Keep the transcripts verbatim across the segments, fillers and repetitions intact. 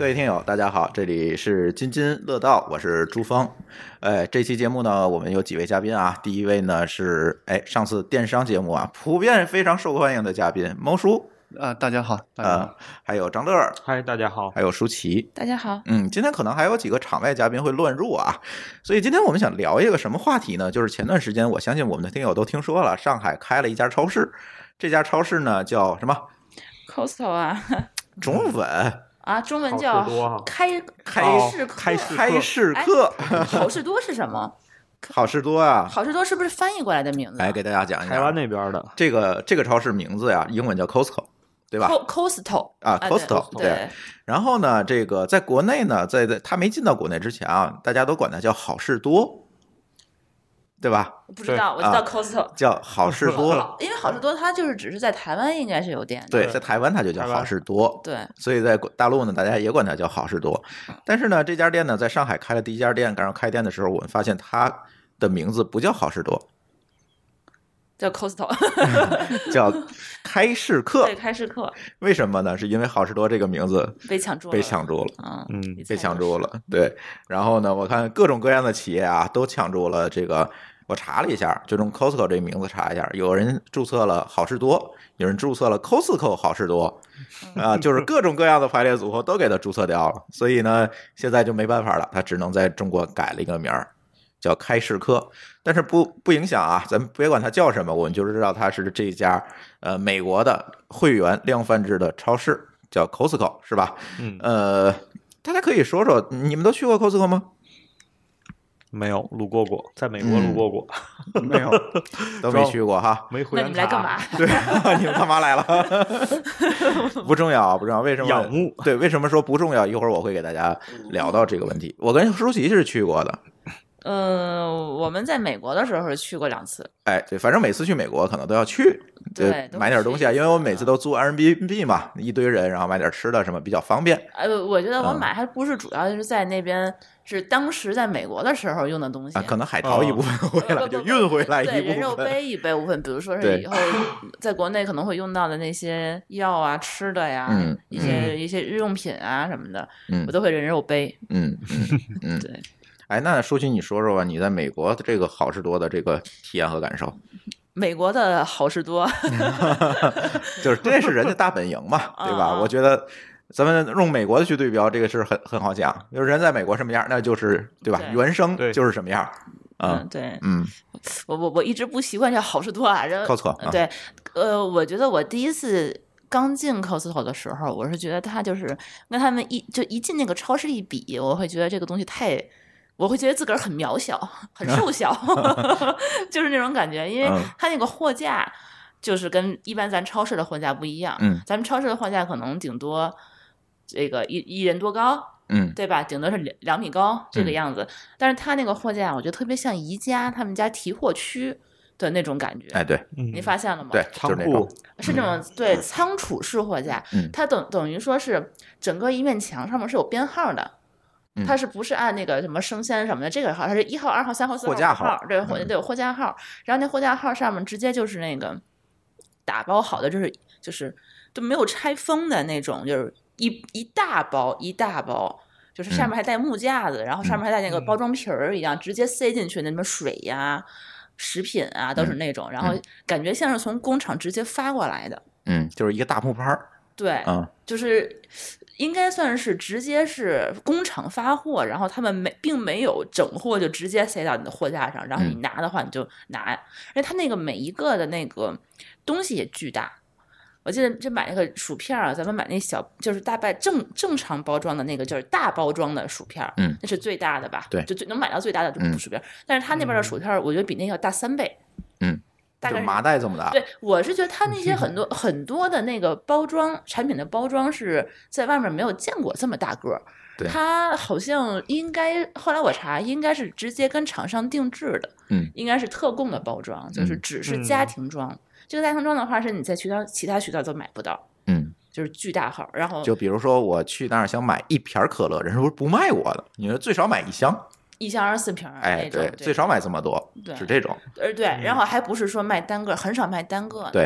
各位听友，大家好，这里是津津乐道，我是朱峰。哎，这期节目呢，我们有几位嘉宾啊。第一位呢是哎上次电商节目啊，普遍非常受欢迎的嘉宾猫叔啊，大家好，大家好、 呃，还有张乐， 嗨，大家好， 还有舒淇， 大家好。 嗯，今天可能还有几个场外嘉宾会乱入啊，所以今天我们想聊一个什么话题呢？就是前段时间，我相信我们的听友都听说了，上海开了一家超市，这家超市呢叫什么 ？Costco 啊， 中文。 啊，中文叫开开市客， 开市开市客。 好事多是什么？ 好事多啊， 好事多是不是翻译过来的名字？ 来给大家讲一下， 台湾那边的这个这个超市名字呀，英文叫 Costco， 对吧 ？Costco 啊 ，Costco 对。对。 然后呢，这个在国内呢，在在它没进到国内之前啊，大家都管它叫好事多，对吧？ 不知道，我知道 Costco、啊、 叫好事多， 因为好事多它就是只是在台湾应该是有店的， 对，在台湾它就叫好事多， 对， 所以在大陆呢，大家也管它叫好事多。但是呢，这家店呢，在上海开了第一家店，刚刚开店的时候，我们发现它的名字不叫好事多， 叫 Costco， 叫开市客。 对，开市客。 为什么呢？是因为好事多这个名字被抢住了， 被抢住了， 嗯， 被抢住了。对，然后呢，我看各种各样的企业啊，都抢住了这个。我查了一下，就用 Costco 这个名字查一下，有人注册了好事多，有人注册了 Costco 好事多，啊、呃，就是各种各样的排列组合都给它注册掉了。所以呢，现在就没办法了，它只能在中国改了一个名儿，叫开市客。但是不不影响啊，咱们别管它叫什么，我们就知道它是这家呃美国的会员量贩制的超市，叫 Costco， 是吧？ 嗯， 呃，大家可以说说，你们都去过 Costco 吗？ 没有路过过，在美国路过过， 嗯、没有，都没去过哈。 没会员卡。 那你们来干嘛？ 对，你们干嘛来了？不重要，不重要。为什么？ 仰慕。 对，为什么说不重要？一会儿我会给大家聊到这个问题。我跟舒淇是去过的。 呃，我们在美国的时候是去过两次。 哎，对，反正每次去美国可能都要去， 对， 买点东西啊，因为我每次都租 Airbnb 嘛，一堆人，然后买点吃的什么比较方便。 呃，我觉得我买还不是主要就是在那边。嗯是当时在美国的时候用的东西， 啊、可能海淘一部分回来、哦、就运回来一部分， 对，人肉杯一部分，比如说是以后在国内可能会用到的那些药啊、吃的呀， 嗯、 一些、嗯、一些日用品啊什么的， 嗯， 我都会人肉杯， 嗯嗯嗯， 对。 哎，那舒淇，你说说吧，你在美国这个好事多的这个体验和感受？ 美国的好事多， 就是这是人家大本营嘛，对吧？我觉得。咱们用美国的去对标，这个是很很好讲。就是人在美国什么样，那就是对吧？ 对原生就是什么样。 嗯，嗯对， 嗯， 我我我一直不习惯叫好事多啊。 Costco，嗯、 对，呃，我觉得我第一次刚进 Costco 的时候，我是觉得它就是跟他们一就一进那个超市一比，我会觉得这个东西太，我会觉得自个儿很渺小，很瘦小，就是那种感觉，因为它那个货架就是跟一般咱超市的货架不一样。 嗯， 咱们超市的货架可能顶多。这个一一人多高， 嗯， 对吧？顶多是两两米高这个样子，嗯、但是它那个货架，我觉得特别像宜家他们家提货区的那种感觉。 哎，对， 你发现了吗？ 对， 仓库是这种对仓储式货架， 嗯、 它等等于说是整个一面墙上面是有编号的。 嗯、 它是不是按那个什么生鲜什么的这个号？它是一号、二号、三号、四号、 货架号， 对，货对有货架号。然后那货架号上面直接就是那个打包好的，就是就是都没有拆封的那种，就是。一一大包一大包，就是上面还带木架子，嗯、然后上面还带那个包装皮儿一样，嗯、直接塞进去，那什么水呀、食品啊都是那种，嗯、然后感觉像是从工厂直接发过来的。 嗯，就是一个大木牌。 对， 嗯， 就是应该算是直接是工厂发货，然后他们没并没有整货就直接塞到你的货架上，然后你拿的话你就拿，而且他那个每一个的那个东西也巨大。我记得就买那个薯片啊，咱们买那小就是大概正正常包装的那个，就是大包装的薯片， 嗯， 那是最大的吧？ 对， 就最能买到最大的薯片。嗯、但是他那边的薯片，我觉得比那个要大三倍。 嗯， 大概就麻袋这么大。 对，我是觉得他那些很多很多的那个包装产品的包装是在外面没有见过这么大个。 对， 他好像应该后来我查，应该是直接跟厂商定制的， 嗯， 应该是特供的包装，就是只是家庭装。嗯这个家庭装的话，是你在渠道其他渠道都买不到， 嗯， 就是巨大号。然后就比如说我去那儿想买一瓶可乐，人说不卖我的，你说最少买一箱， 一箱二十四瓶， 哎，对，最少买这么多，是这种。 呃，对，然后还不是说卖单个，很少卖单个的， 对。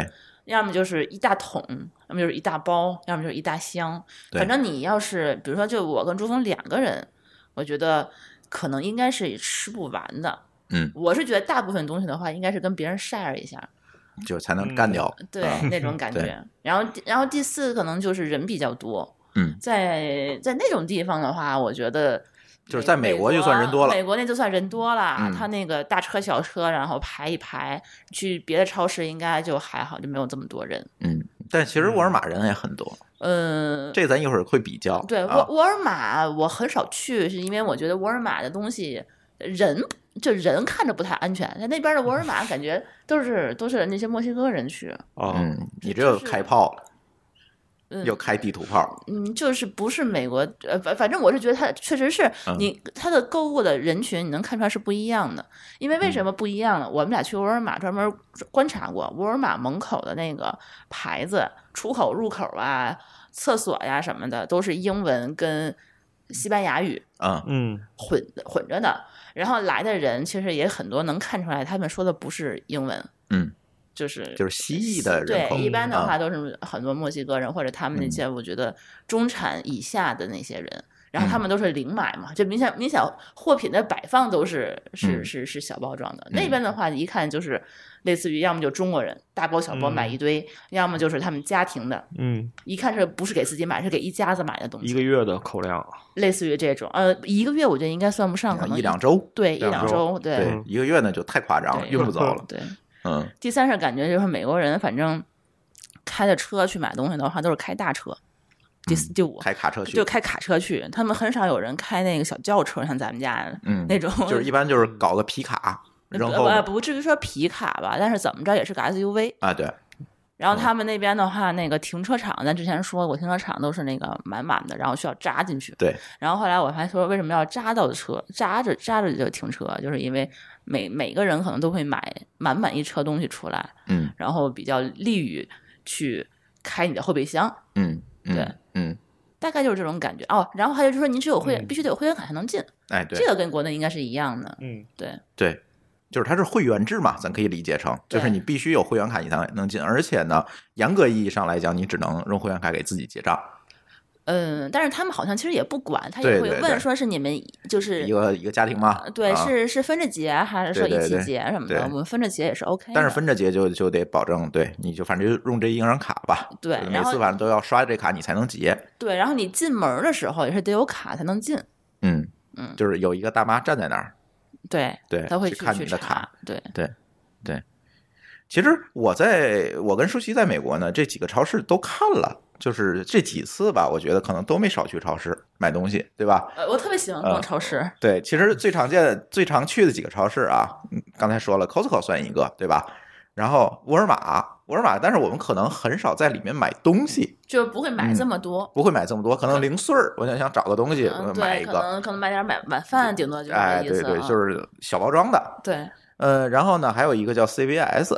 要么就是一大桶，要么就是一大包，要么就是一大箱。 对反正你要是比如说就我跟朱峰两个人，我觉得可能应该是吃不完的。 嗯， 我是觉得大部分东西的话，应该是跟别人 share 一下， 就才能干掉。 对、 嗯那种感对觉。然后然后第四可能就是人比较多。 嗯， 在在那种地方的话，我觉得就是在美国就算人多了美国那就算人多了， 嗯他那个大车小车，然后排一排，去别的超市应该就还好，就没有这么多人。 嗯，但其实沃尔玛人也很多， 嗯， 这咱一会儿会比较。 对， 啊沃沃尔玛我很少去，是因为我觉得沃尔玛的东西人就人看着不太安全，在那边的沃尔玛感觉都是都是那些墨西哥人去。 哦， 嗯，你这有开炮了， 嗯又开地图炮。 嗯，就是不是美国，呃，反反正我是觉得它确实是嗯你它的购物的人群，你能看出来是不一样的。因为为什么不一样呢？我们俩去沃尔玛专门观察过，沃尔玛门口的那个牌子，出口入口啊、厕所呀什么的，都是英文跟西班牙语嗯嗯混混着的。然后来的人其实也很多，能看出来他们说的不是英文， 嗯， 就是就是西裔的人口。 对，一般的话嗯都是很多墨西哥人或者他们那些我觉得中产以下的那些人，然后他们都是零买嘛，就明显明显货品的摆放都是是嗯是是小包装的。那边的话一看就是类似于要么就中国人大包小包买一堆，要么就是他们家庭的， 嗯， 一看是不是给自己买，是给一家子买的东西， 一个月的口量， 类似于这种。呃，一个月我觉得应该算不上，可能一两周。 对一两周两周，对对，一个月呢就太夸张了， 对用不着了。 对。 嗯第三是感觉就是美国人，反正开的车去买东西的话，都是开大车。第四、第五， 开卡车去就开卡车去，他们很少有人开那个小轿车，像咱们家嗯那种， 就是一般就是搞个皮卡扔后呃面不至于说皮卡吧，但是怎么着也是个 S U V。 啊，对， 然后他们那边的话，那个停车场，咱之前说过，停车场都是那个满满的，然后需要扎进去。 对。 然后后来我还说，为什么要扎到车，扎着扎着就停车，就是因为每每个人可能都会买满满一车东西出来， 嗯然后比较利于去开你的后备箱， 嗯，嗯对， 嗯， 大概就是这种感觉哦。然后还有就是说，你只有会员、 嗯必须得有会员卡才能进， 哎，对这个跟国内应该是一样的。 嗯对， 对，就是它是会员制嘛，咱可以理解成，就是对你必须有会员卡你才能进，而且呢，严格意义上来讲，你只能用会员卡给自己结账， 嗯，但是他们好像其实也不管，他也会对对对问说是你们就是一个一个家庭嘛呃，对， 啊是是分着结还是说一起对对对结什么的？ 对我们分着结也是 OK 的。 但是分着结就就得保证，对，你就反正就用这一张卡吧，每对然后次反正都要刷这卡你才能结， 对，然后你进门的时候也是得有卡才能进。 嗯嗯就是有一个大妈站在那儿， 对， 对， 他会去看去你的卡查。，对， 其实我在我跟舒淇在美国呢，这几个超市都看了，就是这几次吧，我觉得可能都没少去超市买东西，对吧？ 呃，我特别喜欢逛超市。 对，其实最常见、最常去的几个超市啊，嗯刚才说了，Costco 算一个，对吧？然后沃尔玛，沃尔玛，但是我们可能很少在里面买东西， 就不会买嗯这么多。 不会买这么多，可能零碎儿，我想想找个东西嗯，对，可买一个， 能可能买点买晚饭，顶多就是哎， 这意思啊。 对对，就是小包装的。 对。 呃，然后呢，还有一个叫 C V S，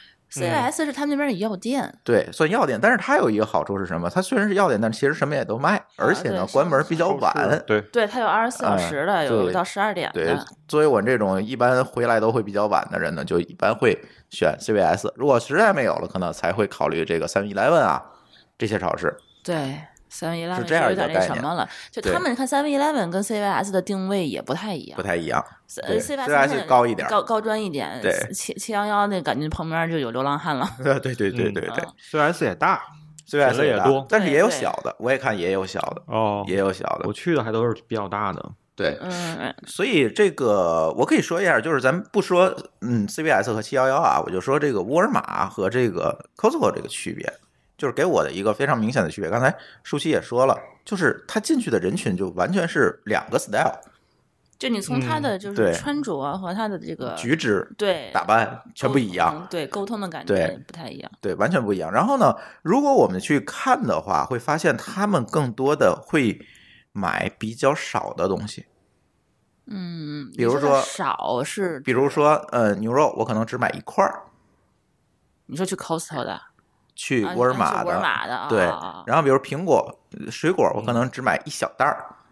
C V S 是他们那边的药店， 对，算药店，但是它有一个好处是什么？它虽然是药店，但其实什么也都卖，而且呢， 啊对关门比较超市晚。 对， 对，它有二十四小时的， 哎对有到十二点对的。， 作为我这种一般回来都会比较晚的人呢，就一般会选 C V S。如果实在没有了，可能才会考虑这个 seven eleven 啊这些超市。 对，Seven Eleven 是这样有点那一个概念什么了。就对他们看 Seven Eleven 跟 C V S 的定位也不太一样不。太一样。 呃对 C V ，C V S 高一点高高端一点。 对七七幺幺那感觉旁边就有流浪汉了。 对对对对对对嗯 ，C S 也大 ，C V S 大人也多但是也有对对小的，我也看也有小的， 哦， 也有小的我。去的还都是比较大的， 对， 嗯， 所以这个我可以说一下，就是咱不说嗯 C V S 和七幺幺啊，我就说这个沃尔玛和这个 Costco 这个区别，就是给我的一个非常明显的区别。刚才舒淇也说了，就是他进去的人群就完全是两个 style， 就你从他的就嗯对是穿着和他的这个举止、 对打扮全不一样。 沟通，对沟通的感对觉不太一样。 对，完全不一样。然后呢，如果我们去看的话，会发现他们更多的会买比较少的东西， 嗯， 比如你的说少是， 比如说呃牛肉，我可能只买一块儿， 你说去 Costco 的， 去啊沃尔玛的， 去沃尔玛的， 对啊啊啊。 然后比如苹果、呃水果，我可能只买一小袋儿，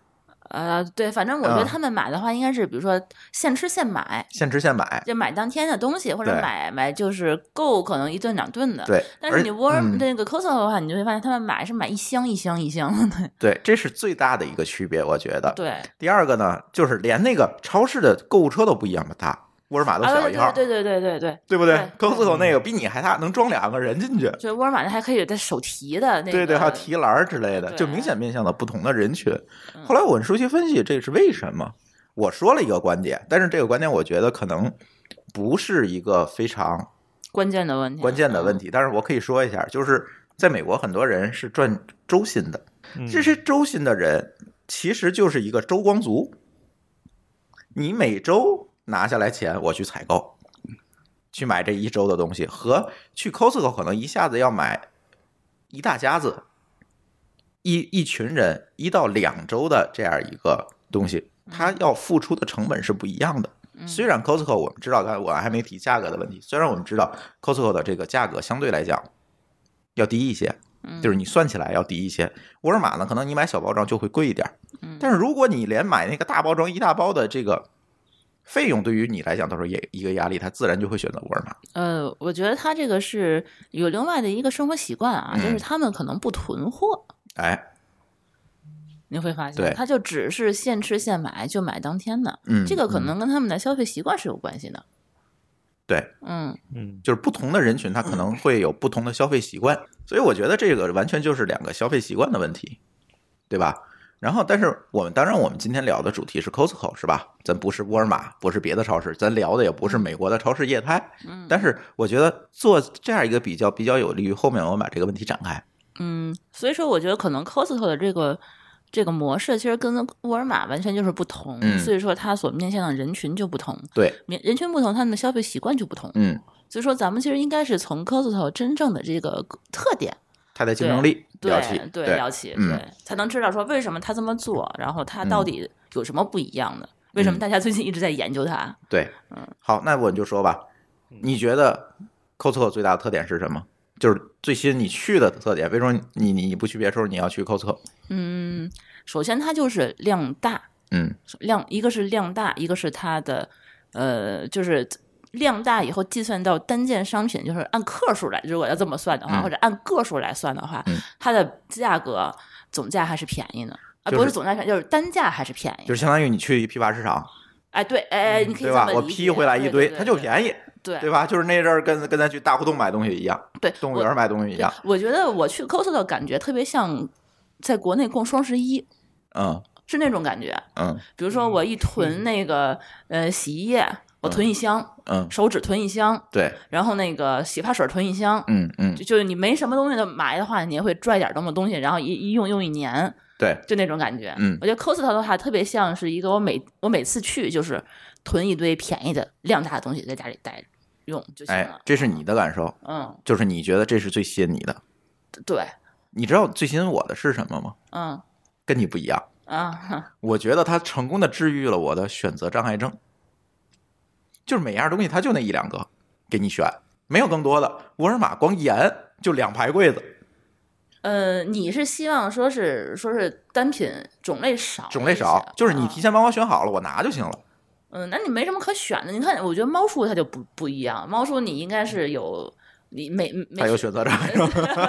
呃，对，反正我觉得嗯他们买的话，应该是比如说现吃现买， 现吃现买。 就买当天的东西，或者对买买就是够可能一顿两顿的。 对，而但是你沃尔嗯那个 Costco 的话，你就会发现他们买是买一箱一箱一箱的。 对，这是最大的一个区别，我觉得。 对， 第二个呢，就是连那个超市的购物车都不一样吧大，沃尔玛都啊， 小一号， 对对对对对对， 对不对对 ？Costco 那个比你还大，能装两个人进去。 就沃尔玛那还可以在手提的那个， 对对，还有提篮儿之类的， 对就明显面向了不同的人群。 嗯后来我跟舒淇分析这是为什么，我说了一个观点，但是这个观点我觉得可能不是一个非常关键的问题， 关键的问题，但是我可以说一下，就是在美国很多人是赚周薪的， 嗯这些周薪的人其实就是一个周光族，你每周拿下来钱，我去采购，去买这一周的东西，和去 Costco 可能一下子要买一大家子，一一群人一到两周的这样一个东西，他要付出的成本是不一样的。虽然 Costco 我们知道，刚才我还没提价格的问题，虽然我们知道 Costco 的这个价格相对来讲要低一些，就是你算起来要低一些。沃尔玛呢，可能你买小包装就会贵一点，但是如果你连买那个大包装一大包的这个费用对于你来讲都是也一个压力，他自然就会选择沃尔玛。 呃，我觉得他这个是有另外的一个生活习惯啊， 嗯就是他们可能不囤货。 哎， 你会发对现，他就只是现吃现买，就买当天的。 嗯这个可能跟他们的消费习惯是有关系的。 对， 嗯， 嗯就是不同的人群，他可能会有不同的消费习惯，所以我觉得这个完全就是两个消费习惯的问题，对吧？然后，但是我们当然，我们今天聊的主题是 Costco 是吧？咱不是沃尔玛，不是别的超市，咱聊的也不是美国的超市业态。 嗯但是我觉得做这样一个比较，比较有利于后面我们把这个问题展开。 嗯，所以说我觉得可能 Costco 的这个这个模式其实跟沃尔玛完全就是不同， 嗯所以说它所面向的人群就不同， 对， 人群不同，他们的消费习惯就不同。 嗯， 所以说咱们其实应该是从 Costco 真正的这个特点。 它的竞争力对聊起， 对对聊起， 嗯对，才能知道说为什么他这么做，然后他到底有什么不一样的？为什么大家最近一直在研究它？ 对，好，那我就说吧，你觉得 Costco 最大的特点是什么？就是最新你去的特点，为什么你你你不去别处，你要去 Costco？ 嗯，首先它就是量大， 嗯量一个是量大，一个是它的呃，就是量大以后计算到单件商品，就是按克数来，如果要这么算的话， 嗯或者按个数来算的话， 嗯它的价格总价还是便宜的。啊， 就是不是总价便宜，就是单价还是便宜。 就是相当于你去一批发市场， 哎，对，哎，你可以对吧？ 这么理解我批回来一堆， 对对对它就便宜， 对对吧？就是那阵儿跟跟咱去大胡同买东西一样， 对，我动物园买东西一样， 我觉得我去 Costco 的感觉特别像在国内逛双十一， 嗯是那种感觉。 嗯比如说我一囤那个呃洗衣液，我囤一箱， 嗯， 手纸囤一箱， 对， 然后那个洗发水囤一箱。 嗯嗯就就是你没什么东西的买的话，你也会拽点这么东西，然后一一用用一年， 对， 就那种感觉。 嗯我觉得 Costco 的话特别像是一个我每我每次去就是囤一堆便宜的量大的东西在家里带着用就行哎了。， 这是你的感受， 嗯， 就是你觉得这是最吸引你的。 对， 你知道最吸引我的是什么吗？ 嗯跟你不一样， 啊，哼我觉得它成功的治愈了我的选择障碍症。就是每样东西它就那一两个给你选，没有更多的。沃尔玛光盐就两排柜子， 呃，你是希望说是说是单品种类少， 种类少，就是你提前。 前帮我选好了，我拿就行了。 嗯，那你没什么可选的。你看，我觉得猫叔它就不不一样，猫叔你应该是有你没没它有选择障碍症，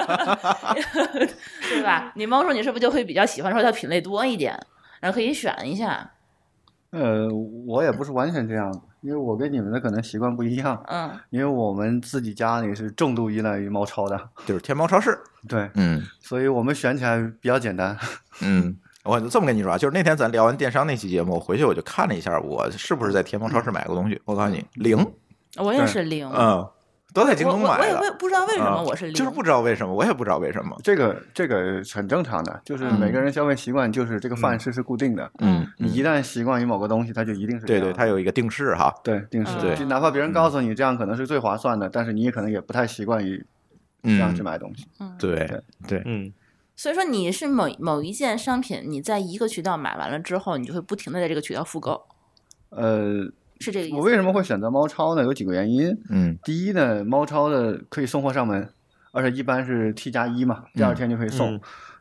对吧？你猫叔你是不是就会比较喜欢说它品类多一点，然后可以选一下？ 呃，我也不是完全这样，因为我跟你们的可能习惯不一样。 嗯因为我们自己家里是重度依赖于猫超的， 就是天猫超市。 对， 嗯所以我们选起来比较简单。 嗯，我就这么跟你说啊，就是那天咱聊完电商那期节目，我回去我就看了一下，我是不是在天猫超市买过东西？我告诉你，零， 我也是零， 嗯，都在京东我我我也买的。 不不知道为什么啊我是零， 就是不知道为什么，我也不知道为什么。 这个这个很正常的，就是每个人消费习惯就是这个范式是固定的。 嗯， 你一旦习惯于某个东西，它就一定是这对对， 样的它有一个定式哈。 对定式。 对就哪怕别人告诉你这样可能是最划算的，但是你也可能也不太习惯于这样去买东西。 嗯， 对对， 嗯所以说你是某某一件商品，你在一个渠道买完了之后，你就会不停的在这个渠道复购， 呃， 是这个意思？ 我为什么会选择猫超呢？有几个原因。 嗯第一呢，猫超的可以送货上门，而且一般是 T 加一嘛，第二天就可以送。 嗯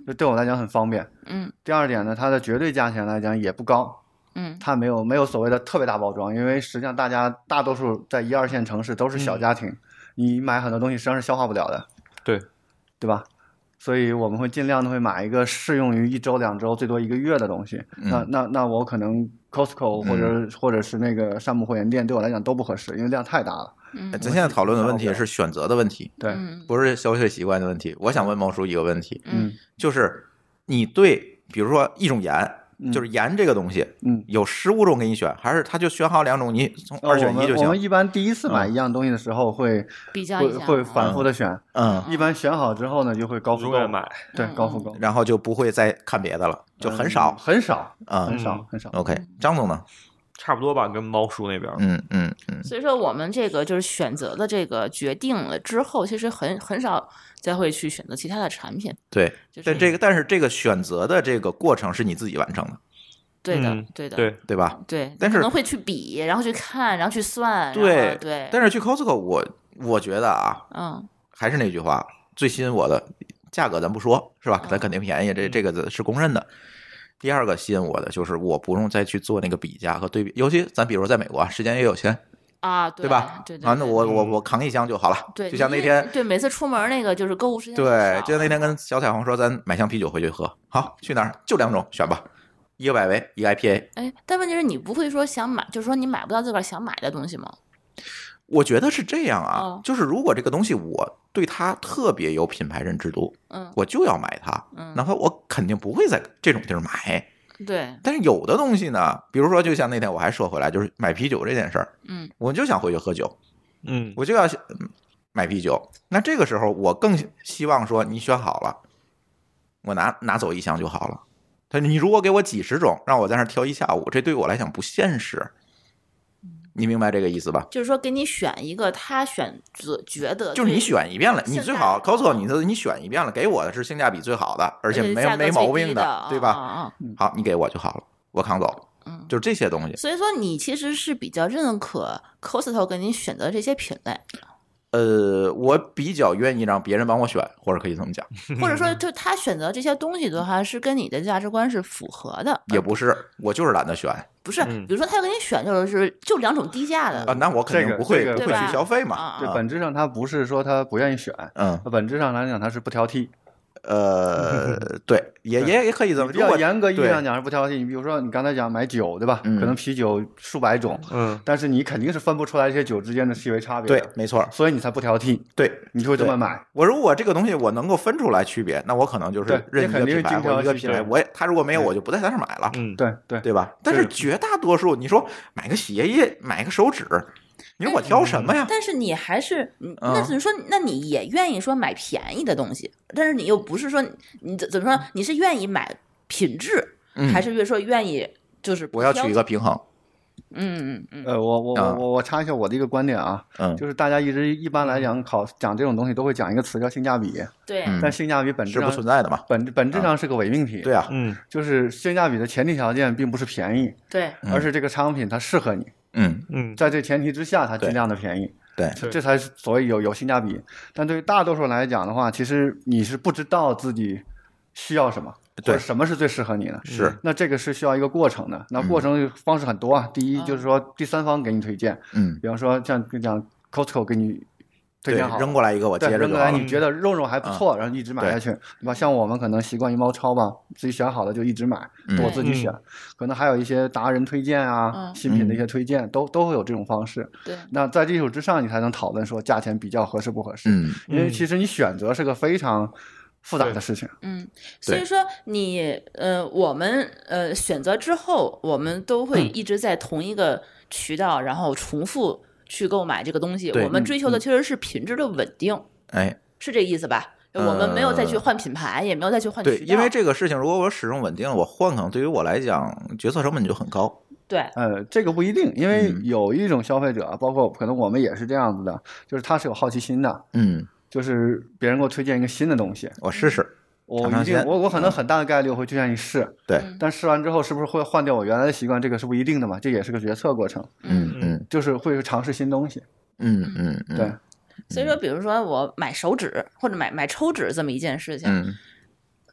就对我来讲很方便。 嗯第二点呢，它的绝对价钱来讲也不高， 嗯它没有没有所谓的特别大包装，因为实际上大家大多数在一二线城市都是小家庭，嗯、你买很多东西实际上是消化不了的， 对对吧？所以我们会尽量的会买一个适用于一周两周最多一个月的东西。 嗯、 那那那我可能 Costco 或者、嗯、或者是那个山姆会员店对我来讲都不合适，因为量太大了。 嗯， 咱现在讨论的问题是选择的问题， 对， 不是消费习惯的问题。我想问毛叔一个问题， 嗯， 就是你对比如说一种盐。就是盐这个东西， 嗯， 有十五种给你选，还是他就选好两种，你从二选一就行？ 哦、我, 我们一般第一次买一样东西的时候会、嗯、 比较一下， 会会反复的选， 嗯， 一般选好之后呢，就会高复购买， 对，高复购， 然后就不会再看别的了，就很少， 嗯、很少， 嗯， 很少，很少。 OK， 张总呢？ 差不多吧，跟猫叔那边， 嗯嗯嗯。 所以说，我们这个就是选择的这个决定了之后，其实很很少再会去选择其他的产品。 对， 就是、 但这个但是这个选择的这个过程是你自己完成的。 对的， 嗯、 对的， 对对吧？ 对， 但是可能会去比，然后去看，然后去算， 对对。 但是去 Costco， 我我觉得啊， 嗯， 还是那句话，最吸引我的价格咱不说，是吧？咱肯定便宜，这这个是公认的。第二个吸引我的就是我不用再去做那个比价和对比，尤其咱比如在美国，时间也有限啊， 对吧？ 对对啊，那我我我扛一箱就好了。 对， 就像那天对每次出门那个就是购物时间对，就像那天跟小彩虹说，咱买箱啤酒回去喝，好，去哪儿就两种，选吧。一个百威，一个 I P A。 哎，但问题是你不会说想买，就是说你买不到自个儿想买的东西吗？ 我觉得是这样啊， 哦、 就是如果这个东西我对它特别有品牌认知度， 嗯， 我就要买它， 嗯， 哪怕我肯定不会在这种地儿买。 对， 但是有的东西呢，比如说就像那天我还说回来，就是买啤酒这件事儿， 嗯， 我就想回去喝酒， 嗯， 我就要买啤酒。那这个时候我更希望说，你选好了，我拿拿走一箱就好了。他你如果给我几十种，让我在那儿挑一下午，这对我来讲不现实。你明白这个意思吧？ 就是说，给你选一个他选择觉得， 就是你选一遍了，你最好 Costco 你你选一遍了，给我的是性价比最好的，而且没有没毛病的，对吧？ 啊、 好，你给我就好了，我扛走。 嗯， 就是这些东西。 所以说，你其实是比较认可 Costco 给你选择这些品类。 呃，我比较愿意让别人帮我选，或者可以这么讲， 或者说，就他选择这些东西的话，是跟你的价值观是符合的。 也不是，我就是懒得选。 不是，比如说他要给你选，就是就两种低价的啊，那我肯定不会、 这个、 不会去消费嘛。 对，本质上他不是说他不愿意选， 嗯， 本质上来讲他是不挑剔。 呃，对，也也也可以这么， 比较严格意义上讲是不挑剔。你比如说，你刚才讲买酒，对吧？ 嗯、 可能啤酒数百种， 嗯， 但是你肯定是分不出来这些酒之间的细微差别。 对，没错， 所以你才不挑剔。 对， 你就会这么买。 我如果这个东西我能够分出来区别，那我可能就是认一个品牌或一个品牌，我他如果没有，我就不在他那买了。 嗯， 对对对吧？但是绝大多数，你说买个鞋业，买个手指。你说我挑什么呀？ 但是你还是，那怎么说？那你也愿意说买便宜的东西，但是你又不是说你怎么说？你是愿意买品质， 嗯、 还是说愿意就是我要取一个平衡？ 嗯嗯嗯。 呃，我我我我我插一下我的一个观点啊， 嗯， 就是大家一直一般来讲考讲这种东西都会讲一个词叫性价比， 对， 嗯、 但性价比本质上是不存在的嘛， 本本质上是个伪命题。 对啊， 嗯， 就是性价比的前提条件并不是便宜， 对， 而是这个商品它适合你。 嗯嗯， 在这前提之下，它尽量的便宜， 对， 这才是所谓有有性价比。但对于大多数来讲的话，其实你是不知道自己需要什么， 对， 什么是最适合你的。 是， 那这个是需要一个过程的。那过程方式很多啊。嗯、第一就是说第三方给你推荐， 嗯， 比方说像讲 Costco 给你推荐好， 扔过来一个我接着扔过来，你觉得肉肉还不错， 嗯、 然后一直买下去，对吧？像我们可能习惯于猫超吧，自己选好了就一直买， 嗯、 我自己选。可能还有一些达人推荐啊， 嗯、 新品的一些推荐，都都会有这种方式。 对。 那在基础之上，你才能讨论说价钱比较合适不合适。 嗯。 因为其实你选择是个非常复杂的事情。 嗯，所以说你呃，我们呃选择之后，我们都会一直在同一个渠道，嗯、然后重复去购买这个东西。我们追求的其实是品质的稳定。 哎， 是这意思吧？我们没有再去换品牌，呃、也没有再去换渠道。 对，因为这个事情，如果我使用稳定了，我换可能对于我来讲，决策成本就很高。 对， 呃，这个不一定，因为有一种消费者，嗯、包括可能我们也是这样子的，就是他是有好奇心的。 嗯， 就是别人给我推荐一个新的东西， 我试试。 我一定，我我可能很大的概率我会去愿意试。 对， 嗯、 但试完之后是不是会换掉我原来的习惯？这个是不一定的嘛，这也是个决策过程。 嗯嗯， 就是会尝试新东西。 嗯嗯嗯， 对。 所以说，比如说我买手指或者买买抽纸这么一件事情， 嗯，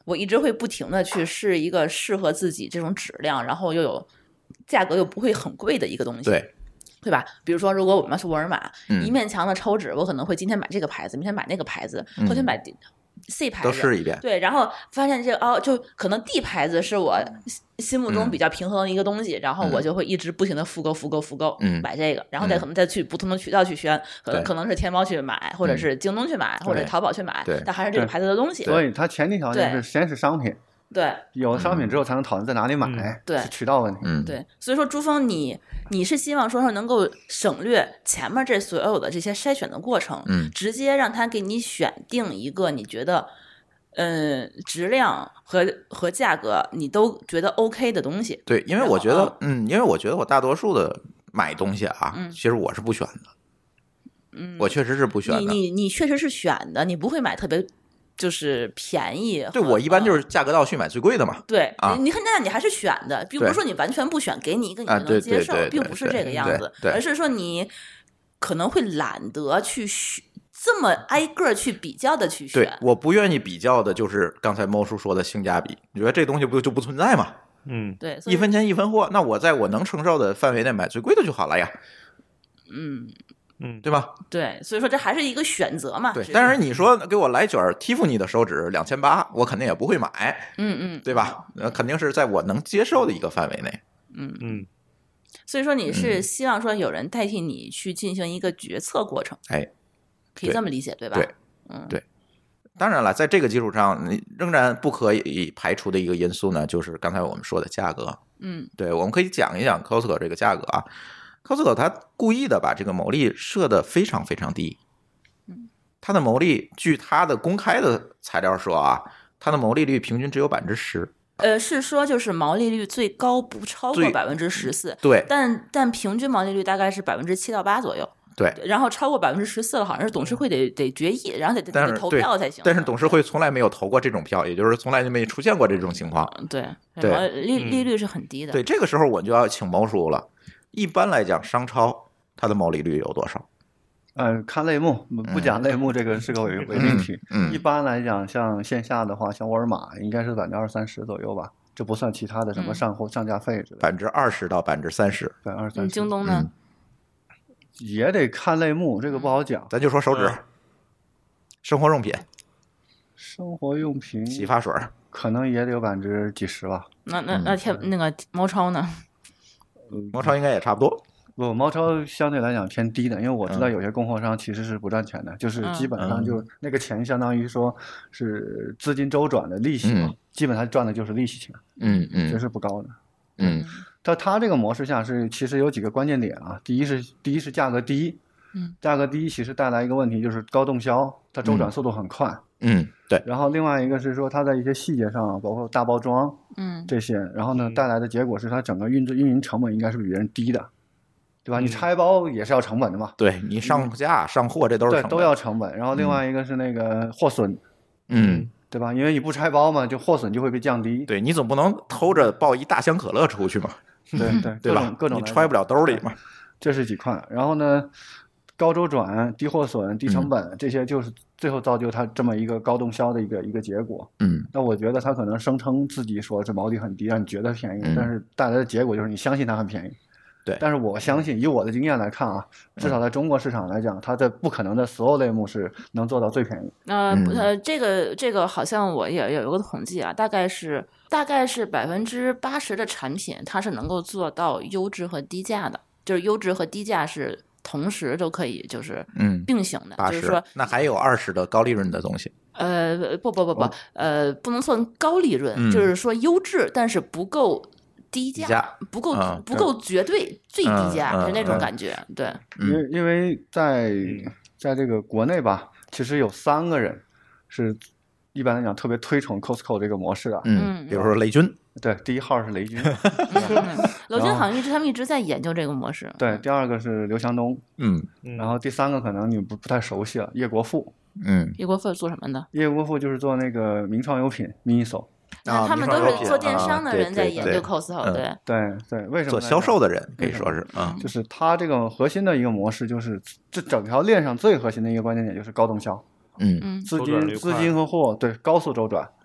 我一直会不停的去试一个适合自己这种质量，然后又有价格又不会很贵的一个东西。 对。 对吧？比如说，如果我们要去沃尔玛， 嗯、 一面墙的抽纸，我可能会今天买这个牌子，明天买那个牌子， 嗯、 后天买 C 牌子， 都试一遍。 对，然后发现这个哦，就可能 D 牌子是我心目中比较平衡的一个东西，嗯、然后我就会一直不停的复购、复购、复购， 嗯， 买这个，然后再可能再去不同的渠道去选，可能可能是天猫去买，或者是京东去买，或者淘宝去买，但还是这个牌子的东西。 所以它前提条件是先是商品。 对， 有了商品之后才能讨论在哪里买， 嗯、 对， 是渠道问题。 嗯， 对，所以说朱峰，你你是希望说是能够省略前面这所有的这些筛选的过程， 嗯， 直接让他给你选定一个你觉得，嗯，质量和和价格你都觉得 OK 的东西。 对，因为我觉得，嗯，因为我觉得我大多数的买东西啊， 嗯、 其实我是不选的。 嗯， 我确实是不选的。 你你你确实是选的，你不会买特别。就是便宜， 对我一般就是价格到去买最贵的嘛。 对， 啊， 你看那你还是选的，并不是说你完全不选，给你一个你就能接受，并不是这个样子，而是说你可能会懒得去选这么挨个去比较的去选。 对，我不愿意比较的就是刚才猫叔说的性价比，你觉得这东西不就不存在吗？ 嗯， 对， 一分钱一分货，那我在我能承受的范围内买最贵的就好了呀。 嗯。 嗯， 对吧？ 对，所以说这还是一个选择嘛。 对，但是你说给我来卷 Tiffany 的手指两千八，我肯定也不会买。 嗯嗯， 对吧？呃，肯定是在我能接受的一个范围内。 嗯嗯， 所以说你是希望说有人代替你去进行一个决策过程， 哎， 可以这么理解，对吧？ 对， 嗯， 对。当然了，在这个基础上，你仍然不可以排除的一个因素呢，就是刚才我们说的价格。 嗯， 对，我们可以讲一讲 Costco 这个价格啊。Costco 它故意的把这个毛利设得非常非常低，它的毛利据它的公开的材料说啊，它的毛利率平均只有百分之十。 呃，是说就是毛利率最高不超过百分之十四， 对， 但但平均毛利率大概是百分之七到八左右。 对， 然后超过百分之十四了，好像是董事会得得决议，然后得得投票才行。 但是董事会从来没有投过这种票，也就是从来就没出现过这种情况。 对， 对， 利利率是很低的。 对，这个时候我就要请毛叔了。一般来讲，商超它的毛利率有多少？ 呃，看类目，不讲类目，这个是个伪伪命题。 嗯， 一般来讲，像线下的话，像沃尔玛应该是百分之二三十左右吧，这不算其他的什么上货、上架费之类的。 百分之二十到百分之三十， 百分之二三十。 京东呢？ 嗯也得看类目，这个不好讲。 咱就说手指、生活用品、 生活用品、 洗发水， 可能也得有百分之几十吧。 那那那天那个猫超呢？ 猫超应该也差不多。 不，猫超相对来讲偏低的，因为我知道有些供货商其实是不赚钱的，就是基本上就那个钱相当于说是资金周转的利息嘛，基本上赚的就是利息钱。 嗯嗯， 这是不高的。 嗯。 在它这个模式下是其实有几个关键点啊，第一是第一是价格低， 嗯， 价格低其实带来一个问题就是高动销，它周转速度很快， 嗯，对。 然后另外一个是说它在一些细节上，包括大包装， 嗯， 这些，然后呢带来的结果是它整个运作运营成本应该是比别人低的，对吧？你拆包也是要成本的嘛， 对你上架、上货这都是成本， 对，都要成本。然后另外一个是那个货损， 嗯。 对吧？因为你不拆包嘛，就货损就会被降低。 对，你总不能偷着抱一大箱可乐出去嘛？ 对对对吧？ 各种你揣不了兜里嘛。 这是几块。然后呢，高周转、低货损、低成本，嗯、这些就是最后造就它这么一个高动销的一个一个结果。 嗯。 那我觉得它可能声称自己说这毛利很低，让你觉得便宜， 嗯、 但是带来的结果就是你相信它很便宜。 对， 但是我相信，以我的经验来看啊，至少在中国市场来讲，它的不可能的所有类目是能做到最便宜。 呃，呃，这个这个好像我也有一个统计啊，大概是大概是百分之八十的产品，它是能够做到优质和低价的，就是优质和低价是同时都可以就是嗯并行的， 嗯、 就是说那还有二十的高利润的东西。 呃，不不不不， 哦、 呃，不能算高利润， 嗯、 就是说优质，但是不够。低价, 低价不够、 嗯、 不够绝对最低价、 嗯、 是那种感觉， 嗯、 对。 因为因为在在这个国内吧，其实有三个人是一般来讲特别推崇 Costco 这个模式的， 嗯，比如说雷军， 对，第一号是雷军， 雷军好像一直他们一直在研究这个模式。 对，第二个是刘强东， 嗯， 然后第三个可能你不不太熟悉了，叶国富， 嗯， 叶国富做什么的？ 叶国富就是做那个名创优品 Miniso。 啊，他们都是做电商的人在研究 Costco，对对对，为什么做销售的人可以说是啊， 就是它这个核心的一个模式，就是这整条链上最核心的一个关键点就是高动销， 嗯， 资金资金和货对高速周转，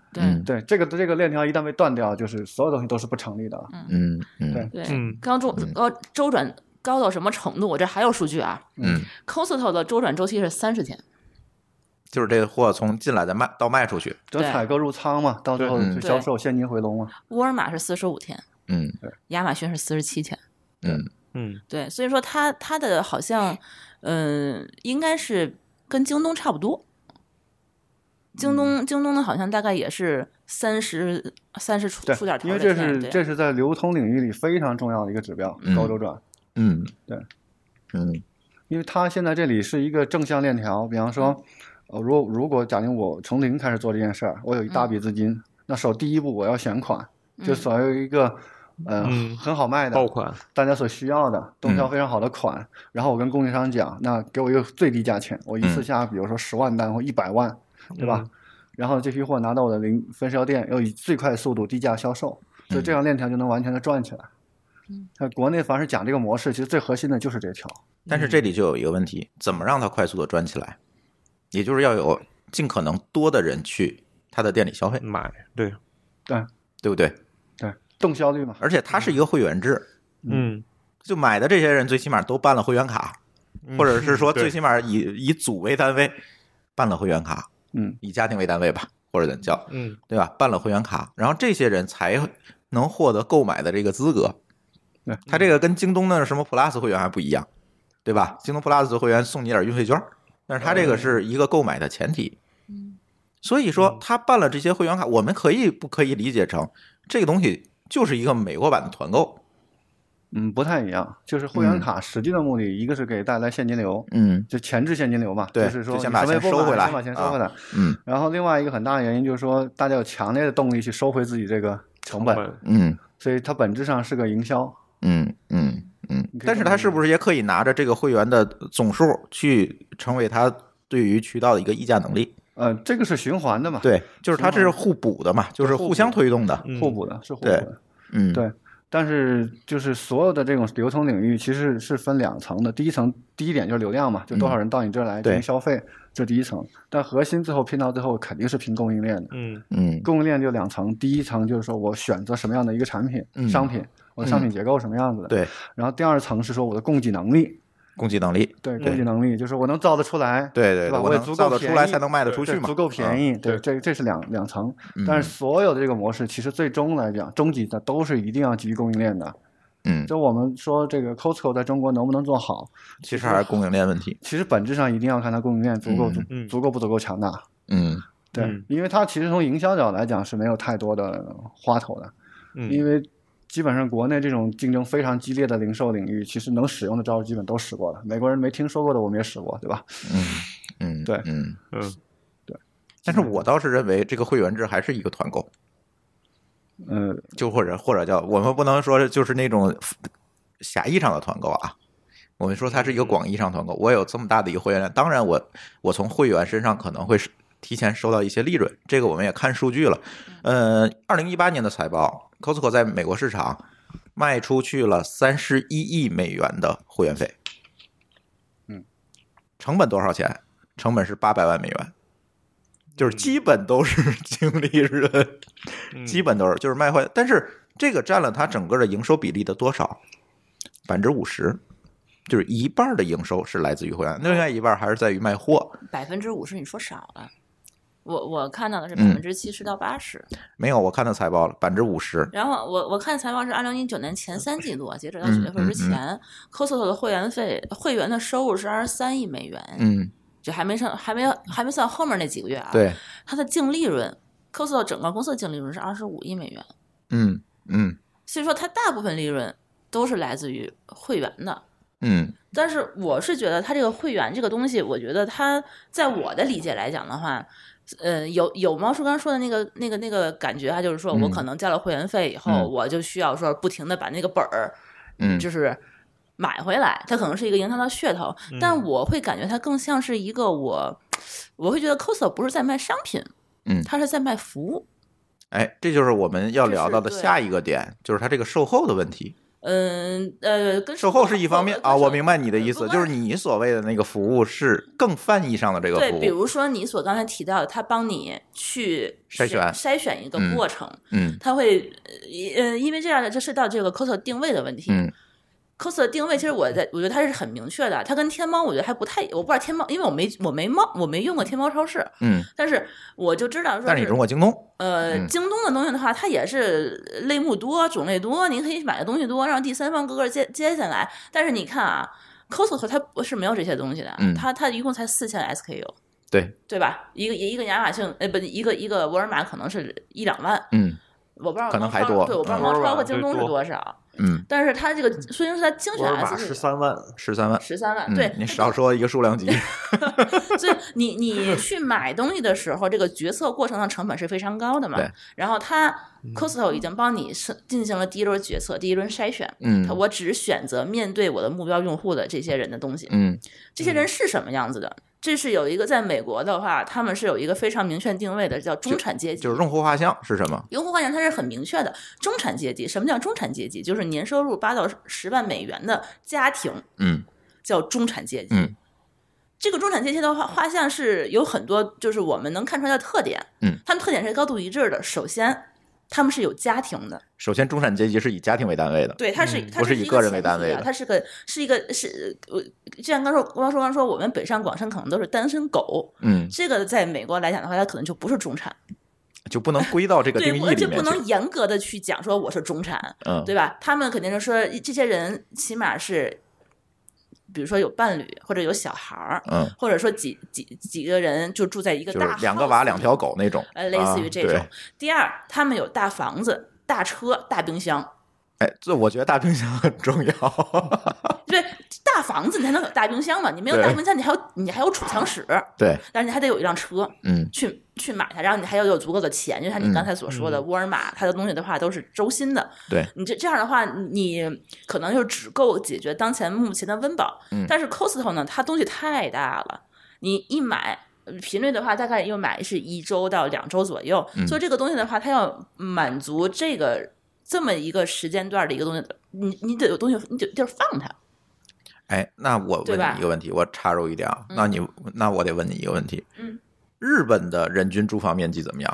对嗯对，这个这个链条一旦被断掉，就是所有东西都是不成立的了。 嗯嗯对对， 嗯刚周高周转高到什么程度？我这还有数据啊。 嗯， Costco 的周转周期是三十天。 就是这个货从进来的卖到卖出去， 就采购入仓嘛，到最后对就销售现金回笼嘛。 沃尔玛是四十五天， 嗯亚马逊是四十七天。 嗯嗯对，所以说它它的好像，嗯、应该是跟京东差不多。京东京东的好像大概也是三十三十出对出点，头因为这的天对是这是在流通领域里非常重要的一个指标， 嗯高周转。 嗯， 对， 嗯因为它现在这里是一个正向链条，比方说，呃，如果如果假定我从零开始做这件事儿，我有一大笔资金，那首第一步我要选款，就所有一个。呃、 嗯很好卖的爆款， 大家所需要的动销非常好的款，嗯、然后我跟供应商讲，那给我一个最低价钱，我一次下比如说十万单或一百万，嗯、对吧？然后这批货拿到我的零分销店，又以最快速度低价销售，所以这样链条就能完全的转起来。嗯，那国内凡是讲这个模式，其实最核心的就是这条。 但是这里就有一个问题，怎么让它快速的转起来？也就是要有尽可能多的人去他的店里消费， 买，对对对不对？ 对，动销率嘛。 而且它是一个会员制， 嗯， 就买的这些人最起码都办了会员卡， 嗯或者是说对最起码以以组为单位办了会员卡， 嗯， 以家庭为单位吧，或者怎么叫， 嗯， 对吧？办了会员卡，然后这些人才能获得购买的这个资格。 对， 它这个跟京东的什么 Plus 会员还不一样，对吧？京东 Plus 会员送你点运费券，但是它这个是一个购买的前提。所以说他办了这些会员卡，我们可以不可以理解成这个东西就是一个美国版的团购？ 嗯，不太一样，就是会员卡实际的目的，一个是给带来现金流， 嗯， 就前置现金流嘛， 对， 就是说就先把钱收回来， 先把钱收回来。 啊、嗯， 然后另外一个很大的原因就是说，大家有强烈的动力去收回自己这个成本， 嗯， 所以它本质上是个营销。 嗯嗯嗯，但是他是不是也可以拿着这个会员的总数去成为他对于渠道的一个议价能力？ 呃，这个是循环的嘛？ 对，就是它是互补的嘛，就是互相推动的， 互补的，是互补的。 嗯， 对。但是就是所有的这种流通领域其实是分两层的，第一层第一点就是流量嘛，就多少人到你这儿来进行消费，这第一层。但核心最后拼到最后肯定是拼供应链的。 嗯嗯，供应链就两层，第一层就是说我选择什么样的一个产品、嗯、商品，我的商品结构什么样子的。 对。 然后第二层是说我的供给能力。 供给能力， 对，供给能力就是我能造得出来， 对对对吧？ 我也足够造得出来才能卖得出去嘛， 足够便宜，对，这这是两两层。但是所有的这个模式，其实最终来讲，终极的都是一定要基于供应链的。 嗯， 就我们说这个 Costco 在中国能不能做好， 其实还是供应链问题。 其实本质上一定要看它供应链足够足足够不足够强大。 嗯， 对，因为它其实从营销角来讲是没有太多的花头的，因为。基本上国内这种竞争非常激烈的零售领域，其实能使用的招基本都使过了。美国人没听说过的，我们也使过，对吧？ 嗯嗯， 对， 嗯嗯， 对。 但是我倒是认为这个会员制还是一个团购， 嗯， 就或者或者叫我们不能说就是那种狭义上的团购啊，我们说它是一个广义上团购。我有这么大的一个会员量，当然我我从会员身上可能会提前收到一些利润，这个我们也看数据了。呃，二零一八年的财报 ，Costco 在美国市场卖出去了三十一亿美元的会员费。 嗯， 成本多少钱？成本是八百万美元，就是基本都是净利润，嗯、基本都是就是卖坏。但是这个占了它整个的营收比例的多少？百分之五十。就是一半的营收是来自于会员，另外一半还是在于卖货。 百分之五十，你说少了。我我看到的是百分之七十到八十。 没有，我看到财报了，百分之五十。 然后我我看财报是二零一九年前三季度，截止到九月份之前、嗯嗯嗯、，Costco 的会员费会员的收入是二十三亿美元。 嗯， 就还没上，还没还没算后面那几个月啊。 对， 它的净利润 ，Costco 整个公司的净利润是二十五亿美元。 嗯嗯， 所以说它大部分利润都是来自于会员的。 嗯， 但是我是觉得它这个会员这个东西，我觉得它在我的理解来讲的话，呃，有有猫叔刚说的那个那个那个感觉啊，就是说我可能交了会员费以后，嗯、我就需要说不停的把那个本儿， 嗯， 就是买回来，它可能是一个营销的噱头， 嗯、 但我会感觉它更像是一个我，我会觉得 Costco 不是在卖商品， 嗯， 它是在卖服务。 哎，这就是我们要聊到的下一个点，就是它这个售后的问题。 嗯呃，跟售后是一方面啊，我明白你的意思， 不就是你所谓的那个服务是更泛义上的这个对， 服务， 比如说你所刚才提到的，他帮你去筛选筛选一个过程， 嗯他会呃，因为这样的，这涉及到这个 cos 定位的问题。 嗯 cos 的定位其实我在我觉得它是很明确的，它跟天猫我觉得还不太，我不知道天猫，因为我没我没猫我没用过天猫超市， 嗯， 但是我就知道说是， 但是你用过京东， 呃， 嗯京东的东西的话，它也是类目多、种类多，你可以买的东西多，让第三方各个接接进来。但是你看啊 ，Costco 它不是没有这些东西的， 嗯它它一共才四千 S K U， 对， 对吧？一个一个亚马逊，呃，不，一个一个沃尔玛可能是一两万， 嗯我不知道可能猫超还多对，我不知道嗯猫超沃尔玛和京东是最多多少， 嗯， 但是它这个虽然说它精选沃尔玛 S 十三万， 十三万， 十三万， 嗯对， 你少说一个数量级， 所以你你去买东西的时候，这个决策过程的成本是非常高的嘛对。 然后它 Costco 已经帮你是进行了第一轮决策，第一轮筛选。 嗯它我只选择面对我的目标用户的这些人的东西。 嗯这些人是什么样子的？这是有一个在美国的话，他们是有一个非常明确定位的，叫中产阶级。 就是用户画像是什么？ 用户画像它是很明确的，中产阶级。什么叫中产阶级？就是年收入八到十万美元的家庭， 嗯叫中产阶级。 嗯这个中产阶级的画画像是有很多，就是我们能看出来的特点。 嗯， 他们特点是高度一致的。首先，他们是有家庭的， 首先中产阶级是以家庭为单位的， 对，它是、 嗯它一不是以个人为单位的前提啊，它是个是一个是呃，就像刚说刚说刚说，我们北上广深可能都是单身狗， 嗯， 这个在美国来讲的话，它可能就不是中产， 就不能归到这个定对， 义我就不里面去， 能严格的去讲说我是中产， 嗯， 对吧？他们肯定是说这些人起码是，比如说有伴侣或者有小孩儿， 嗯， 或者说几几几个人就住在一个就是大两个娃 house 两条狗那种， 呃，类似于这种。 啊第二，他们有大房子、大车、大冰箱。 哎，这我觉得大冰箱很重要。 对，大房子你才能有大冰箱嘛，你没有对大冰箱，你还有你还有储藏室， 对， 但是你还得有一辆车嗯去去买它，然后你还要有足够的钱，就像你刚才所说的， 嗯沃尔玛它的东西的话都是周薪的， 对， 你这这样的话，你可能就只够解决当前目前的温饱。 嗯但是 Costco 呢，它东西太大了，你一买频率的话，大概又买是一周到两周左右， 嗯所以这个东西的话，它要满足这个这么一个时间段的一个东西，你你得有东西，你得有地儿放它。 哎，那我问对吧你一个问题，我插入一点啊， 嗯那你那我得问你一个问题， 嗯， 日本的人均住房面积怎么样？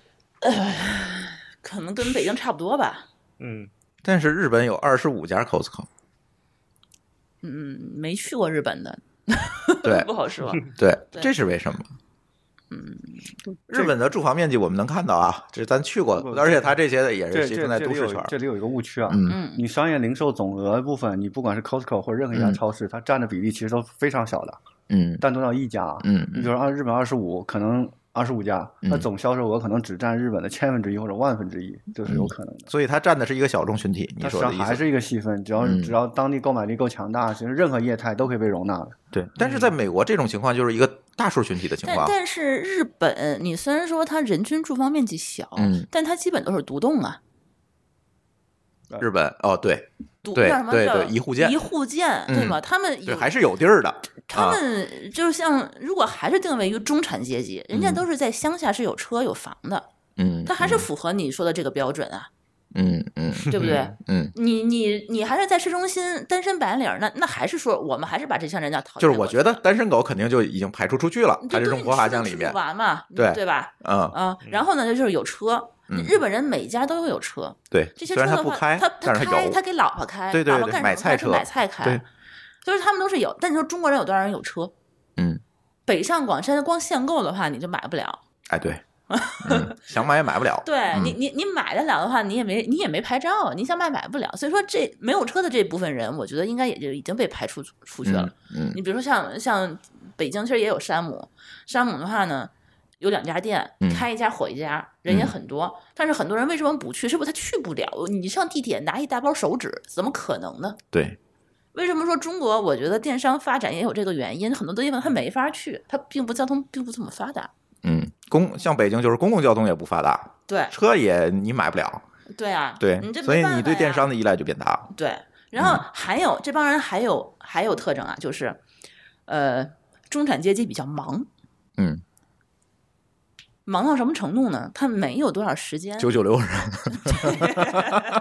可能跟北京差不多吧。 嗯， 但是日本有二十五家 Costco， 嗯，没去过日本的， 对不好说。 对， 对这是为什么？ 嗯， 日本的住房面积我们能看到啊，这咱去过不， 而且它这些的也这是集中在这这里都市圈儿。 有这里有一个误区啊， 嗯嗯你商业零售总额部分，你不管是 Costco 或者任何一家嗯超市，它占的比例其实都非常小的， 嗯单独到一家啊。 嗯你比如说按日本二十五，可能二十五家，那嗯总销售额可能只占日本的千分之一或者万分之一，这是有可能的。 所以它占的是一个小众群体。你它实说的意思际上还是一个细分，只要嗯只要当地购买力够强大，其实任何业态都可以被容纳的。 对，但是在美国这种情况就是一个大数群体的情况。 但但是日本，你虽然说它人均住房面积小， 嗯但它基本都是独栋啊， 日本哦，对独对对叫什么叫对一户建一户建， 嗯对吗？他们对， 有还是有地儿的。 他啊们就像如果还是定位于中产阶级，人家嗯都是在乡下是有车有房的， 嗯， 他还是符合你说的这个标准啊， 嗯嗯对不对？ 嗯， 你你你还是在市中心单身白领儿，那那还是说我们还是把这些人叫淘汰就是我过去觉得单身狗肯定就已经排除出去了，它这对种活画像里面， 玩嘛， 对对吧？ 嗯， 啊，然后呢，就是有车， 嗯日本人每家都有车， 对， 这些虽车的话， 然它不开他， 但是它有， 开他给老婆开， 对对对老婆干什么买菜车他去买菜开对， 就是他们都是有，但你说中国人有多少人有车？ 嗯， 北上广深光限购的话，你就买不了。 哎对，嗯，想买也买不了， 对嗯你，你你买得了的话，你也没你也没牌照，你想买买不了。所以说，这没有车的这部分人，我觉得应该也就已经被排除出去了。 嗯嗯你比如说像像北京，其实也有山姆，山姆的话呢，有两家店， 嗯开一家火一家，人也很多。但是很多人为什么不去？是不是他去不了？你上地铁拿一大包手纸，怎么可能呢？ 对， 为什么说中国？我觉得电商发展也有这个原因，很多地方它没法去，它并不交通并不这么发达。 嗯，公像北京就是公共交通也不发达， 对车也你买不了， 对啊， 对你这，没所以你对办法呀电商的依赖就变大了。 对，然后还有、这帮人还有还有特征啊，就是呃，中产阶级比较忙， 嗯， 忙到什么程度呢？他没有多少时间， 九九六人，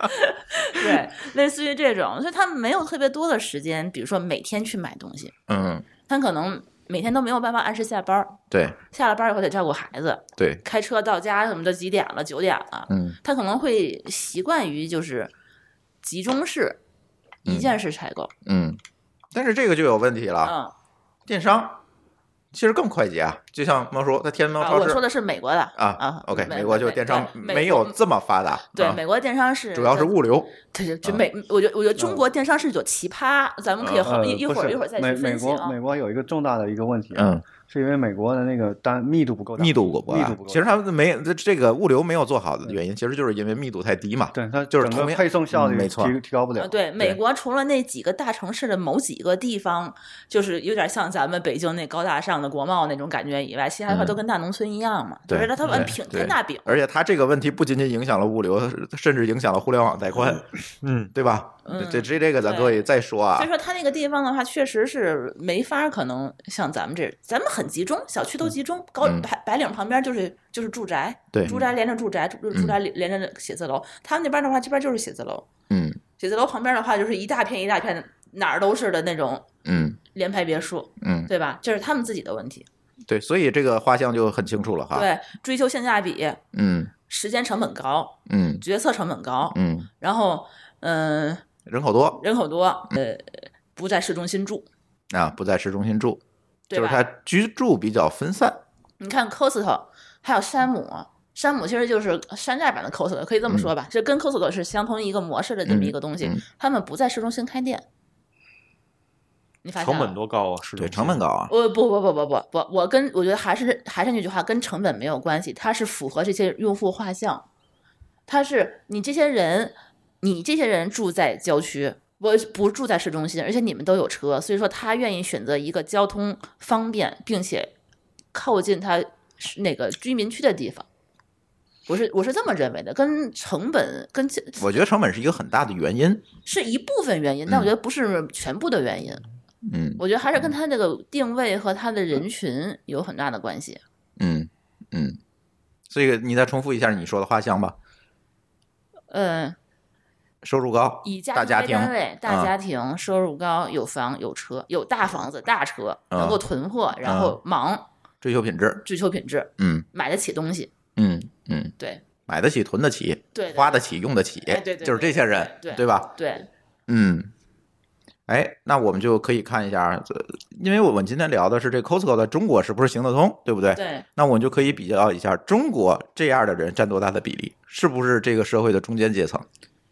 对，类似于这种，所以他们没有特别多的时间，比如说每天去买东西， 嗯， 他可能每天都没有办法按时下班， 对下了班以后得照顾孩子， 对， 开车到家什么的几点了，九点了， 嗯他可能会习惯于就是集中式一件事采购， 嗯，但是这个就有问题了， 嗯， 电商其实更快捷啊，就像猫叔，它天猫啊， 超市我说的是美国的啊啊 ，OK， 美美国就电商对美没有这么发达，啊对美国电商是主要是物流， 对对，就美，我觉得我觉得中国电商是一种奇葩，咱们可以后呃一一会不是儿一会儿再美美国去分析啊。 美国有一个重大的一个问题啊， 嗯， 是因为美国的那个单密度不够大， 密度不够大密度不够大。 其实他们没这这个物流没有做好的原因，其实就是因为密度太低嘛。 对它就是同样整个配送效率嗯没错提提高不了。 呃对，美国除了那几个大城市的某几个地方，就是有点像咱们北京那高大上的国贸那种感觉以外，其他的话都跟大农村一样嘛。 对就是它们对平对摊大饼， 而且它这个问题不仅仅影响了物流，甚至影响了互联网带宽， 嗯， 对吧？ 嗯这这这个咱可以再说啊所以。说它那个地方的话，确实是没法可能像咱们这，咱们很集中，小区都集中，高嗯白白领旁边就是就是住宅， 对住宅连着住宅，住住宅连着写字楼。他们那边的话，这边就是写字楼， 嗯写字楼旁边的话就是一大片一大片的哪儿都是的那种嗯联排别墅， 嗯， 对吧？这是他们自己的问题。 对，所以这个画像就很清楚了哈。， 对，追求性价比， 嗯时间成本高， 嗯决策成本高， 嗯， 然后嗯、呃人口多人口多，呃，不在市中心住， 啊，不在市中心住，就是对吧？ 它居住比较分散。 你看 Costco 还有山姆，山姆其实就是山寨版的 Costco，可以这么说吧，这跟 Costco 是相同一个模式的这么一个东西。 嗯嗯他们不在市中心开店，你发现成了本多高啊？是对，成本高啊。 我不不不不不不，我跟我觉得还是还是那句话，跟成本没有关系，它是符合这些用户画像，它是你这些人，你这些人住在郊区，不不住在市中心，而且你们都有车，所以说他愿意选择一个交通方便并且靠近他那个居民区的地方。我是我是这么认为的，跟成本跟这我觉得成本是一个很大的原因。 是一部分原因，但我觉得不是全部的原因。 嗯我觉得还是跟他这个定位和他的人群有很大的关系。 嗯嗯，所以你再重复一下你说的画像吧。 嗯， 收入高， 以家大家庭庭为单位，大啊家庭收入高，有房有车，有大房子大车， 啊能够囤货，然后忙， 追求品质。 追求品质， 嗯买得起东西。 嗯嗯， 对买得起，囤得起， 对， 花得起，用得起， 哎对对对就是这些人， 对对吧？ 对， 嗯，哎，那我们就可以看一下，呃因为我们今天聊的是这 Costco 在中国是不是行得通，对不对？ 对， 那我们就可以比较一下中国这样的人占多大的比例，是不是这个社会的中间阶层？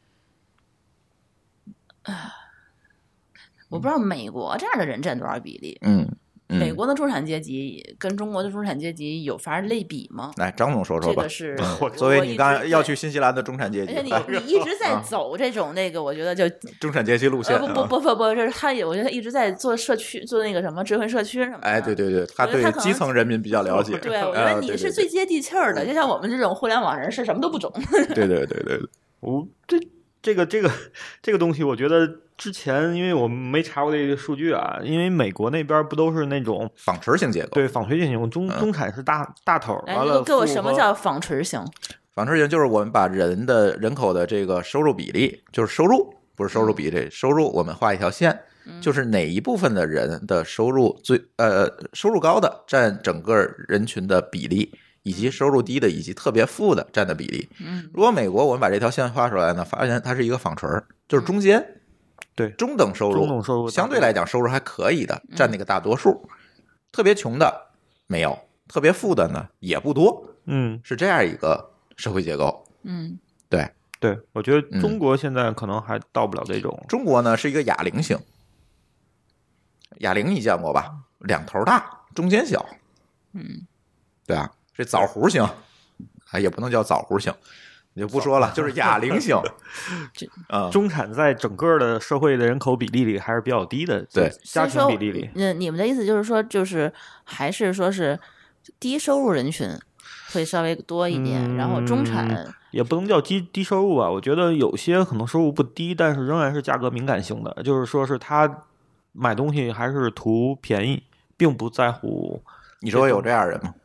我不知道美国这样的人占多少比例。 嗯嗯， 美国的中产阶级跟中国的中产阶级有法类比吗？ 来，张总说说吧这个。是我作为你刚才要去去， 新西兰的中产阶级， 而且你来你一直在走这种那个，我觉得就中产阶级路线呃，不不啊， 不不不，就是他也，我觉得他一直在做社区，做那个什么智慧社区什么的。 哎，对对对，他对我觉得他可能基层人民比较了解。 对，我觉啊得你是最接地气儿的，就像我们这种互联网人士什么都不懂。 对对对对对， 我这这个这个这个东西，我觉得之前因为我没查过这个数据啊，因为美国那边不都是那种纺锤型结构。 对纺锤型中中产是大大头， 哎， 完了你给我富和什么叫纺锤型？ 纺锤型就是我们把人的人口的这个收入比例，就是收入，不是收入比例，收入我们画一条线，就是哪一部分的人的收入最呃收入高的占整个人群的比例，以及收入低的以及特别富的占的比例。 嗯如果美国我们把这条线画出来呢，发现它是一个纺锤儿，就是中间。 对中等收入， 中等收入相对来讲收入还可以的，占那个大多数。特别穷的没有，特别富的呢也不多， 嗯， 是这样一个社会结构。 嗯对， 对，我觉得嗯中国现在可能还到不了这种。 中国呢是一个哑铃型，哑铃你见过吧？两头大，中间小。 嗯， 对啊，这枣核型，啊也不能叫枣核型，你就不说了，就是哑铃型。嗯， 中产在整个的社会的人口比例里还是比较低的， 对家庭比例里， 那你们的意思就是说，就是还是说是低收入人群会稍微多一点， 嗯然后中产也不能叫低低收入吧。我觉得有些可能收入不低，但是仍然是价格敏感性的，就是说是他买东西还是图便宜，并不在乎。 你说有这样人吗？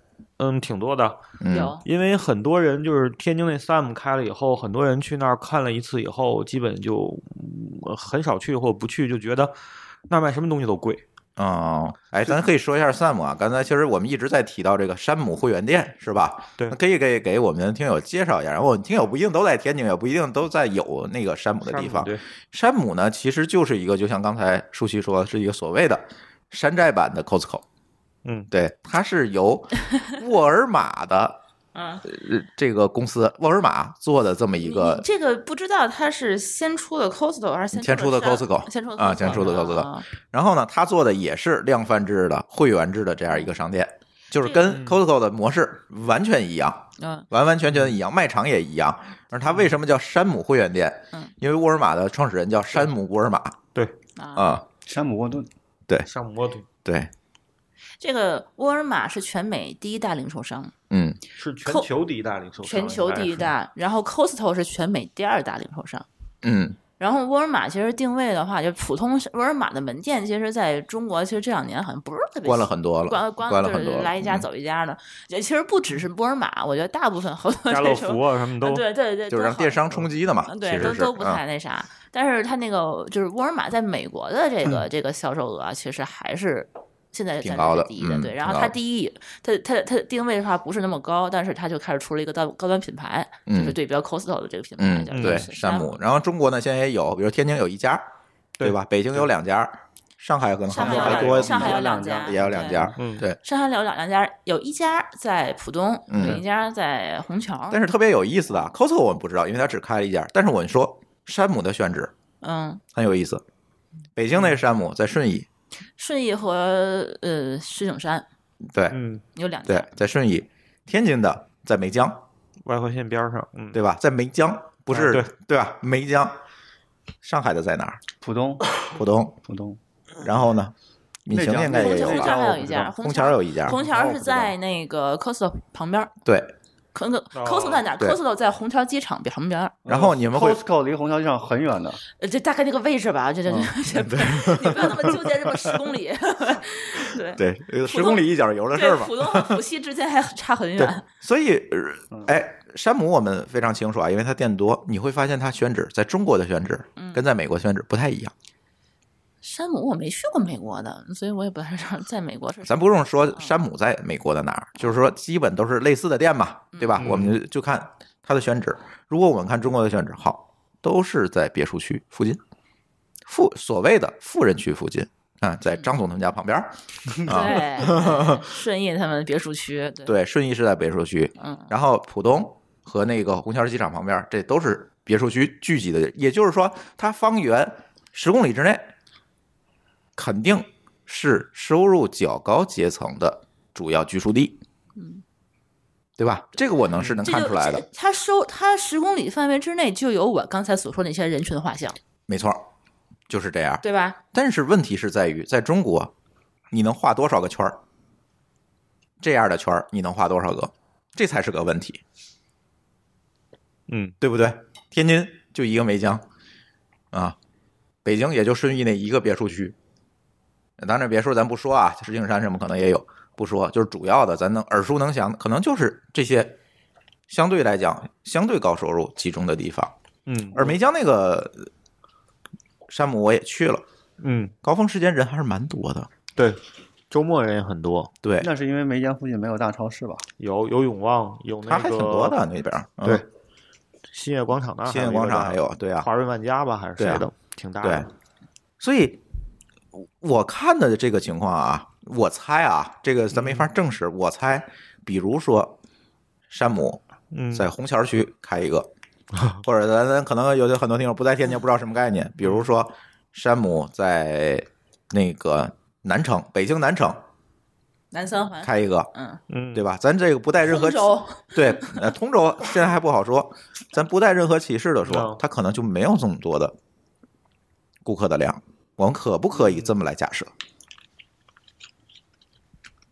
嗯，挺多的， 嗯有因为很多人就是天津那 S A M 开了以后，很多人去那儿看了一次以后，基本就、嗯、很少去或者不去，就觉得那儿卖什么东西都贵。 哦，哎，咱可以说一下 S A M 啊。刚才其实我们一直在提到这个山姆会员店，是吧？ 对那可以给给我们的听友介绍一下。然后我们听友不一定都在天津，也不一定都在有那个山姆的地方。 对， 山姆呢，其实就是一个，就像刚才舒淇说，是一个所谓的山寨版的 Costco。 嗯， 对，它是由沃尔玛的。 嗯， 呃，这个公司沃尔玛做的这么一个你这个不知道它是先出的 Costco 还是先出的 Costco 先出的啊，先出的 Costco。 啊然后呢，他做的也是量贩制的会员制的这样一个商店，就是跟 Costco 的模式完全一样， 嗯完完全全一样，卖场也一样。而它为什么叫山姆会员店？ 嗯， 因为沃尔玛的创始人叫山姆沃尔玛对啊， 啊， 山姆沃顿， 山姆沃顿对， 这个沃尔玛是全美第一大零售商， 嗯是全球第一大零售商， 全球第一大，然后 Costco 是全美第二大零售商。 嗯然后沃尔玛其实定位的话，就普通沃尔玛的门店，其实在中国其实这两年好像不是特别关了很多了， 关关就关了很多了， 是来一家嗯走一家的。其实不只是沃尔玛，我觉得大部分好多家乐这种福啊什么都， 对对对， 就是让电商冲击的嘛， 嗯对， 其实是都都不啊太那啥。但是它那个就是沃尔玛在美国的这个这个销售额，其实还是现在暂挺高的时是第一的。 嗯对，然后挺高的它第一，它它它定位的话不是那么高，但是它就开始出了一个高高端品牌，就是嗯对标 Costco 的这个品牌， 嗯叫对， 就是山姆。然后中国呢现在也有，比如天津有一家，对吧？北京有两家，上海可能杭上海有州还多， 上海有两家， 也有两家， 嗯， 对。 上海有两两家，有一家在浦东， 嗯有一家在虹桥。 但是特别有意思的啊，Costco 我们不知道，因为它只开了一家。但是我们说山姆的选址嗯， 很有意思，北京那个山姆在顺义， 顺义和呃石景山对嗯， 有两家对，，在顺义。天津的在梅江， 外环线边上，嗯， 对吧？在梅江，不是、 啊对对吧？梅江。上海的在哪儿？ 浦东， 浦东。 浦东， 然后呢？闽内江行应该也有虹桥吧？ 还有一家， 虹桥有一家， 虹桥是在那个 Costco 旁边。 对。 可能哦 Costco 在哪儿对 ？Costco 在虹桥机场旁边。 然后你们会 Costco 离虹桥机场很远的， 呃，这大概那个位置吧，这这这，不你不要那么纠结这么十公里。对对呃十公里一角油的事对儿，嘛。 浦东和浦西之间还差很对远。， 所以呃哎，山姆我们非常清楚啊，因为它店多，你会发现它选址在中国的选址跟在美国选址不太一样。 山姆我没去过美国的，所以我也不太知道在美国是。 咱不用说山姆在美国的哪儿，就是说基本都是类似的店嘛，对吧？ 嗯我们就看它的选址。如果我们看中国的选址，好，都是在别墅区附近，富所谓的富人区附近啊，在张总他们家旁边儿啊。 对，对顺义他们别墅区，对， 对，顺义是在别墅区， 嗯， 然后浦东和那个虹桥机场旁边，这都是别墅区聚集的，也就是说，它方圆十公里之内，肯定是收入较高阶层的主要居住地， 嗯， 对吧？这个我能是能这就看出来的这，他收他十公里范围之内就有我刚才所说的那些人群画像， 没错，就是这样。 对吧？ 但是问题是在于，在中国，你能画多少个圈儿？这样的圈儿你能画多少个？这才是个问题， 嗯， 对不对？天津就一个梅江啊，北京也就顺义那一个别墅区。当然，别墅咱不说啊，石景山什么可能也有，不说，就是主要的，咱能耳熟能详的，可能就是这些相对来讲相对高收入集中的地方。 嗯， 而梅江那个山姆我也去了， 嗯， 高峰时间人还是蛮多的。 对，周末人也很多， 对， 那是因为梅江附近没有大超市吧？ 有有永旺，有那个它还挺多的那边。嗯对，新业广场那儿还新业有一个广场还有，对啊， 华润万家吧，还是谁对的，挺大对的。， 所以我看的这个情况啊，我猜啊，这个咱没法证实，我猜，比如说山姆嗯， 在虹桥区开一个，或者咱咱可能有的很多听众不在天津，不知道什么概念，比如说山姆在那个南城，北京南城南三环， 开一个， 嗯， 嗯， 对吧？咱这个不带任何通州， 对，呃，通州现在还不好说，咱不带任何歧视的说嗯， 它可能就没有这么多的顾客的量。我们可不可以这么来假设？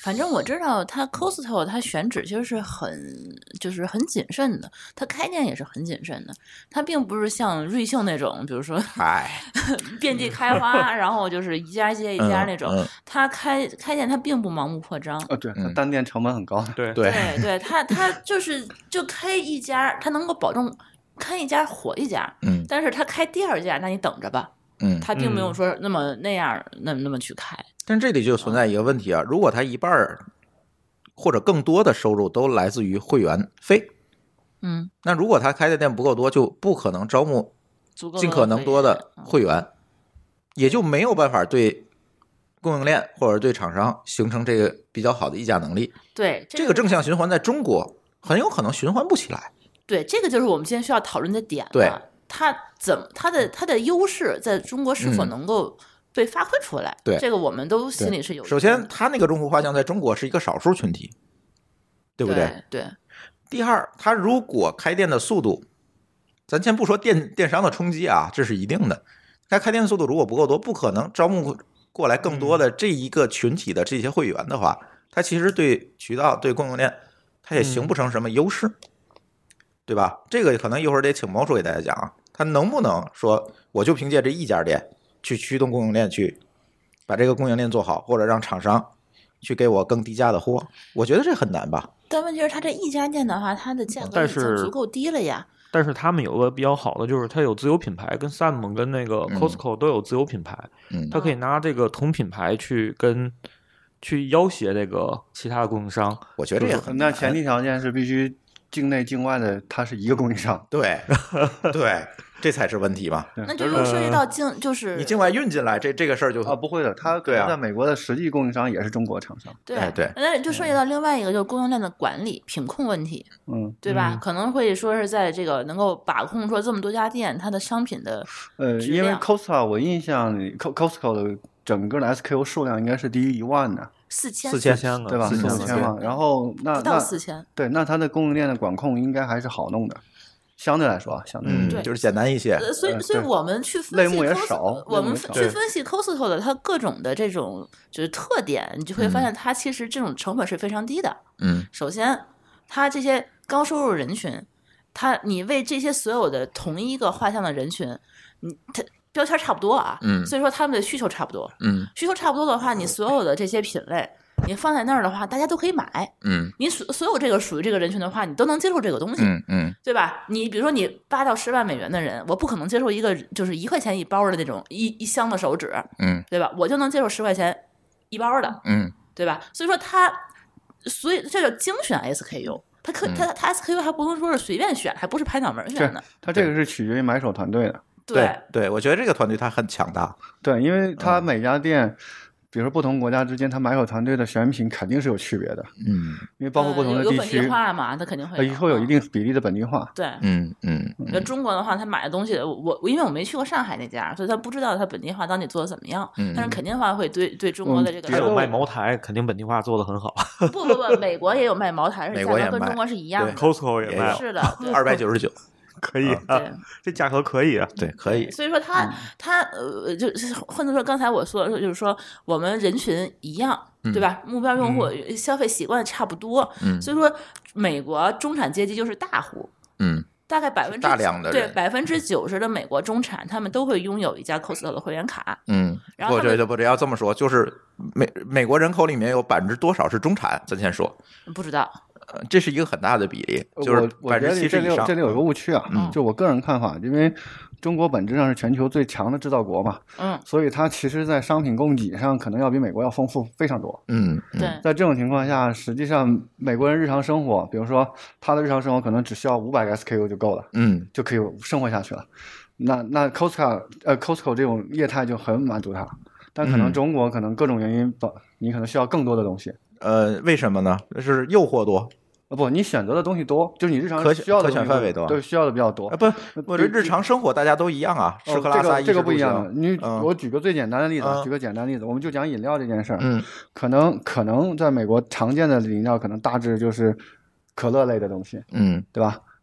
反正我知道它 Costco 它选址其实是很就是很谨慎的，它开店也是很谨慎的，它并不是像瑞幸那种，比如说嗨， 遍地开花，然后就是一家接一家那种， 嗯嗯它开开店它并不盲目扩张。 呃，对，它嗯单店成本很高的。 对对对对，它它就是就开一家，它能够保证开一家火一家， 嗯但是它开第二家，那你等着吧， 嗯， 它并没有嗯说那么那样那么那么去开。 但这里就存在一个问题啊，如果他一半儿或者更多的收入都来自于会员费， 嗯， 那如果他开的店不够多，就不可能招募足够尽可能多的会员，也就没有办法对供应链或者对厂商形成这个比较好的议价能力。 对这个正向循环在中国很有可能循环不起来。 对，这个就是我们今天需要讨论的点了。 对， 它怎么它的它的优势在中国是否嗯能够被发挥出来？ 对这个我们都心里是有。 首先，他那个用户画像在中国是一个少数群体，对不对？ 对对， 第二，他如果开店的速度，咱先不说电电商的冲击啊，这是一定的。他开店速度如果不够多，不可能招募过来更多的这一个群体的这些会员的话，他其实对渠道、对供应链，他也形不成什么优势，对吧？这个可能一会儿得请毛叔给大家讲啊，他能不能说我就凭借这一家店去驱动供应链，去把这个供应链做好，或者让厂商去给我更低价的货？我觉得这很难吧。 但问题是，它这一家店的话，它的价格已经但是足够低了呀。 但是他们有个比较好的，就是它有自有品牌，跟 Sam 跟那个嗯 Costco 都有自有品牌， 嗯它可以拿这个同品牌去跟去要挟这个其他的供应商。 我觉得这也很难。 那前提条件是必须境内境外的，它是一个供应商。 对对，这才是问题嘛。 那就又涉及到境，就是你境外运进来，这这个事儿就啊，不会的，它对啊在美国的实际供应商也是中国厂商。 对哎对那就涉及到另外一个就是供应链的管理品控问题， 嗯， 对吧？ 嗯可能会说是在这个能够把控说这么多家店它的商品的呃，因为质量 Costco 我印象里，Co Costco 的整个的 S K U 数量应该是低于一万的， 四千四千千个对吧？ 四千四千万。然后那不到那四千， 对，那它的供应链的管控应该还是好弄的，相对来说啊，相对来嗯， 说。 对就是简单一些。 呃，所以呃对所以我们去分析类目也 Costco- 少我们类目也少去分析 Costco 的它各种的这种就是特点，你就会发现它其实这种成本是非常低的。 嗯首先，它这些高收入人群，它你为这些所有的同一个画像的人群，你它标签差不多啊， 嗯所以说他们的需求差不多， 嗯需求差不多的话，你所有的这些品类，你放在那儿的话，大家都可以买。 嗯你所所有这个属于这个人群的话，你都能接受这个东西， 嗯嗯对吧？你比如说你八到十万美元的人，我不可能接受一个就是一块钱一包的那种一一箱的手纸， 嗯对吧？我就能接受十块钱一包的， 嗯对吧？所以说它，所以这叫精选 S K U。它可它它 S K U 还不能说是随便选，还不是拍脑门选的。 它这个是取决于买手团队的。 对对，我觉得这个团队它很强大。 对，因为它嗯每家店，比如说不同国家之间，它买手团队的选品肯定是有区别的， 嗯因为包括不同的地呃有有本地区， 化嘛，它肯定会它以后有一定比例的本地化。 对。 嗯嗯那中国的话，他买的东西，我我因为我没去过上海那家，所以他不知道他本地化到底做的怎么样。 嗯但是肯定的话会对对中国的这个只有卖茅台，肯定本地化做的很好。 不不不，美国也有卖茅台，而且美国也卖价格跟中国是一样的。 Costco 也卖也有， 是的，对二百九十九， 可以啊对， 这价格可以啊。 对，可以。 所以说他他呃，就是或者说刚才我说的，就是说我们人群一样，对吧？目标用户消费习惯差不多， 嗯所以说美国中产阶级就是大户， 嗯大概百分之大量的人对百分之九十的美国中产，他们都会拥有一家 Costco 的会员卡。 嗯， 然后他们不这不这要这么说，就是美美国人口里面有百分之多少是中产？咱先说， 不知道， 呃这是一个很大的比例，就是我我百分觉得这之七十以上。 里有这里有个误区啊， 嗯就我个人看法，因为中国本质上是全球最强的制造国嘛， 嗯， 所以它其实在商品供给上可能要比美国要丰富非常多。 嗯，嗯对， 在这种情况下，实际上美国人日常生活，比如说他的日常生活可能只需要五百个 S K U 就够了， 嗯就可以生活下去了。那那 Costco 呃 Costco 这种业态就很满足他，但可能嗯中国可能各种原因，你可能需要更多的东西。 呃，为什么呢？是诱惑多呃不，你选择的东西多，就是你日常可选需要的可选东西范围多对，需要的比较多啊？。不，我这日常生活大家都一样啊，吃哦喝拉撒衣这个这个食住不一样的。 行。 你嗯我举个最简单的例子，啊嗯举个简单例子，我们就讲饮料这件事儿。 嗯可能可能在美国常见的饮料，可能大致就是可乐类的东西， 嗯对吧？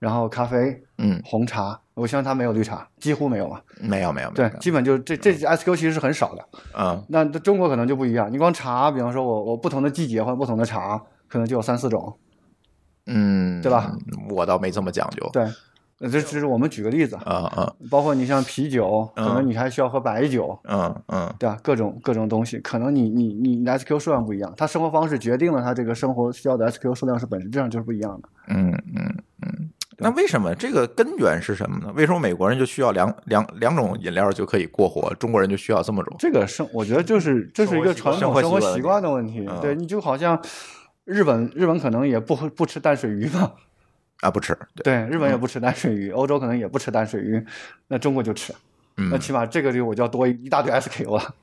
然后咖啡， 嗯， 红茶，我相信它没有绿茶，几乎没有了。 没有没有没对有，， 基本就这这 S Q 其实是很少的。 嗯那中国可能就不一样，你光茶，比方说我我不同的季节或者不同的茶，可能就有三四种， 嗯， 对吧？ 我倒没这么讲究。 对。呃这只是我们举个例子， 嗯嗯包括你像啤酒，可能你还需要喝白酒， 嗯嗯对吧？各种各种东西，可能你你你的 S Q 数量不一样，他生活方式决定了他这个生活需要的 S Q 数量是本质上就是不一样的。 嗯嗯嗯。那为什么这个根源是什么呢？为什么美国人就需要两两两种饮料就可以过活，中国人就需要这么种？ 这个生，我觉得就是这是一个传统生活习惯的问题。 嗯、 对，你就好像日本日本可能也不不吃淡水鱼嘛。 啊，不吃，对， 对，日本也不吃淡水鱼，嗯、欧洲可能也不吃淡水鱼，那中国就吃， 嗯、 那起码这个就我就要多一大堆 S Q 了。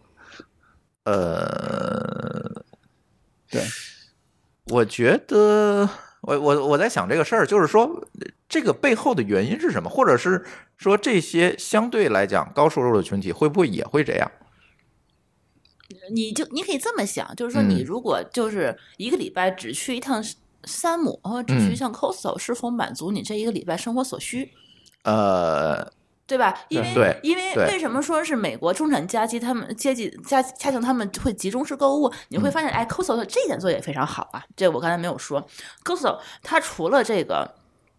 呃， 对， 我觉得我我我在想这个事儿，就是说这个背后的原因是什么，或者是说这些相对来讲高收入的群体会不会也会这样？ 你就你可以这么想，就是说你如果就是一个礼拜只去一趟山姆或者只去一趟 Costco，、嗯、是否满足你这一个礼拜生活所需？ 呃， 对吧？因为对， 因为为什么说是美国中产阶级他们阶级家家庭他们会集中式购物？你会发现，哎 ，Costco 这一点做的也非常好啊。这我刚才没有说 ，Costco 它除了这个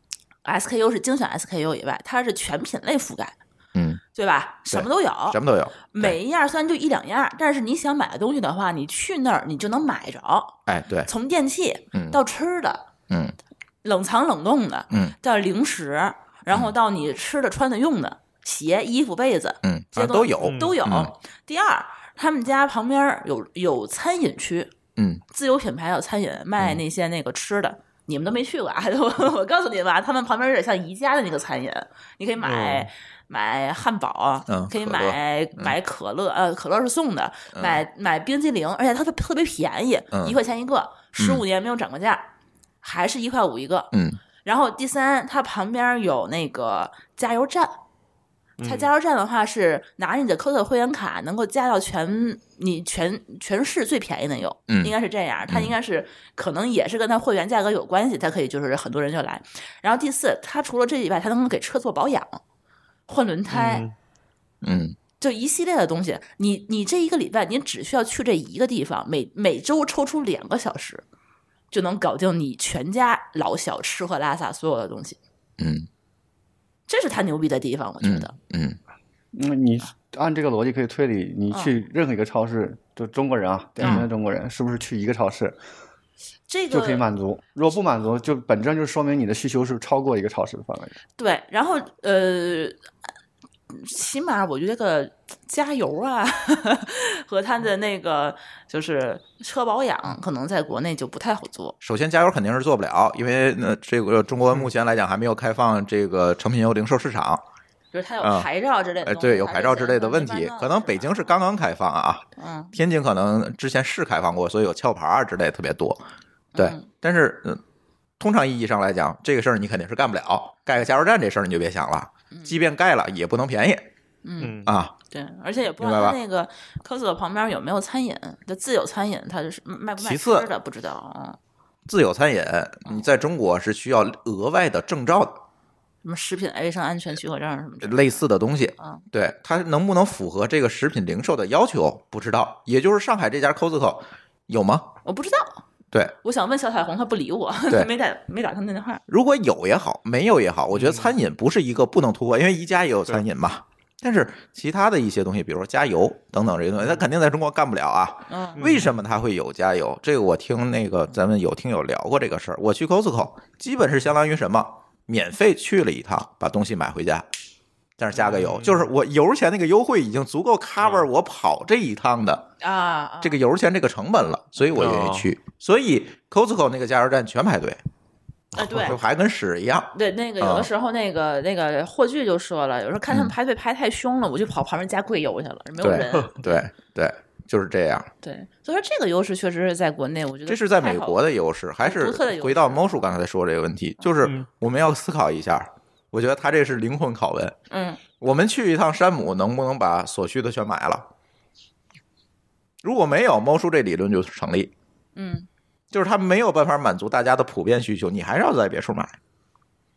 S K U 是精选 S K U 以外，它是全品类覆盖。 嗯， 对吧？什么都有， 什么都有。 每一样虽然就一两样，但是你想买的东西的话，你去那儿你就能买着。 哎，对， 从电器到吃的， 嗯， 冷藏冷冻的， 嗯， 到零食，然后到你吃的、穿的、用的，鞋、衣服、被子， 嗯， 这些都有， 都有。 嗯、 第二，他们家旁边有有餐饮区， 嗯， 自有品牌有餐饮卖那些那个吃的。嗯，你们都没去过啊？我我告诉你们啊，他们旁边有点像宜家的那个餐饮，你可以买、嗯、买汉堡， 嗯、 可以买可买可乐，呃，可乐是送的，嗯、买买冰激凌，而且它特别特别便宜， 嗯、 一块钱一个，十五年没有涨过价，嗯、还是一块五一个。 嗯， 然后第三，它旁边有那个加油站。它加油站的话是拿你的 Costco 会员卡能够加到全你全全市最便宜的油， 嗯， 应该是这样。它应该是可能也是跟它会员价格有关系，它可以就是很多人就来。然后第四，它除了这以外，它能够给车做保养、换轮胎， 嗯， 就一系列的东西。你你这一个礼拜你只需要去这一个地方，每每周抽出两个小时，就能搞定你全家老小吃喝拉撒所有的东西。 嗯。 这是他牛逼的地方，我觉得。 嗯， 那、嗯、你按这个逻辑可以推理，你去任何一个超市，嗯、就中国人啊，典型的中国人，嗯、是不是去一个超市， 这个就可以满足？如果不满足，就本质上就说明你的需求是超过一个超市的范围。 对，然后呃，起码我觉得这个加油啊和他的那个就是车保养，可能在国内就不太好做。 首先，加油肯定是做不了，因为呢，这个中国目前来讲还没有开放这个成品油零售市场， 就是它有牌照之类的、 嗯。对，有牌照之类的问题，可能北京是刚刚开放啊， 嗯， 天津可能之前是开放过，所以有壳牌啊之类的特别多。对， 嗯、 但是、呃、通常意义上来讲，这个事儿你肯定是干不了。盖个加油站这事儿你就别想了，即便盖了也不能便宜。 嗯啊， 对，而且也不知道他那个 Costco 旁边有没有餐饮，就自有餐饮，它就是卖不卖吃的不知道。嗯， 自有餐饮你在中国是需要额外的证照的， 什么食品卫生安全许可证什么的类似的东西。 嗯， 对，它能不能符合这个食品零售的要求不知道，也就是上海这家 Costco 有吗？ 我不知道。 对， 我想问小彩虹，他不理我，没打没打他那电话。 如果有也好，没有也好，我觉得餐饮不是一个不能突破，因为宜家也有餐饮嘛。但是其他的一些东西，比如说加油等等这些东西，它肯定在中国干不了啊。 嗯， 为什么它会有加油？这个我听那个咱们有听友聊过这个事儿。我去 Costco 基本是相当于什么？免费去了一趟，把东西买回家，但是加个油，就是我油钱那个优惠已经足够 cover 我跑这一趟的啊这个油钱这个成本了，所以我愿意去。所以 Costco 那个加油站全排队。 啊，对， 还跟屎一样。 对，那个有的时候，那个、嗯、那个霍炬就说了，有时候看他们排队排太凶了，嗯、我就跑旁边加贵油去了，没有人。 对对对，就是这样。 对，所以说这个优势确实是在国内，我觉得这是在美国的优势，还是回到猫叔刚才说这个问题，就是我们要思考一下。嗯、我觉得他这是灵魂拷问。 嗯， 我们去一趟山姆，能不能把所需的全买了？如果没有，猫叔这理论就成立。 嗯。 就是他没有办法满足大家的普遍需求，你还是要在别处买。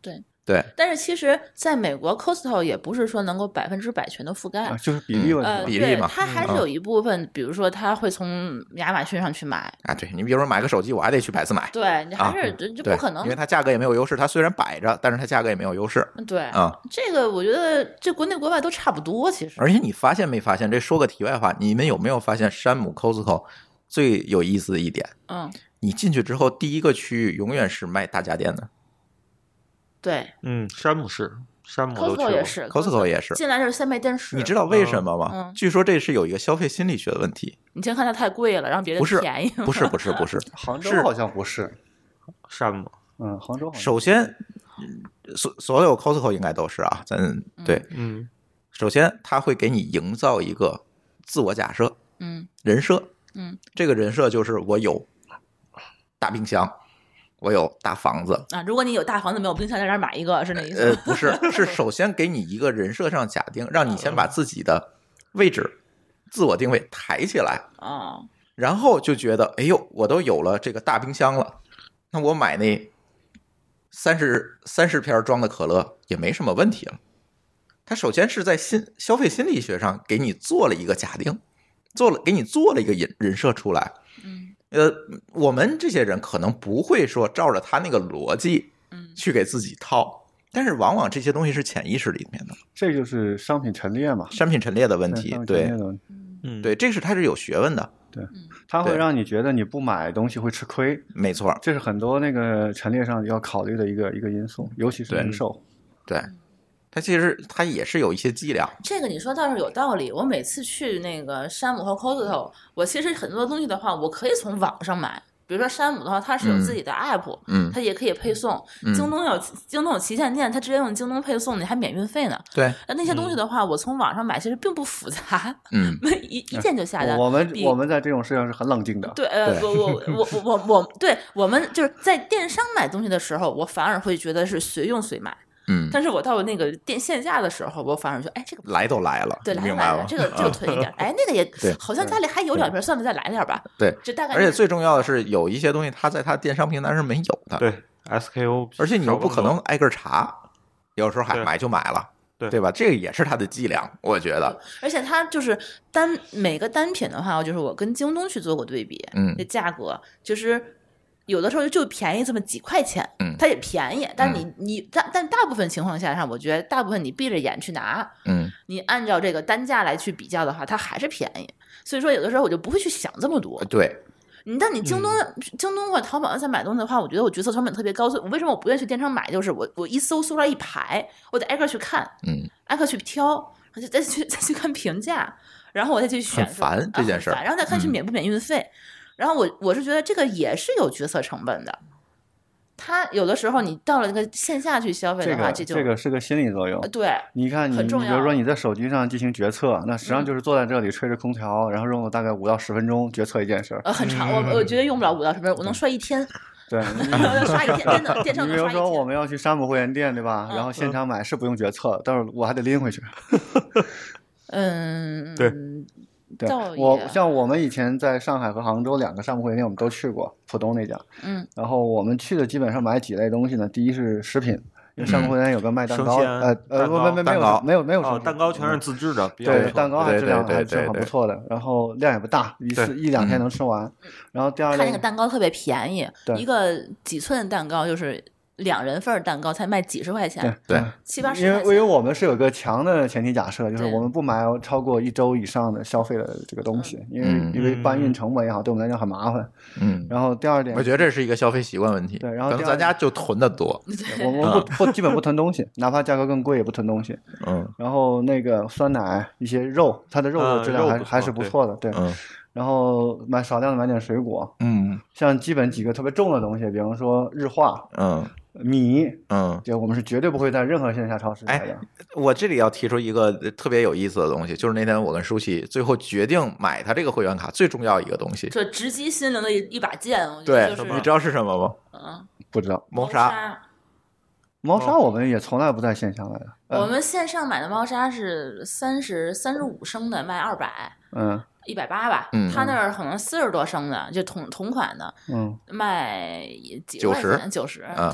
对对， 但是其实在美国 Costco 也不是说能够百分之百全都覆盖， 啊，就是比例问题呃， 嘛。 比例嘛对，它还是有一部分，比如说他会从亚马逊上去买， 啊，对你比如说买个手机，我还得去百思买， 对你还是这、 啊对这不可能因为，它价格也没有优势，它虽然摆着，但是它价格也没有优势对啊。 这个我觉得这国内国外都差不多，其实。 而且你发现没发现？这说个题外话，你们有没有发现山姆 Costco 最有意思的一点？ 嗯， 你进去之后，第一个区域永远是卖大家电的对嗯，山姆是山姆都去 ，Costco 过也是 ，Costco 也是。 进来就是先卖电视， 你知道为什么吗？ 嗯据说这是有一个消费心理学的问题。 你先看它太贵了，让别人不是便宜， 不是，不是，不是。是杭州好像不是， 山姆， 嗯，杭州好像首先，所所有 Costco 应该都是啊，咱对。 嗯首先，它会给你营造一个自我假设嗯人设， 嗯这个人设就是我有大冰箱，我有大房子。 啊，如果你有大房子没有冰箱，在这儿买一个，是那意思呃吗？， 不是，是首先给你一个人设上假定，让你先把自己的位置、自我定位抬起来， 哦， 然后就觉得，哎呦，我都有了这个大冰箱了，那我买那三十三十瓶装的可乐也没什么问题了。他首先是在心消费心理学上给你做了一个假定，做了给你做了一个人人设出来。 嗯呃，我们这些人可能不会说照着他那个逻辑嗯去给自己套，但是往往这些东西是潜意识里面的这就是商品陈列嘛， 商品陈列的问题对商。品陈对列的问题， 嗯， 对，这是它是有学问的， 它会对让你觉得你不买东西会吃亏， 没错。 这是很多那个陈列上要考虑的一个一个因素，尤其是对零售。 对，它其实它也是有一些伎俩。 这个你说倒是有道理。我每次去那个山姆和 Costco，我其实很多东西的话，我可以从网上买。比如说山姆的话，它是有自己的 app， 嗯它也可以配送。 嗯京东有京东有旗舰店，它直接用京东配送，你还免运费呢。 对， 那那些东西的话，我从网上买其实并不复杂， 嗯， 一一键就下单。 我们比我们在这种事情是很冷静的。 对，呃， 对我我我我我我，对我们就是在电商买东西的时候，我反而会觉得是随用随买。 嗯， 但是我到了那个店线下的时候，我反而觉得，哎，这个不来都来了， 对，来明白了来了，。这个这个囤一点，哎，那个也对好像家里还有两瓶，算了，再来点吧。 对， 这大概而且最重要的是，有一些东西它在它电商平台是没有的，， 对 S K O， 而且你又不可能挨个查，有时候还对买就买了， 对对吧？这个也是它的伎俩，我觉得。 而且它就是单每个单品的话，就是我跟京东去做过对比， 嗯这价格就是有的时候就便宜这么几块钱， 嗯它也便宜，但是你你但但大部分情况下上，我觉得大部分你闭着眼去拿， 嗯你按照这个单价来去比较的话，它还是便宜。所以说有的时候我就不会去想这么多。 对， 你但你京东、 嗯京东或者淘宝上在买东西的话，我觉得我决策成本特别高，所以我为什么我不愿意去电商买？就是我我一搜搜出来一排，我得挨个去看， 嗯， 挨个去挑，再再去再去看评价，然后我再去选， 很烦啊这件事儿很烦然后再看去嗯免不免运费。然后我我是觉得这个也是有决策成本的。它有的时候你到了那个线下去消费的话， 这个这就这个是个心理作用呃。对你看你，你很重要比如说你在手机上进行决策，那实际上就是坐在这里吹着空调，然后用了大概五到十分钟决策一件事儿。 呃很长，我我觉得用不了五到十分钟，我能刷一天， 对，你刷一天，真的电商你比如能刷一天。 说我们要去山姆会员店，对吧？ 嗯然后现场买是不用决策，但是我还得拎回去。 嗯， 对对倒， 我也像我们以前在上海和杭州两个山姆会员店，我们都去过，浦东那家。 嗯然后我们去的基本上买几类东西呢？第一是食品，因为山姆会员有个卖蛋糕， 生鲜呃呃， 蛋糕不没没没蛋糕有没有没有生哦， 鲜蛋糕全是自制的，比较不错对蛋糕还对质量对还是很对对不错的，然后量也不大，一次对一两天能吃完。然后第二类它那个蛋糕特别便宜， 对一个几寸的蛋糕就是两人份儿蛋糕才卖几十块钱， 对嗯七八十因为因为块钱。 我们是有个强的前提假设，就是对我们不买超过一周以上的消费的这个东西，因为嗯因为搬运成本也好，对我们来讲很麻烦。 嗯， 然后第二点我，觉得这是一个消费习惯问题。 对然后可能第二咱家就囤的多。 我们不不基本不囤东西，哪怕价格更贵也不囤东西。 嗯然后那个酸奶一些肉，它的肉的啊质量还肉不错还是不对错的，对。 嗯然后买少量的买点水果， 嗯像基本几个特别重的东西，比方说日化、 嗯米， 嗯， 就我们是绝对不会在任何线下超市买的。 我这里要提出一个特别有意思的东西，就是那天我跟舒淇最后决定买他这个会员卡最重要一个东西。 这直击心灵的一一把剑，我觉得对就，是你知道是什么吗？ 嗯， 不知道猫砂。 砂。 猫砂我们也从来不在线下买的。嗯我们线上买的猫砂是三十三十五升的，卖二百嗯一百八吧。 嗯他那儿可能四十多升的，就同同款的， 嗯， 卖几九十块钱？九十嗯， 对。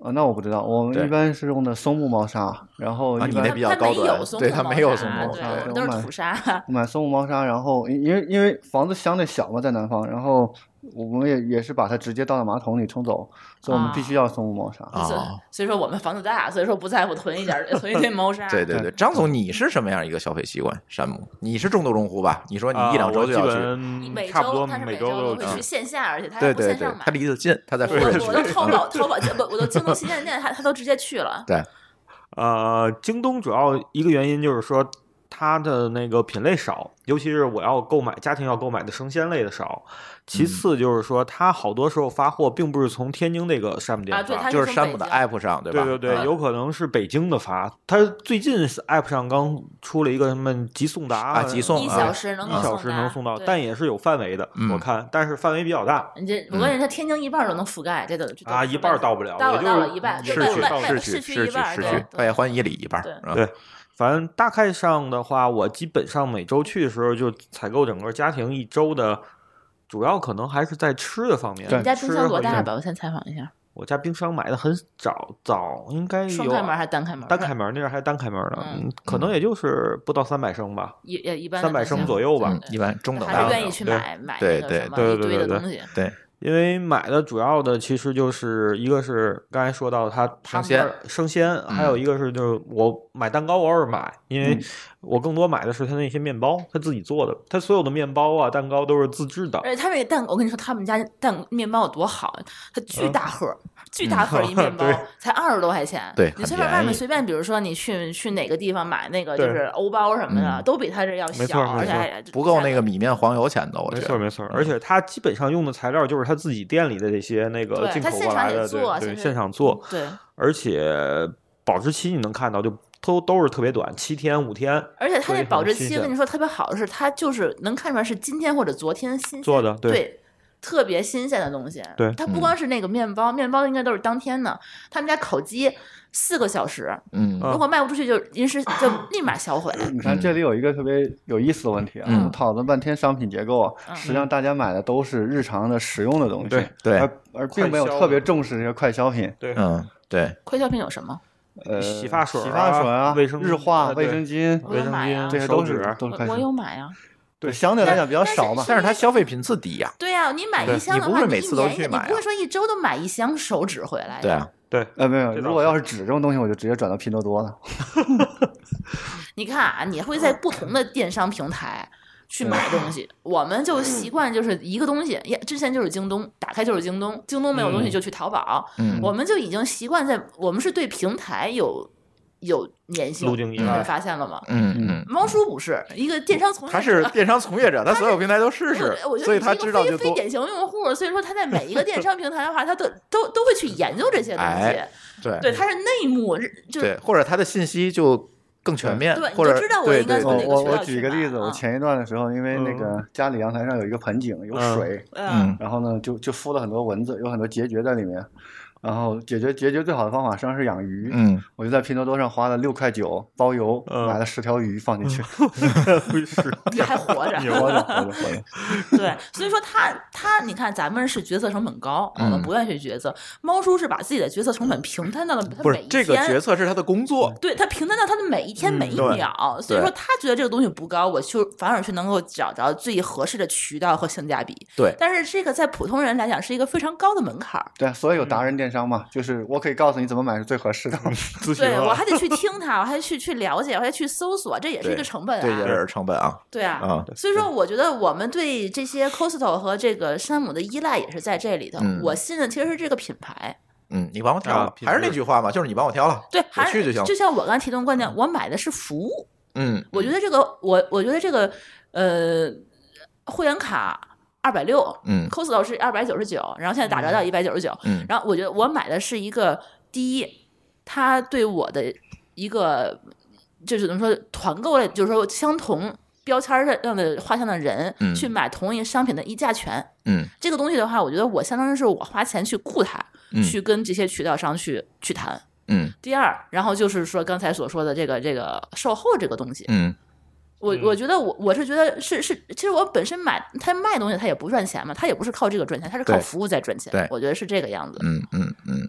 呃，那我不知道，我们对一般是用的松木猫砂，然后啊你一般那比较高它没端对有松木猫它没有松砂对， 木对我们都是土沙。 买松木猫砂，然后因因为因为房子相对小嘛，在南方，然后我们也也是把它直接倒到马桶里冲走，所以我们必须要松木猫砂。 啊所以所以说我们房子大，所以说不在乎囤一点儿囤一堆猫砂。 对对对，张总，你是什么样一个消费习惯？山姆，你是重度用户吧？你说你一啊我基两周就要去， 本每差不多周他是每周都会都有去去线下，而且他还对对对不线上，买他。离得近，他在附我近我都淘宝淘宝不，我都京东旗舰店，他他都直接去了。 对， 呃，京东主要一个原因就是说它的那个品类少，尤其是我要购买家庭要购买的生鲜类的少。其次就是说，它好多时候发货并不是从天津这个山姆店啊，对， 发， 他就是山姆的从北京 app 上，对吧？ 对对对， 嗯有可能是北京的发。它最近 app 上刚出了一个什么急送达啊急送一啊小时能够一小送达时能送到， 对但也是有范围的， 嗯我看，但是范围比较大。 你这我跟你说，天津一半都能覆盖，这都这都啊一半是问题到不了到了也就是到了一半， 市就外区到外外市区市区市区一半，对市区，外环以里一半对， 嗯对，反正大概上的话，我基本上每周去的时候就采购整个家庭一周的，主要可能还是在吃的方面。 对你家冰箱多吃和大吧？我先采访一下， 我家冰箱买的很早，早应该有双开门还是单开门？ 单开门，那阵儿还单开门呢， 嗯嗯，可能也就是不到三百升吧， 一也一般的三百升冰箱左右吧嗯。一般中等还是愿意大的对去买买对对那个什么对一堆的对对东西。 对， 因为买的主要的其实就是一个是刚才说到它他们生鲜那儿生鲜，还有一个是就是我买蛋糕偶尔买，因为我更多买的是它那些面包，他自己做的，他所有的面包啊蛋糕都是自制的。 而且他们那个蛋，我跟你说，他们家蛋面包有多好，它巨大盒，巨大盒一面包对才二十多块钱。 对很你随便便宜外面随便，比如说你去去哪个地方买那个就对是欧包什么的， 嗯都比他这要没小，而且错没错还不够那个米面黄油钱的，我觉得。 没错没错，而且他基本上用的材料就是他自己店里的这些那个进对他现口过来的， 场也做， 对对， 现现场做， 对。 而且保质期你能看到就都都是特别短，七天五天而且它所以很那保质新鲜期跟你说特别好的是，它就是能看出来是今天或者昨天新鲜做的对对，特别新鲜的东西。 对它不光是那个面包，面包应该都是当天的。他们家烤鸡四个小时， 嗯啊如果卖不出去就临时就立马销毁。 你看这里有一个特别有意思的问题啊， 嗯我讨论半天商品结构啊， 嗯实际上大家买的都是日常的使用的东西， 对对而而并没有快消特别重视这些快消品， 对嗯，对， 快消品有什么？ 呃， 洗发水啊洗发水啊， 卫生日化、 呃对卫生巾， 我有买啊卫生巾这些都是手纸我我都是快消品。 有买啊。 对，相对来讲比较少嘛。 但是它消费频次低呀。 对呀、你买对一箱的话，你一你不会每次都年去买啊你不会说一周都买一箱手纸回来。 对啊， 对， 呃，没有， 这倒如果要是纸这种东西，我就直接转到拼多多了。 你看啊，你会在不同的电商平台去买东西，我们就习惯就是一个东西，也之前就是京东，打开就是京东，京东没有东西就去淘宝， 嗯我们就已经习惯在，我们是对平台有有粘性， 路径依你赖们发现了吗？ 嗯嗯， 猫叔不是一个电商从业者， 他是电商从业者，他所有平台都试试我我，觉所以他得你是一个知道就多。 非非典型用户，所以说他在每一个电商平台的话，他都都都会去研究这些东西。 哎对对，他是内幕，就是对，或者他的信息就更全面对，你或者就知道我对对我应该从哪个我我渠道去举一个例子， 买啊我前一段的时候，因为那个家里阳台上有一个盆景，有嗯水， 嗯然后呢就就孵了很多蚊子，有很多孑孓在里面。然后解决解决最好的方法实际上是养鱼， 嗯， 我就在拼多多上花了六块九包邮， 嗯买了十条鱼放进去， 是你还活着， 活着活着活着。 对，所以说他他，你看咱们是决策成本高，我们嗯不愿意去决策。猫叔是把自己的决策成本平摊到了他每一不是这个天决策是他的工作， 对他平摊到他的每一天每一对秒，所以说他觉得这个东西不高，我就反而去能够找着最合适的渠道和性价比。 对但是这个在普通人来讲是一个非常高的门槛儿。 对，所以有达人电商嘛，就是我可以告诉你怎么买是最合适的。 咨询对我了。 还得去听他，我还得去去了解，我还得去搜索，这也是一个对成本对，也啊。 是成本啊。 对啊， 啊所以说我觉得我们对这些 Costco 和这个山姆的依赖也是在这里头。 嗯我信的其实是这个品牌。 嗯，你帮我挑了， 啊品质还是那句话嘛，就是你帮我挑了， 对， 我还去就是行。 就像我刚才提到的观点，我买的是服务。 嗯， 我觉得这个，我我觉得这个，呃，会员卡二百六嗯 ，Costco 是二百九十九，然后现在打折到一百九十九。 嗯然后我觉得我买的是一个第一，它对我的一个就是怎么说团购类，就是说相同标签儿上的画像的人、 嗯去买同一商品的议价权。 嗯这个东西的话，我觉得我相当于是我花钱去雇它， 嗯去跟这些渠道商去去谈。 嗯第二，然后就是说刚才所说的这个这个售后这个东西， 嗯我我觉得我我是觉得是是，其实我本身买他卖东西他也不赚钱嘛，他也不是靠这个赚钱，他是靠对服务在赚钱。 对我觉得是这个样子。 嗯嗯嗯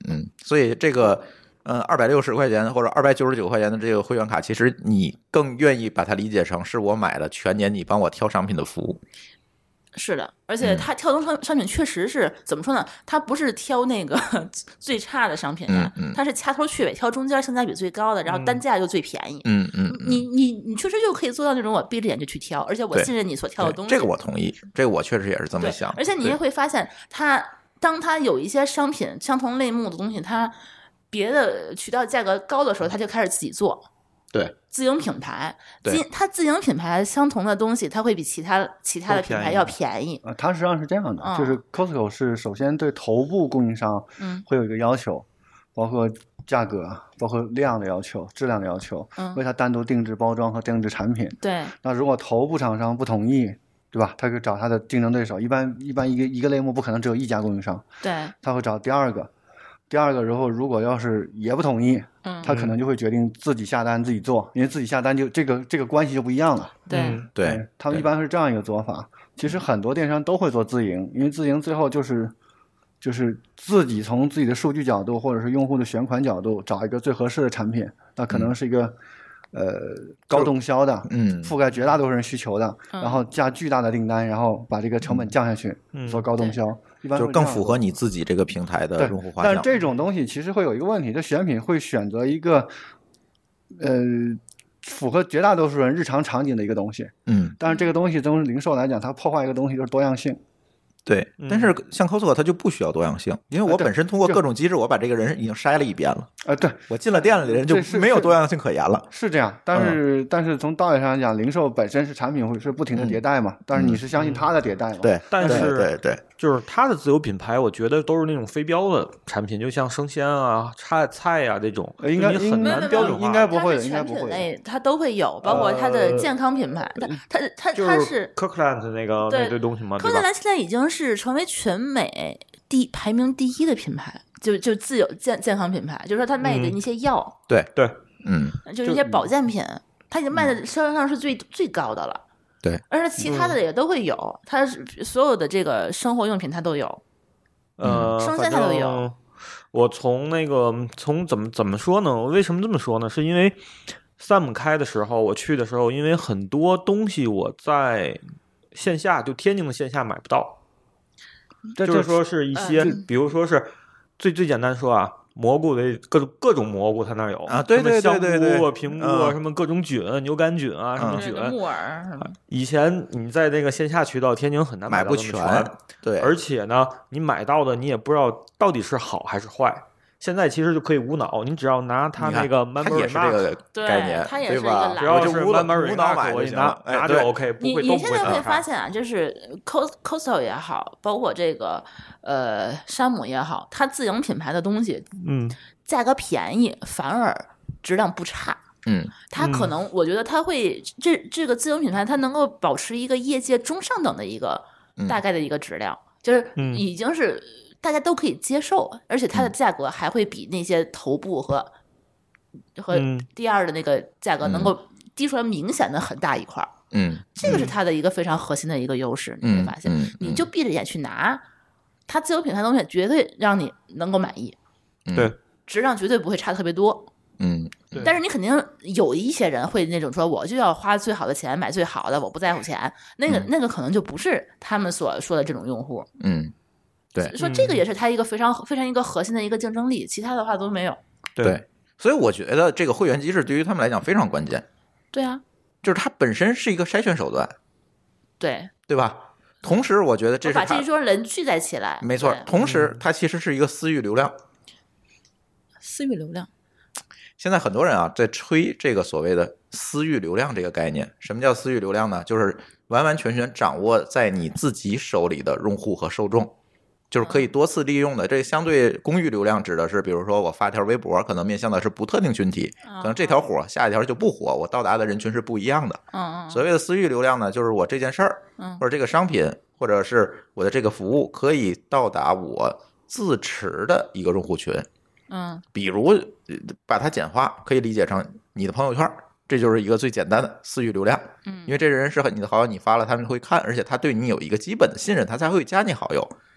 嗯，所以这个呃二百六十块钱或者二百九十九块钱的这个会员卡，其实你更愿意把它理解成是我买了全年你帮我挑商品的服务。 是的，而且他挑中商商品确实是怎么说呢？他不是挑那个最差的商品呀， 嗯嗯他是掐头去尾挑中间性价比最高的，然后单价又最便宜。 嗯嗯，嗯你你你确实就可以做到那种我闭着眼就去挑，而且我信任你所挑的东西。 这个我同意，这个我确实也是这么想。 而且你也会发现，他当他有一些商品相同类目的东西，他别的渠道价格高的时候，他就开始自己做。 对， 自营品牌， 对自它自营品牌相同的东西，它会比其他其他的品牌要便宜。 啊，它实际上是这样的， 嗯就是 Costco 是首先对头部供应商嗯会有一个要求，包括价格、包括量的要求、质量的要求， 嗯为它单独定制包装和定制产品。 对， 那如果头部厂商不同意，对吧？他就找他的竞争对手，一般一般一个一个类目不可能只有一家供应商， 对， 他会找第二个，第二个，然后如果要是也不同意， 嗯， 他可能就会决定自己下单自己做，因为自己下单就这个这个关系就不一样了。 对， 嗯对哎，他们一般是这样一个做法。其实很多电商都会做自营，因为自营最后就是就是自己从自己的数据角度或者是用户的选款角度找一个最合适的产品，那可能是一个、呃高动销的， 嗯覆盖绝大多数人需求的， 嗯然后加巨大的订单，然后把这个成本降下去， 嗯做高动销，一般就是更符合你。 你自己这个平台的对用户画像。 但是这种东西其实会有一个问题，这选品会选择一个呃符合绝大多数人日常场景的一个东西， 嗯， 但是这个东西从零售来讲，它破坏一个东西就是多样性。 对。但是像 Costco 它就不需要多样性，因为我啊对本身通过就各种机制，我把这个人已经筛了一遍了。 呃，对， 我进了店里的人就这是没有多样性可言了。 是这样，但是、但是从道理上来讲，零售本身是产品会是不停的迭代嘛，但是你是相信它的迭代嘛？ 对，对但是对对， 就是它的自有品牌，我觉得都是那种非标的产品，就像生鲜啊、菜菜啊这种， 呃应该就你很应该难标准化。 应该不会的它是全应该不会的品类它都会有，包括它的健康品牌，它它它它就是是 Kirkland 那个对那堆东西嘛， 科对吧？ 特兰现在已经是成为全美第排名第一的品牌，就就自有健健康品牌，就是说它卖的那些药， 对对， 嗯， 就是一些保健品，它已经卖的销量上是最最高的了。 对， 而且其他的也都会有，它是所有的这个生活用品它都有。 呃， 生反鲜它都有正我从那个从怎么怎么说呢？我为什么这么说呢？是因为 Sam 开的时候，我去的时候，因为很多东西我在线下就天津的线下买不到， 这这就是说是一些， 嗯比如说是最最简单说啊。蘑菇的各种各种蘑菇，它那儿有啊对对对什么对对香菇啊、平菇啊， 嗯什么各种菌、牛肝菌啊，什么嗯菌。 木耳什么， 以前你在那个线下渠道，天津很难到那么买不全全， 对， 而且呢，你买到的你也不知道到底是好还是坏。现在其实就可以无脑，你只要拿它那个它 Mandarin 也是这个对概念， 它也是一对吧？ 个只要我就是无脑 Mandarin 无脑买就我一拿行了，哎，对拿就 OK，不你会都不你现在会会太差。 发现啊，就是 Cos Costco 也好，包括这个呃山姆也好，它自营品牌的东西嗯价格便宜，反而质量不差。 嗯它可能，我觉得它会这这个自营品牌，它能够保持一个业界中上等的一个嗯大概的一个质量，就是嗯已经是大家都可以接受，而且它的价格还会比那些头部和和嗯第二的那个价格能够低出来明显的很大一块儿。 嗯这个是它的一个非常核心的一个优势，你会嗯发现， 嗯， 你就闭着眼去拿，它自有品牌的东西绝对让你能够满意， 对， 质量绝对不会差特别多。 嗯对但是你肯定有一些人会那种说，我就要花最好的钱买最好的，我不在乎钱。那个、 嗯那个可能就不是他们所说的这种用户。 嗯，对说这个也是他一个非常非常一个核心的一个竞争力，其他的话都没有。 对，所以我觉得这个会员机制对于他们来讲非常关键， 对啊， 就是它本身是一个筛选手段， 对， 对吧？同时，我觉得这是它我把这一桌人聚在起来， 没错对， 同时它其实是一个私域流量。 私域流量， 现在很多人啊在吹这个所谓的私域流量这个概念。什么叫私域流量呢？就是完完全全掌握在你自己手里的用户和受众，就是可以多次利用的。这相对公域流量指的是，比如说我发条微博，可能面向的是不特定群体，可能这条火，下一条就不火，我到达的人群是不一样的。 嗯嗯， 所谓的私域流量呢，就是我这件事儿， 嗯或者这个商品，或者是我的这个服务，可以到达我自持的一个用户群。 嗯比如呃把它简化，可以理解成你的朋友圈，这就是一个最简单的私域流量。 嗯因为这人是你的好友，你发了他们会看，而且他对你有一个基本的信任，他才会加你好友。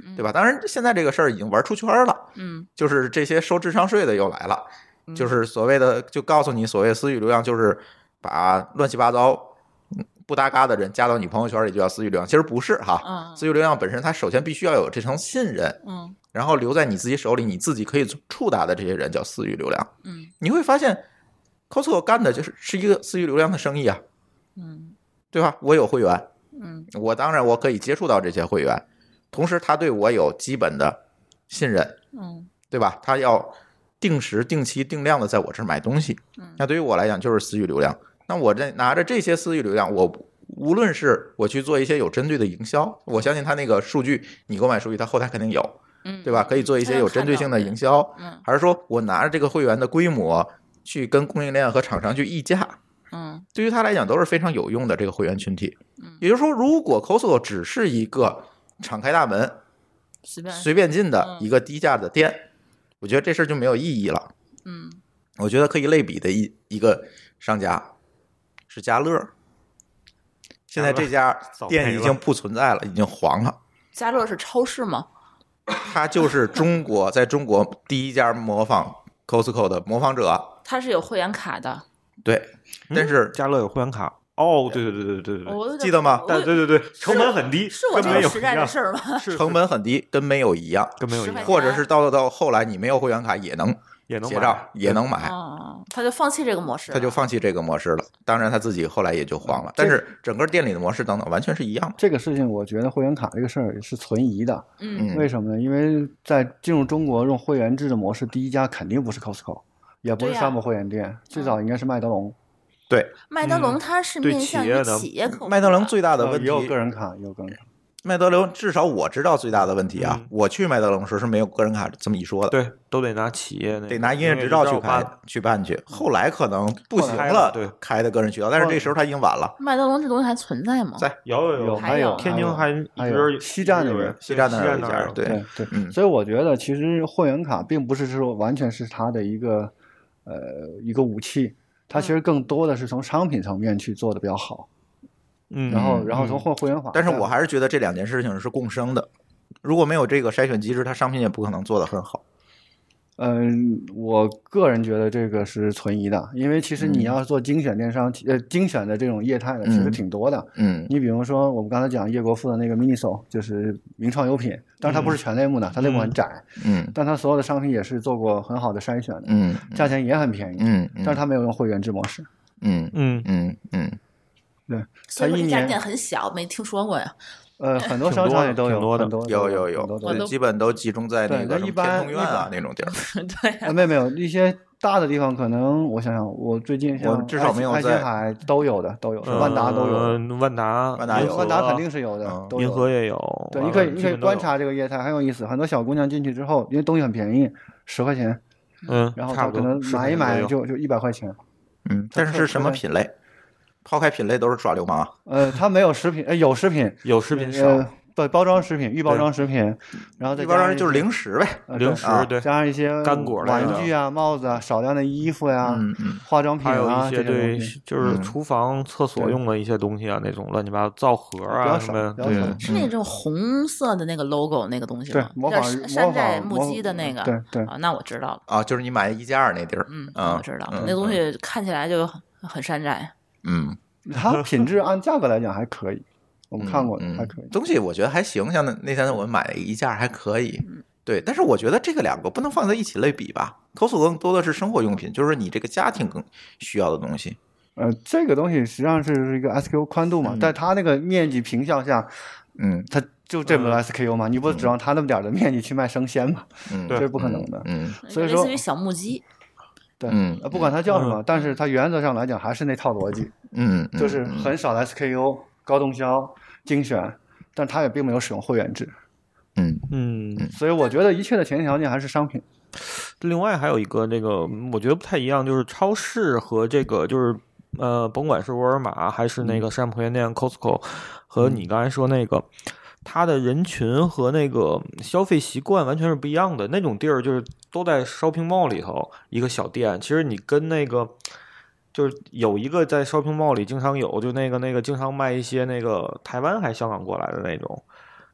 对吧？当然，现在这个事儿已经玩出圈了， 嗯， 就是这些收智商税的又来了，就是所谓的就告诉你，所谓私域流量就是把乱七八糟不搭嘎的人加到你朋友圈里就叫私域流量，其实不是哈。 嗯私域流量本身它首先必须要有这层信任， 嗯然后留在你自己手里，你自己可以触达的这些人叫私域流量。 嗯你会发现 Costco 干的就是是一个私域流量的生意啊， 嗯对吧？我有会员， 嗯我当然我可以接触到这些会员，同时他对我有基本的信任， 嗯对吧？他要定时、定期、定量的在我这儿买东西，那对于我来讲就是私域流量。那我这拿着这些私域流量，我无论是我去做一些有针对的营销，我相信他那个数据，你购买数据，他后台肯定有， 嗯， 对吧？可以做一些有针对性的营销， 嗯还是说我拿着这个会员的规模去跟供应链和厂商去议价， 嗯对于他来讲都是非常有用的这个会员群体。 嗯也就是说，如果 Costco 只是一个敞开大门、 随便随便进的一个低价的店，我觉得这事儿就没有意义了。 嗯我觉得可以类比的一一个商家是家乐，现在这家店已经不存在了，已经黄了。 家乐是超市吗？ 它就是中国在中国第一家模仿 Costco 的模仿者， 它是有会员卡的， 对，但是家乐有会员卡。哦，对对对对对对对， 我有点记得吗我但对对对，成本很低， 是我这跟没有个时代的一样事儿吗？ 是成本很低，跟没有一样， 跟没有一样十块钱， 或者是到到后来你没有会员卡也能也能买结账，也能买。 哦，他就放弃这个模式了， 他就放弃这个模式了，当然他自己后来也就黄了，但是整个店里的模式等等完全是一样的。 这个事情，我觉得会员卡这个事儿也是存疑的。 嗯为什么呢？因为在进入中国用会员制的模式，第一家肯定不是 Costco，也不是对呀山姆会员店，最早应该是麦德龙。 对， 麦德龙它是对面向于企业的企业客户， 麦德龙最大的问呃也有题个人卡，也有个人卡。 麦德龙至少我知道最大的问题啊， 嗯我去麦德龙时是没有个人卡这么一说的， 对，都得拿企业那个得拿营业执照去开办去办去。后来可能不行后来了， 对开的个人渠道，但是这时候他已经晚了。 麦德龙这东西还存在吗？ 在有有有还有天津还一还有直西站那边西站那儿有一那家，对对对， 嗯所以我觉得其实会员卡并不是说完全是它的一个呃一个武器，它其实更多的是从商品层面去做的比较好， 嗯， 然后嗯然后从会会员法， 但是我还是觉得这两件事情是共生的，如果没有这个筛选机制，它商品也不可能做得很好。 嗯，我个人觉得这个是存疑的，因为其实你嗯要是做精选电商，呃，精选的这种业态的其实嗯挺多的。 嗯你比如说我们刚才讲叶国富的那个 Miniso，就是名创优品，但是它不是全类目的，它类目很窄， 嗯但它所有的商品也是做过很好的筛选的， 嗯价钱也很便宜， 嗯， 但是它没有用会员制模式。 嗯嗯嗯嗯对， 所以它一年说这家店很小，没听说过呀。 呃很多挺商多的场也都有， 挺多的很多有有有很多都有我都基本都集中在那对那一个什么天般通苑啊那种地儿。 对呃，没有没有，一些大的地方可能我想想，我最近像我至少没有爱在琴海都有的，都有，万达都有， 呃万达、 万达有万达肯定是有的嗯， 都有银河也有。 对， 完你可以你可以了基本都有观察这个业态很有意思，很多小姑娘进去之后，因为东西很便宜，十块钱， 嗯， 然后差不多她可能是买一买左右就就一百块钱。 嗯，但是是什么品类？抛开品类都是耍流氓啊。 呃，它没有食品，呃，有食品， 有食品少， 呃，对，包装食品、预包装食品，然后再一般加上人就是一些零食呗。 呃零食啊对， 加上一些干果类的玩具啊、帽子啊、少量的衣服呀、 嗯嗯化妆品还有啊一些对这些东西，， 就是嗯厨房、厕所对用的一些东西啊，那种乱七八糟皂盒比啊较少什么的，对比较少， 是那种红色的那个 logo 那个东西吗？ 对模仿叫模山寨木仿模屐的那个。 对对啊，那我知道了。 啊，就是你买一加二那地儿。 嗯， 啊我知道嗯那东西看起来就很很山寨。 嗯， 它品质按价格来讲还可以，我们看过的嗯还可以。 东西我觉得还行，像那那天我们买了一件还可以。 嗯对，但是我觉得这个两个不能放在一起类比吧。Costco 更多的是生活用品，就是你这个家庭更需要的东西。 呃，这个东西实际上是一个 S K U 宽度嘛， 嗯在它那个面积平效下， 嗯它就这么多 S K U 嘛，你不指望它那么点儿的面积去卖生鲜嘛？ 嗯， 这是不可能的。 嗯所以说类似于小木屐。 对， 嗯呃不管它叫什么嗯， 但是它原则上来讲还是那套逻辑， 嗯，嗯就是很少的 S K U 高动销精选，但它也并没有使用会员制， 嗯嗯， 所以我觉得一切的前提条件还是商品。 另外还有一个这个，我觉得不太一样，就是超市和这个就是呃，甭管是沃尔玛还是那个山姆会员店 Costco，和你刚才说那个，它的人群和那个消费习惯完全是不一样的。那种地儿就是都在 shopping mall 里头一个小店，其实你跟那个就是有一个在 shopping mall 里经常有，就那个那个经常卖一些那个台湾还香港过来的那种。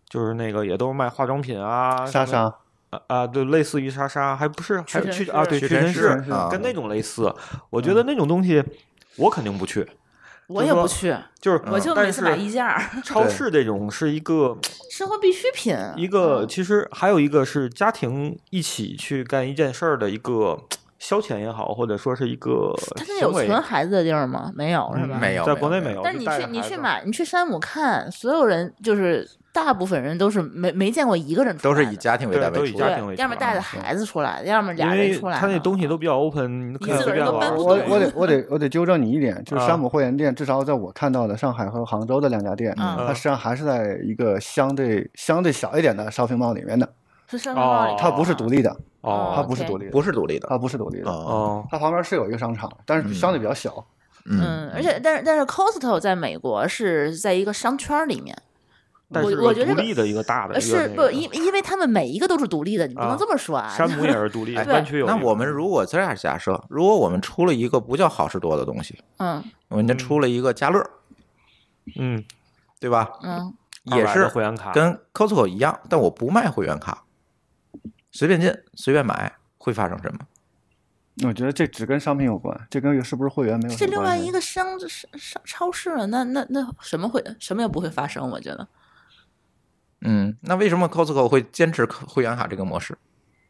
就是那个也都是卖化妆品啊， 莎莎啊啊，对，类似于莎莎，还不是还屈臣氏去啊，对， 屈屈臣臣氏氏啊跟那种类似。我觉得那种东西我肯定不去， 我也不去， 就是我就但是每次买衣架儿， 超市这种是一个生活必需品。 一个， 嗯其实还有一个是家庭一起去干一件事儿的一个消遣也好，或者说是一个他那有行为存孩子的地儿吗？没有是吧？ 嗯没有在国内没有。 没有但是你就带着孩子去你去买，你去山姆看，所有人就是大部分人都是没没见过一个人出来的， 都是以家庭为对都以单位出的。 家庭为对，要么主带着啊孩子出来，要么因俩人为出来。 他那东西都比较 open，你可以一个人随便玩儿。 都搬不动我我得我得我得我得纠正你一点，就是啊山姆会员店，至少在我看到的上海和杭州的两家店， 嗯它实际上还是在一个相对相对小一点的 shopping mall 里面的， 是商场贸里哦它不是独立的， 哦它不是 OK 独立的， 不是独立的它不是独立的， 哦， 哦， 它旁边是有一个商场，但是相对比较小。 嗯，而且但是但是 Costco 在美国是在一个商圈里面， 但是我我觉得这个独立的一个大的呃一个是不那个因因为他们每一个都是独立的，你不能啊这么说啊。 山姆也是独立的， 哎湾区有一个。 那我们如果这样假设，如果我们出了一个不叫好事多的东西， 嗯我们出了一个家乐， 嗯对吧？ 嗯， 也二百是的会员卡跟 Costco 一样，但我不卖会员卡，随便进随便买，会发生什么？ 我觉得这只跟商品有关，这跟是不是会员没有什这另外么关系。 一个商商商超市了，那那那什么会什么也不会发生，我觉得。 嗯，那为什么 Costco 会坚持会员卡这个模式？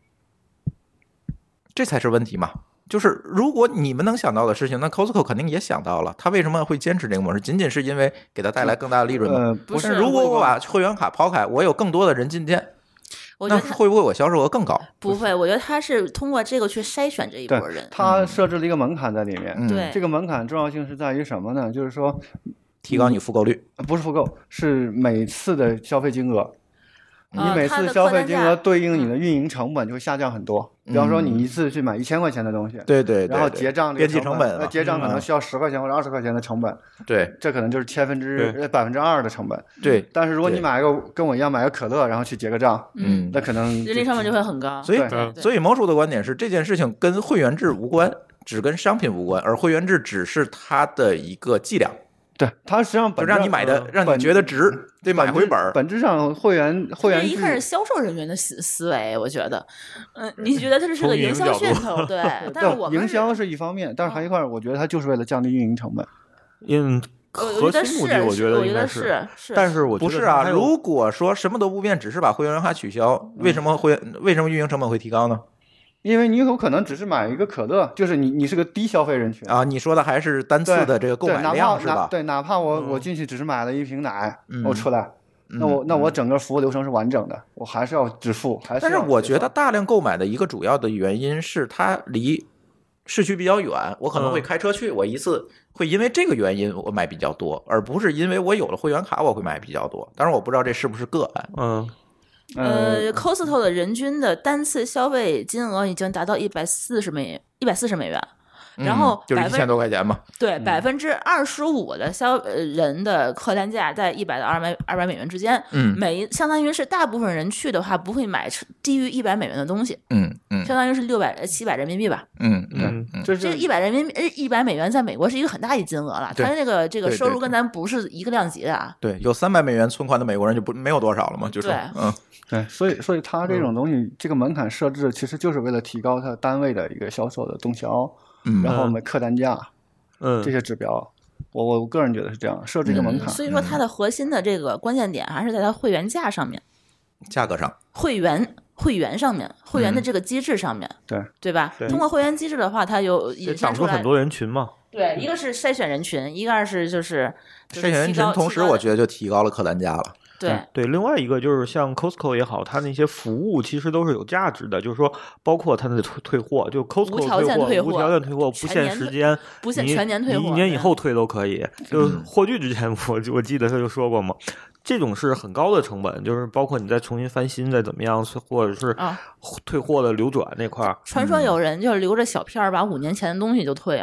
这才是问题嘛。就是如果你们能想到的事情，那 Costco 肯定也想到了。他为什么会坚持这个模式？仅仅是因为给他带来更大的利润吗？ 呃， 不是但是如果我把会员卡抛开，我有更多的人进店，那我觉得他会不会我销售额更高？ 不会，我觉得他是通过这个去筛选这一对波人。 它设置了一个门槛在里面。 嗯对这个门槛重要性是在于什么呢？就是说， 提高你复购率。 呃不是复购，是每次的消费金额。你每呃它的次消费客单价金额对应你的运营成本就会下降很多。比方说，你一次去买一千块钱的东西， 对对，对对然后结账这边个成际成本嘛呃结账可能嗯需要十块钱或者二十块钱的成本， 对这可能就是千分之对呃百分之二的成本。 对， 但是如果你对买一个跟我一样买个可乐，然后去结个账， 嗯那可能人力成本就会很高。 所以对对对所以毛叔的观点是，这件事情跟会员制无关，只跟商品无关，而会员制只是它的一个伎俩， 对它实际上就本质上让你买的呃， 让你觉得值，得买回本儿。 本质上会员会员制这一看是销售人员的思思维，我觉得，嗯，你觉得它是个从营营销角度噱头，对，但是我们营销是一方面，但是还有一块儿，我觉得它就是为了降低运营成本。 嗯， 我核觉得是， 心目的我觉得我觉得应该是， 是是， 但是我觉不是啊， 得它还有如果说什么都不变，只是把会员卡取消，为什么会员为什么运营成本会提高呢？ 因为你有可能只是买一个可乐，就是你你是个低消费人群， 啊，你说的还是单次对的这个购买对哪怕量是吧？ 哪对，哪怕我嗯我进去只是买了一瓶奶， 嗯我出来，那我那我整个服务流程是完整的，我还是要支付，还是但是要结算我觉得大量购买的一个主要的原因是它离市区比较远，我可能会嗯开车去，我一次会因为这个原因我买比较多，而不是因为我有了会员卡我会买比较多。当然我不知道这是不是个案。 嗯呃，Costco 的人均的单次消费金额已经达到一百四十美一百四十美元，然后百分嗯就是一千多块钱嘛， 对百分之二十五的消呃人的客单价在一百到二百二百美元之间， 嗯每相当于是大部分人去的话不会买低于一百美元的东西， 嗯嗯相当于是六百七百人民币吧。 嗯嗯嗯嗯， 这是这个一百人民币呃一百美元在美国是一个很大一金额了， 对它这个这个对对收入跟咱不是一个量级的啊。 对，有三百美元存款的美国人就不没有多少了嘛，就是对嗯对，所以所以它这种东西，这个门槛设置其实就是为了提高它单位的一个销售的动销， 嗯然后每客单价嗯这些指标，我我个人觉得是这样，设置一个门槛。 所以说它的核心的这个关键点还是在它会员价上面， 价格上， 会员会员上面，会员的这个机制上面， 对对吧？ 对通过会员机制的话，它有也引申出来挡住很，多人群嘛。 对，一个是筛选人群，一个二是就是筛选人群，同时我觉得就提高了客单价了。 对对，另外一个就是像 Costco 也好，它那些服务其实都是有价值的，就是说，包括它的退退货，就 Costco 无条件退退货无条件退货，不限全年退时间， 不限你全年退货你一年以对后退都可以。就是货剧之前我我记得他就说过嘛，这种是很高的成本，就是包括你再重新翻新再怎么样，或者是啊退货的流转那块儿。 传说有人就是留着小片儿，把五年前的东西就退了。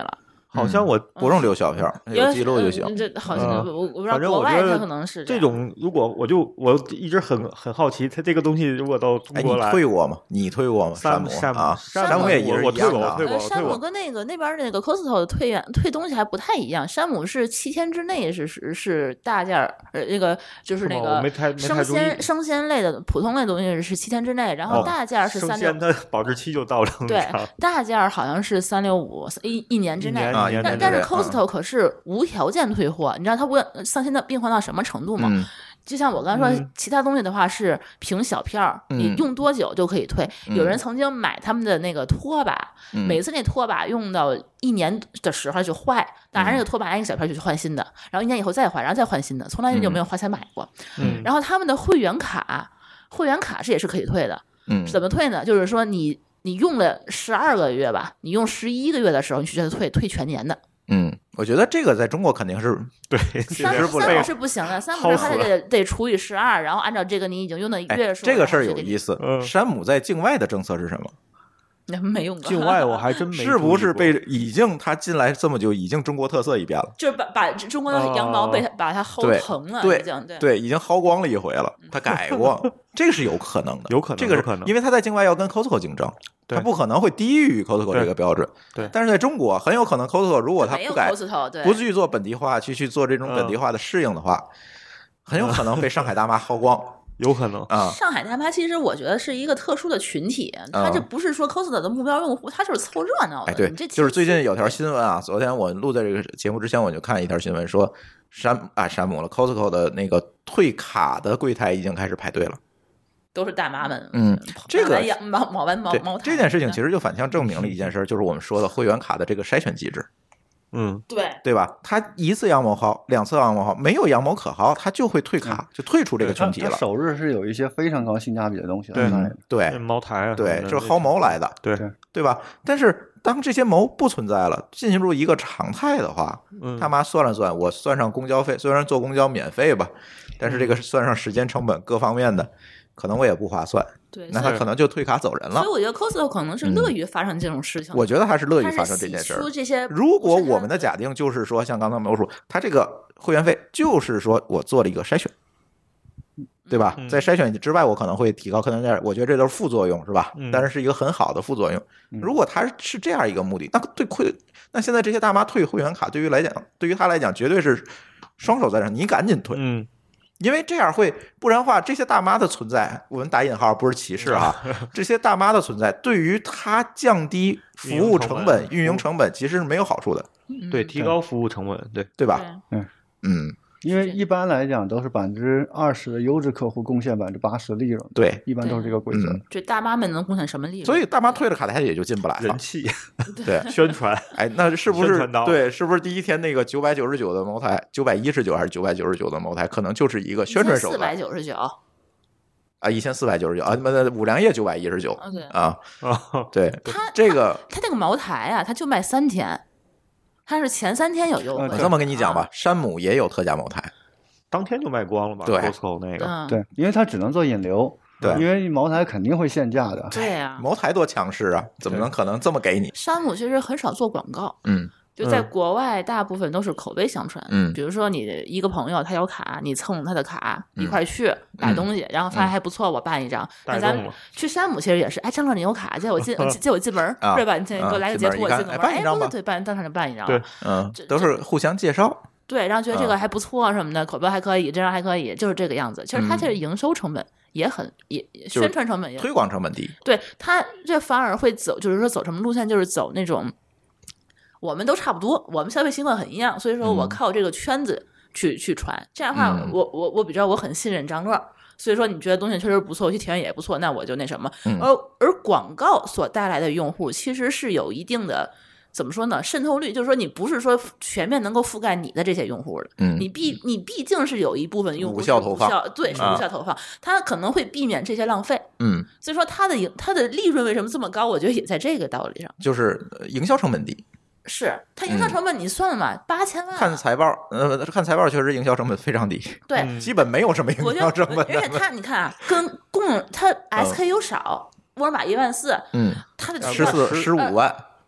好像我不用留小票， 因为有记录就行。 嗯这好像嗯我我不知道反正国外我觉得它可能是这样种如果我就我一直很很好奇，它这个东西如果到中哎，你国来， 退过吗？你退过吗？ 山姆山姆啊， 山姆山也也是我我一样的啊退过我退过呃山姆跟那个那边那个 Costco 的退员退东西还不太一样，山姆是七天之内是是是大件儿，呃，那个就是那个是吗我没太没生太注意鲜生鲜类的普通类东西是七天之内，然后哦大件儿是生三六鲜的保质期就到了， 对，大件儿好像是三六五一一年之内一年。 啊一年之但但是内 Costco 可是无条件退货，你知道它无上现在变化到什么程度吗？ 嗯就像我刚才说， 嗯其他东西的话是凭小票儿， 嗯你用多久就可以退。 嗯有人曾经买他们的那个拖把， 嗯每次那拖把用到一年的时候就坏，拿着那个拖把拿一个小票就去换新的，然后一年以后再换，然后再换新的，从来就没有花钱买过。 嗯然后他们的会员卡，会员卡是也是可以退的， 嗯怎么退呢？就是说你你用了十二个月吧，你用十一个月的时候，你去给他退退全年的。 嗯，我觉得这个在中国肯定是对， 三实不了三姆是不行的，三姆是还耗死了得得除以十二，然后按照这个你已经用的哎月数， 这个事儿有思。 意思。 嗯山姆在境外的政策是什么？ 没用过， 境外我还真没是不是注意过被已经他进来这么久，已经中国特色一遍了？ 就是把把中国的羊毛被它把它薅对疼了， 对已经对对，已经薅光了一回了，他改过，这个是有可能的， 有可能这个是有可能因为他在境外要跟 Costco 竞争， 对他不可能会低于 Costco 对这个标准。 对但是在中国很有可能 Costco 如果他没有不改， Costco 对不去做本地化，去去做这种本地化的适应的话，很有可能被上海大妈薅光有可能啊。 上海大妈其实我觉得是一个特殊的群体，他这不是说 Costco 的目标用户，他就是凑热闹的。 哎，对你这， 就是最近有条新闻啊，昨天我录在这个节目之前，我就看了一条新闻，说山啊山姆了 Costco 的那个退卡的柜台已经开始排队了。 都是大妈们， 嗯这个买完羊毛毛完毛对毛毯这件事情，其实就反向证明了一件事，就是我们说的会员卡的这个筛选机制， 嗯对对吧？他一次羊毛薅，两次羊毛薅，没有羊毛可薅，他就会退卡，就退出这个群体了。 它首日是有一些非常高性价比的东西的， 对当然嗯对茅台啊， 对， 什么的这是薅毛来的， 对， 对吧？但是当这些毛不存在了，进入一个常态的话， 嗯他妈算了算，我算上公交费，虽然坐公交免费吧，但是这个算上时间成本各方面的，可能我也不划算。 对， 那所以他可能就退卡走人了所以。我觉得 Costco 可能是乐于发生这种事情的， 我觉得他是乐于它是发生这件事儿洗出。这些如果不是它我们的假定就是说，像刚才描述，他这个会员费就是说我做了一个筛选，对吧？ 嗯在筛选之外，我可能会提高客单价，我觉得这都是副作用，是吧？ 嗯但是是一个很好的副作用。 嗯如果他是这样一个目的，那对会，那现在这些大妈退会员卡，对于来讲，对于他来讲，绝对是双手在上，你赶紧退， 嗯因为这样会，不然的话，这些大妈的存在，我们打引号不是歧视哈，这些大妈的存在对于他降低服务成本、运营成本其实是没有好处的， 对，提高服务成本，对， 对吧？ 对嗯， 因为一般来讲都是百分之二十的优质客户贡献百分之八十利润， 对， 一般都是这个规则。 嗯这大妈们能贡献什么利润？ 所以大妈退了卡，他也就进不来了人。气对， 宣传， 哎，那是不是宣传到对？是不是第一天那个九百九十九的茅台，九百一十九还是九百九十九的茅台，可能就是一个宣传手四百段九十九， 啊？一千四百九十九啊，那五粮液九百一十九啊对啊， 啊， 对他， 这个他那个茅台啊，他就卖三天，他是前三天有优惠。 呃我这么跟你讲吧，山姆也有特价茅台， 当天就卖光了吧对 ？Costco 那个， 嗯， 对，因为它只能做引流， 对因为茅台肯定会限价的。 对呀。 茅台多强势啊，怎么能可能这么给你？ 山姆其实很少做广告， 嗯就在嗯国外大部分都是口碑相传。 嗯比如说你一个朋友他有卡，你蹭他的卡嗯一块儿去买东西，然后发现还不错，我办一张。那咱们带动了去山姆其实也是，哎，张乐你有卡，借我进借借我进门儿啊是吧？你先给我来个截图，我啊进个门儿，哎， 进门儿一看哎办一张吧对对，办当场就办一张。 对嗯这， 都是互相介绍。 对，然后觉得这啊个还不错什么的，口碑还可以，这样还可以，就是这个样子。其实它嗯这个营收成本也很，也也就是宣传成本也推广成本低， 对，它这反而会走，就是说走什么路线，就是走那种我们都差不多，我们消费习惯很一样，所以说我嗯靠这个圈子去去传，这样的话， 嗯我我我比较我很信任张乐。所以说，你觉得东西确实不错，我去体验也不错，那我就那什么。 嗯而而广告所带来的用户，其实是有一定的怎么说呢？渗透率，就是说你不是说全面能够覆盖你的这些用户的， 嗯你毕你毕竟是有一部分用户无效投放是无效对，是啊无效投放，它可能会避免这些浪费。 嗯， 所以说它的盈它的利润为什么这么高？我觉得也在这个道理上。 就是呃营销成本低。 是它营销成本，你算嘛，八千万， 嗯看财报，呃，看财报确实营销成本非常低， 对， 嗯基本没有什么营我觉得， 销成本的。 而且它你看啊，跟供它 S K U 少，沃尔玛一万四， 嗯， 它的十四十五万，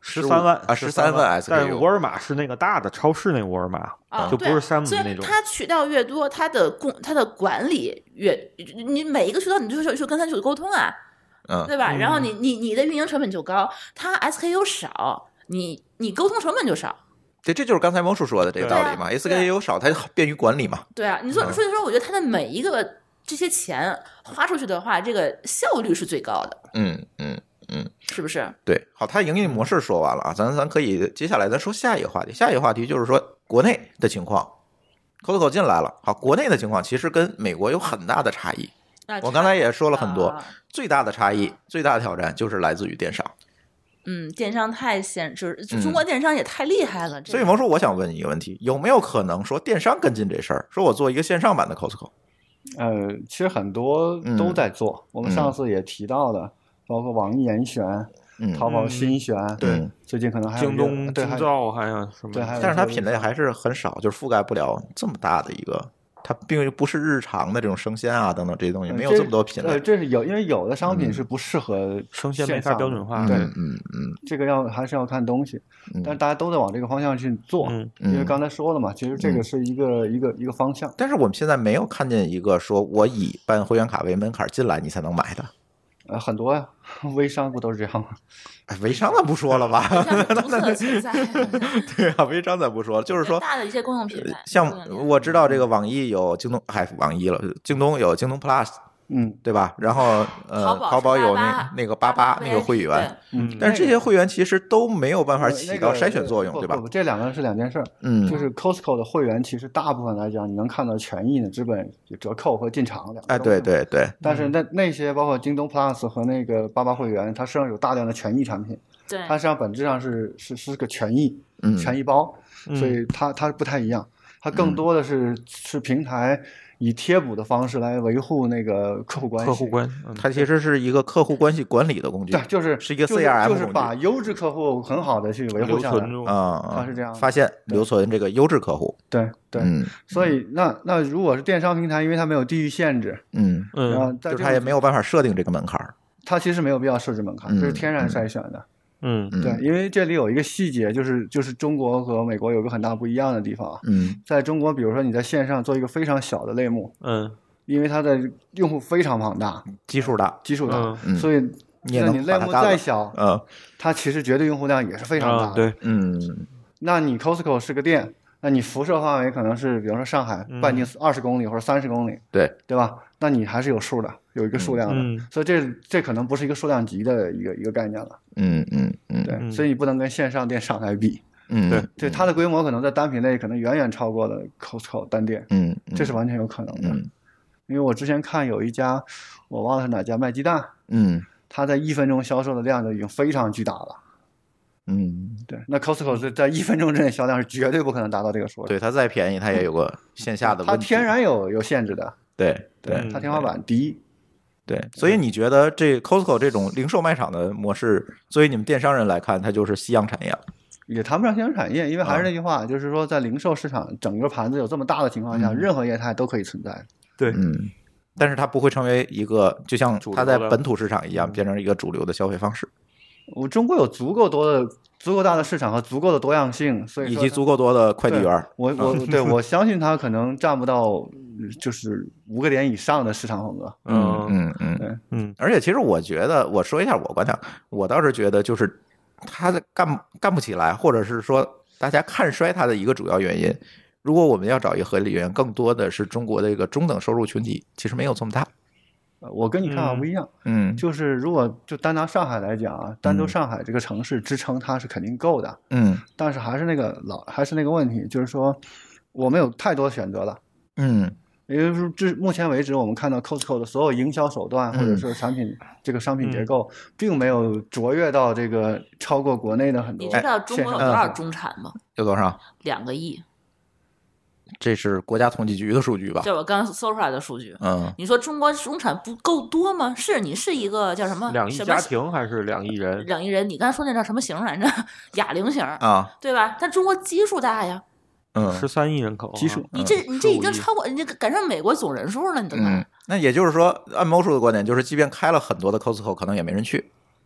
十三万啊，十三万 S K U， 但是沃尔玛是那个大的超市那个沃尔玛， 啊， 就不是山姆所以那种。 它渠道越多，它的供它的管理越，你每一个渠道你就去去跟他去沟通啊， 嗯， 对吧？ 嗯然后你你你的运营成本就高，它 S K U 少，你你沟通成本就少。 对，这就是刚才猫叔说的这个道理嘛。S K U 少，它便于管理嘛。 对啊，你说嗯所以说，我觉得它的每一个这些钱花出去的话，这个效率是最高的， 嗯嗯嗯， 是不是？ 对。好，它营运模式说完了啊，咱咱可以接下来咱说下一个话题。下一个话题就是说国内的情况 ，Costco 进来了，好，国内的情况其实跟美国有很大的差异。 啊我刚才也说了很多， 啊最大的差异、最大的挑战就是来自于电商。 嗯，电商太现，就是嗯中国电商也太厉害了。这个所以萌叔，我想问你一个问题：有没有可能说电商跟进这事儿，说我做一个线上版的 Costco？ 呃，其实很多都在做，我们上次也提到的，包括网易严选、 嗯， 淘宝新选， 对， 最近可能还有京东、 对还京兆还有什么？ 对还有但是它品类还是很少，就是覆盖不了这么大的一个，它并不是日常的这种生鲜啊等等这些东西，没有这么多品呃， 类。 这是有，因为有的商品是不适合生鲜没法线上标准化对， 嗯嗯嗯这个要还是要看东西， 嗯但是大家都在往这个方向去做， 嗯因为刚才说了嘛，其实这个是一个一个一个方向。 但是我们现在没有看见一个说我以办会员卡为门槛进来你才能买的。 呃，很多呀，微商不都是这样吗？ 哎，微商咱不说了吧？ 像是独特存在， 对啊，微商咱不说了，就是说大的一些公用品牌， 像公用品牌我知道这个网易有京东，还网易了，京东有京东 Plus， 嗯对吧？然后呃， 淘宝淘宝有是八八那那个八八那个会员， 嗯， 但是这些会员其实都没有办法呃起到筛选作用，对吧不不不？这两个是两件事儿。 嗯， 就是 Costco 的会员，其实大部分来讲，你能看到权益的资本有折扣和进场两个。 哎，对。对对， 但是那那些包括京东 Plus 和那个八八会员，它实际上有大量的权益产品， 对它实际上本质上是是是个权益， 嗯权益包， 嗯所以它它不太一样，它更多的是是平台以贴补的方式来维护那个客户关系。 客户关，嗯它其实是一个客户关系管理的工具对，，就是是一个就是 C R M 就是工具把优质客户很好的去维护下来。 留存住。 啊， 它是这样的发现留存这个优质客户， 对对， 嗯所以那那如果是电商平台，因为它没有地域限制， 嗯， 然后嗯在这种就是它也没有办法设定这个门槛儿， 它其实没有必要设置门槛， 嗯这是天然筛选的。 嗯嗯对，因为这里有一个细节，就是就是中国和美国有个很大不一样的地方啊。 嗯在中国，比如说你在线上做一个非常小的类目， 嗯因为它的用户非常庞大， 基数大， 基数大， 嗯嗯所以你也能那你类目把它干了再小， 嗯它其实绝对用户量也是非常大的。 啊对， 嗯那你 Costco 是个店，那你辐射范围可能是，比如说上海嗯半径二十公里或者三十公里， 对， 对吧？那你还是有数的，有一个数量的， 嗯所以这这可能不是一个数量级的一个一个概念了， 嗯嗯嗯对， 嗯所以你不能跟线上电商来比， 嗯， 对对，它的规模可能在单品类可能远远超过了 Costco 单店， 嗯， 这是完全有可能的， 嗯因为我之前看有一家，我忘了是哪家卖鸡蛋， 嗯它在一分钟销售的量就已经非常巨大了。 嗯， 对，那 Costco 是在一分钟之内销量是绝对不可能达到这个数的。 对，它再便宜，它也有个线下的问题， 它天然有有限制的， 对对嗯它天花板低。 对，所以你觉得这 Costco 这种零售卖场的模式，作为你们电商人来看，它就是夕阳产业了。 也谈不上新兴产业，因为还是那句话，就是说在零售市场整个盘子有这么大的情况下， 嗯任何业态都可以存在。 对， 嗯，但是它不会成为一个，就像主流它在的本土市场一样，变成一个主流的消费方式， 我中国有足够多的、足够大的市场和足够的多样性，所以说它以及足够多的快递员儿。 我我对我相信它可能占不到就是五个点以上的市场份额。 嗯嗯嗯嗯对， 嗯而且其实我觉得，我说一下我观点，我倒是觉得就是它的干干不起来，或者是说大家看衰它的一个主要原因。如果我们要找一个合理原因，更多的是中国的一个中等收入群体，其实没有这么大。 呃我跟你看法不一样， 嗯就是如果就单拿上海来讲啊，单就上海这个城市支撑它是肯定够的， 嗯但是还是那个老还是那个问题，就是说我们有太多选择了。 嗯也就是说，至目前为止，我们看到 Costco 的所有营销手段， 嗯或者说产品这个商品结构，并没有卓越到这个超过国内的很多你知道中国有多少中产吗？ 有多少？ 两个亿， 这是国家统计局的数据吧这？是我刚搜出来的数据。 嗯你说中国中产不够多吗？是你是一个叫什么两亿什么家庭还是两亿人？ 两亿人？你刚才说那叫什么型来着？哑铃型， 啊对吧？但中国基数大呀， 嗯十三亿人口啊， 基数你这你这已经 15亿超过，你赶上美国总人数了，你都快。 嗯，那也就是说，按猫叔的观点，就是即便开了很多的 Costco，可能也没人去。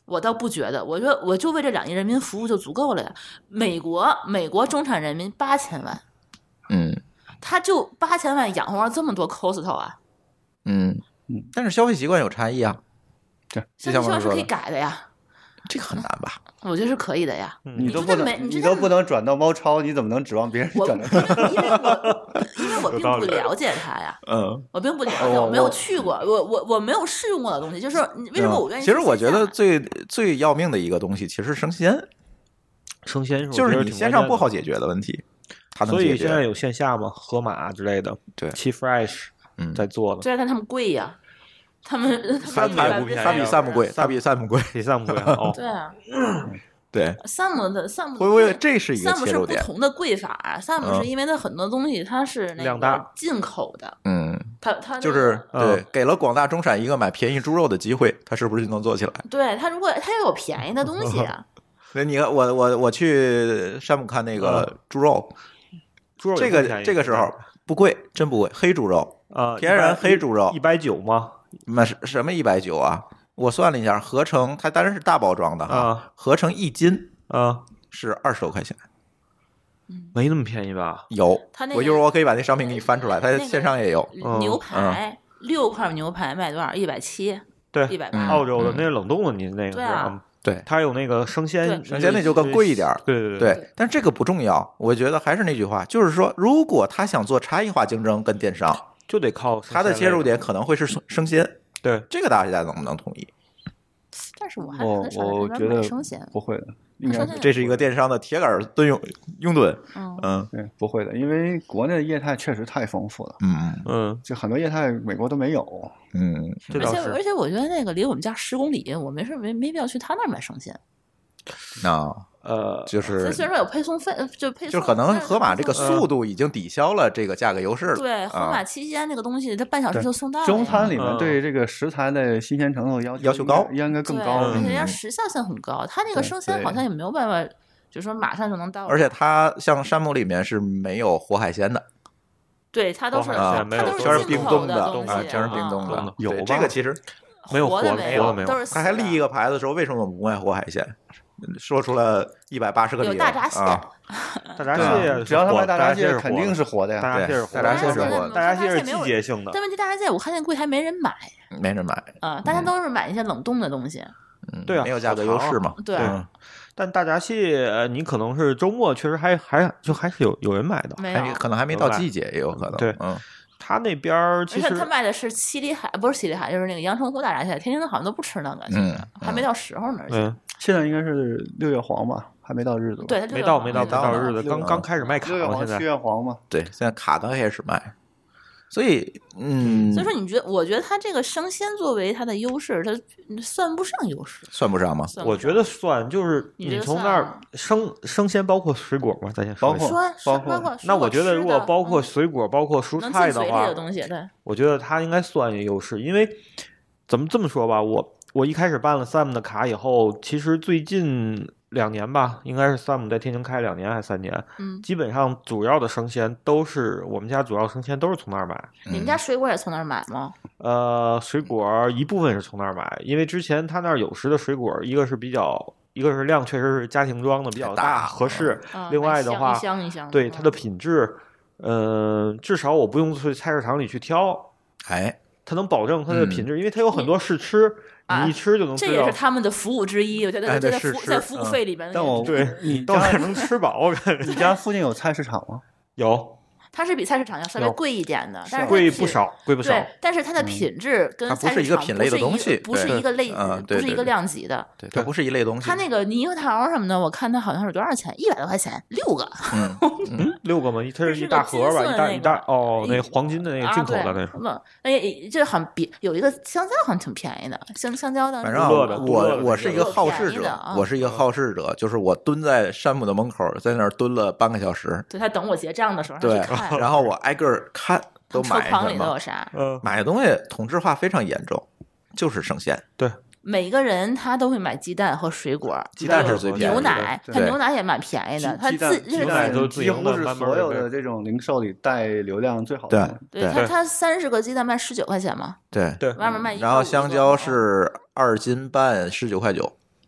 我倒不觉得，我觉得我就为这两亿人民服务就足够了呀。美国美国中产人民八千万， 嗯他就八千万养活了这么多 Costco 啊， 嗯嗯，但是消费习惯有差异啊， 对， 消费习惯是可以改的呀， 这个很难吧？ 我觉得是可以的呀。 你都不能说这没， 你这都不能转到猫超，你怎么能指望别人我转到？ 因为我因为我并不了解它呀， 嗯， 我并不了解， 我我没有去过，我我我没有试用过的东西，就是你为什么我愿意？ 其实我觉得最最要命的一个东西，其实是生鲜， 生鲜就是你线上不好解决的问题，它能所解决。 以现在有线下嘛，盒马之类的， 对七 Fresh 嗯在做的， 这但他们贵呀，他们它他们也不便宜啊它比 Sam 贵，它比 Sam 贵。 比 Sam 贵哦。 对啊对， ，Sam 的 Sam 会不会这是一个 Sam 是切入点？ 不同的贵法啊，Sam 嗯是因为它很多东西它是那量大个进口的， 嗯， 它它就是嗯对，给了广大中产一个买便宜猪肉的机会，他是不是就能做起来？ 对它如果它要有便宜的东西啊， 那你看，我我我去山姆看那个猪肉， 猪肉这个这个时候不贵，真不贵，黑猪肉， 啊， 天然黑猪肉一百九吗？ 那是什么一百九啊？我算了一下，合成它当然是大包装的哈， 啊合成一斤啊， 是二十多块钱。 没那么便宜吧？ 有， 它那个我一会儿我可以把那商品给你翻出来，它那个线上也有。 嗯牛排六块牛排卖多少？一百七， 对， 一百嗯八。 澳洲的那是冷冻的，您那个是对啊， 对， 它有那个生鲜， 对生鲜那就更贵一点儿对对对，但这个不重要。我觉得还是那句话，就是说，如果他想做差异化竞争跟电商， 就得靠生鲜他的切入类点可能会是生生鲜。 对， 这个大家能不能同意？ 但是我还我很少在这边我觉得买生鲜。 不会的，应该生鲜不这是一个电商的铁杆蹲用拥趸。 嗯， 嗯对不会的，因为国内的业态确实太丰富了， 嗯嗯， 就很多业态美国都没有。 嗯， 而且这倒是而且我觉得那个离我们家十公里，我没事没没必要去他那儿买生鲜。 那呃， 就是虽然说有配送费，就配送， 就可能盒马这个但是速度已经抵消了这个价格优势了。 对盒啊马期间这个东西，它半小时对就送到了呀。 中餐里面嗯对这个食材的新鲜程度要求要求高应该应该更对， 高。 而且人家嗯时效性很高，它那个对生鲜对好像也没有办法，就是说马上就能到。 而且它像山姆里面是没有活海鲜的对它都是包含啊现在没有它都全是进口冰冻的东西啊，全是冰冻啊的。 有对吧这个其实没有活的没活的活的没有都是死的他还立一个牌子说为什么我们不卖活海鲜，说出了一百八十个理由。 有大闸蟹， 啊， 大闸对蟹啊，只要他卖大闸蟹， 是肯定是活的呀。 对大闸蟹是活大闸蟹的是活的大闸蟹是季节性的但，问题大闸蟹我看见柜台没人买没人买， 啊，大家都是买一些冷冻的东西。 嗯， 对啊没有价格优势嘛。 对嗯但大闸蟹呃你可能是周末确实还还就还是有有人买的， 没有， 还可能还没到季节，也有可能。 对嗯， 他那边儿而其实且他卖的是七里海，不是七里海，就是那个阳澄湖大闸蟹。天津的好像都不吃那个，现在嗯还没到时候呢。而且嗯现在应该是六月黄吧，还没到日子吧。 对，它没到没到没没到呢到日子， 六月刚刚开始卖卡了， 六月黄、 现在七月黄嘛。 对，现在卡刚开始卖，所以嗯， 所以说，你觉得？我觉得它这个生鲜作为它的优势，它算不上优势。 算不上吗？ 算不上我觉得算，就是你觉得你从算吗那儿生生鲜包括水果嘛，咱先说包括一下。 说说包括包括那我觉得如果包括嗯水果、包括蔬能菜的话进嘴里的，东西，对， 我觉得它应该算一个优势，因为怎么这么说吧，我我一开始办了 Sam 的卡以后，其实最近两年吧，应该是 Sam 在天津开两年还是三年， 嗯， 基本上主要的生鲜都是我们家主要生鲜都是从那儿买。 你们家水果也从那儿买吗？ 呃，水果一部分是从那儿买，因为之前他那儿有时的水果，一个是比较，一个是量确实是家庭装的比较太大大了合适， 啊另外的话一箱一箱的， 对它的品质，呃，至少我不用去菜市场里去挑， 哎， 它能保证它的品质，因为它有很多试吃， 啊你一吃就能知道这也是。他们的服务之一。我觉得哎这在对是是服在服务嗯费里边， 但我对你到那儿家能吃饱，我感觉你家附近有菜市场吗？ 有它是比菜市场要稍微有贵一点的，但是它品贵不少，贵不少。 对，但是它的品质跟它不菜市场是一个品类的不是一东西不是对一个类， 嗯对不是一个对对量级的。 对，它不是一类东西。 它那个猕猴桃什么的，我看它好像是多少钱？一百多块钱，六个。 嗯， 嗯，六个吗？它是是个一大盒吧， 金色那一大一大个哦，那一黄金的那个啊， 进口的那对， 是。 不，那也这好像比有一个香蕉好像挺便宜的，香香蕉的。 反正啊独乐的独乐的我我是一个好事者便宜的啊， 我是一个好事者，就是我蹲在山姆的门口，在那儿蹲了半个小时， 对他等我结账的时候，他对去看， 然后我挨个儿看都车买什么筐里都有，啥。 嗯， 买的东西同质化非常严重，就是生鲜， 对， 每个人他都会买鸡蛋和水果， 鸡蛋是最便宜的牛奶， 对他牛奶也蛮便宜的，他鸡蛋自日鸡蛋都自几乎是营的慢慢所有地的这种零售里带流量最好的东西。 对对他他三十个鸡蛋卖十九块钱嘛， 对。 对， 外面卖一然后块五一个香蕉是二斤半十九块九，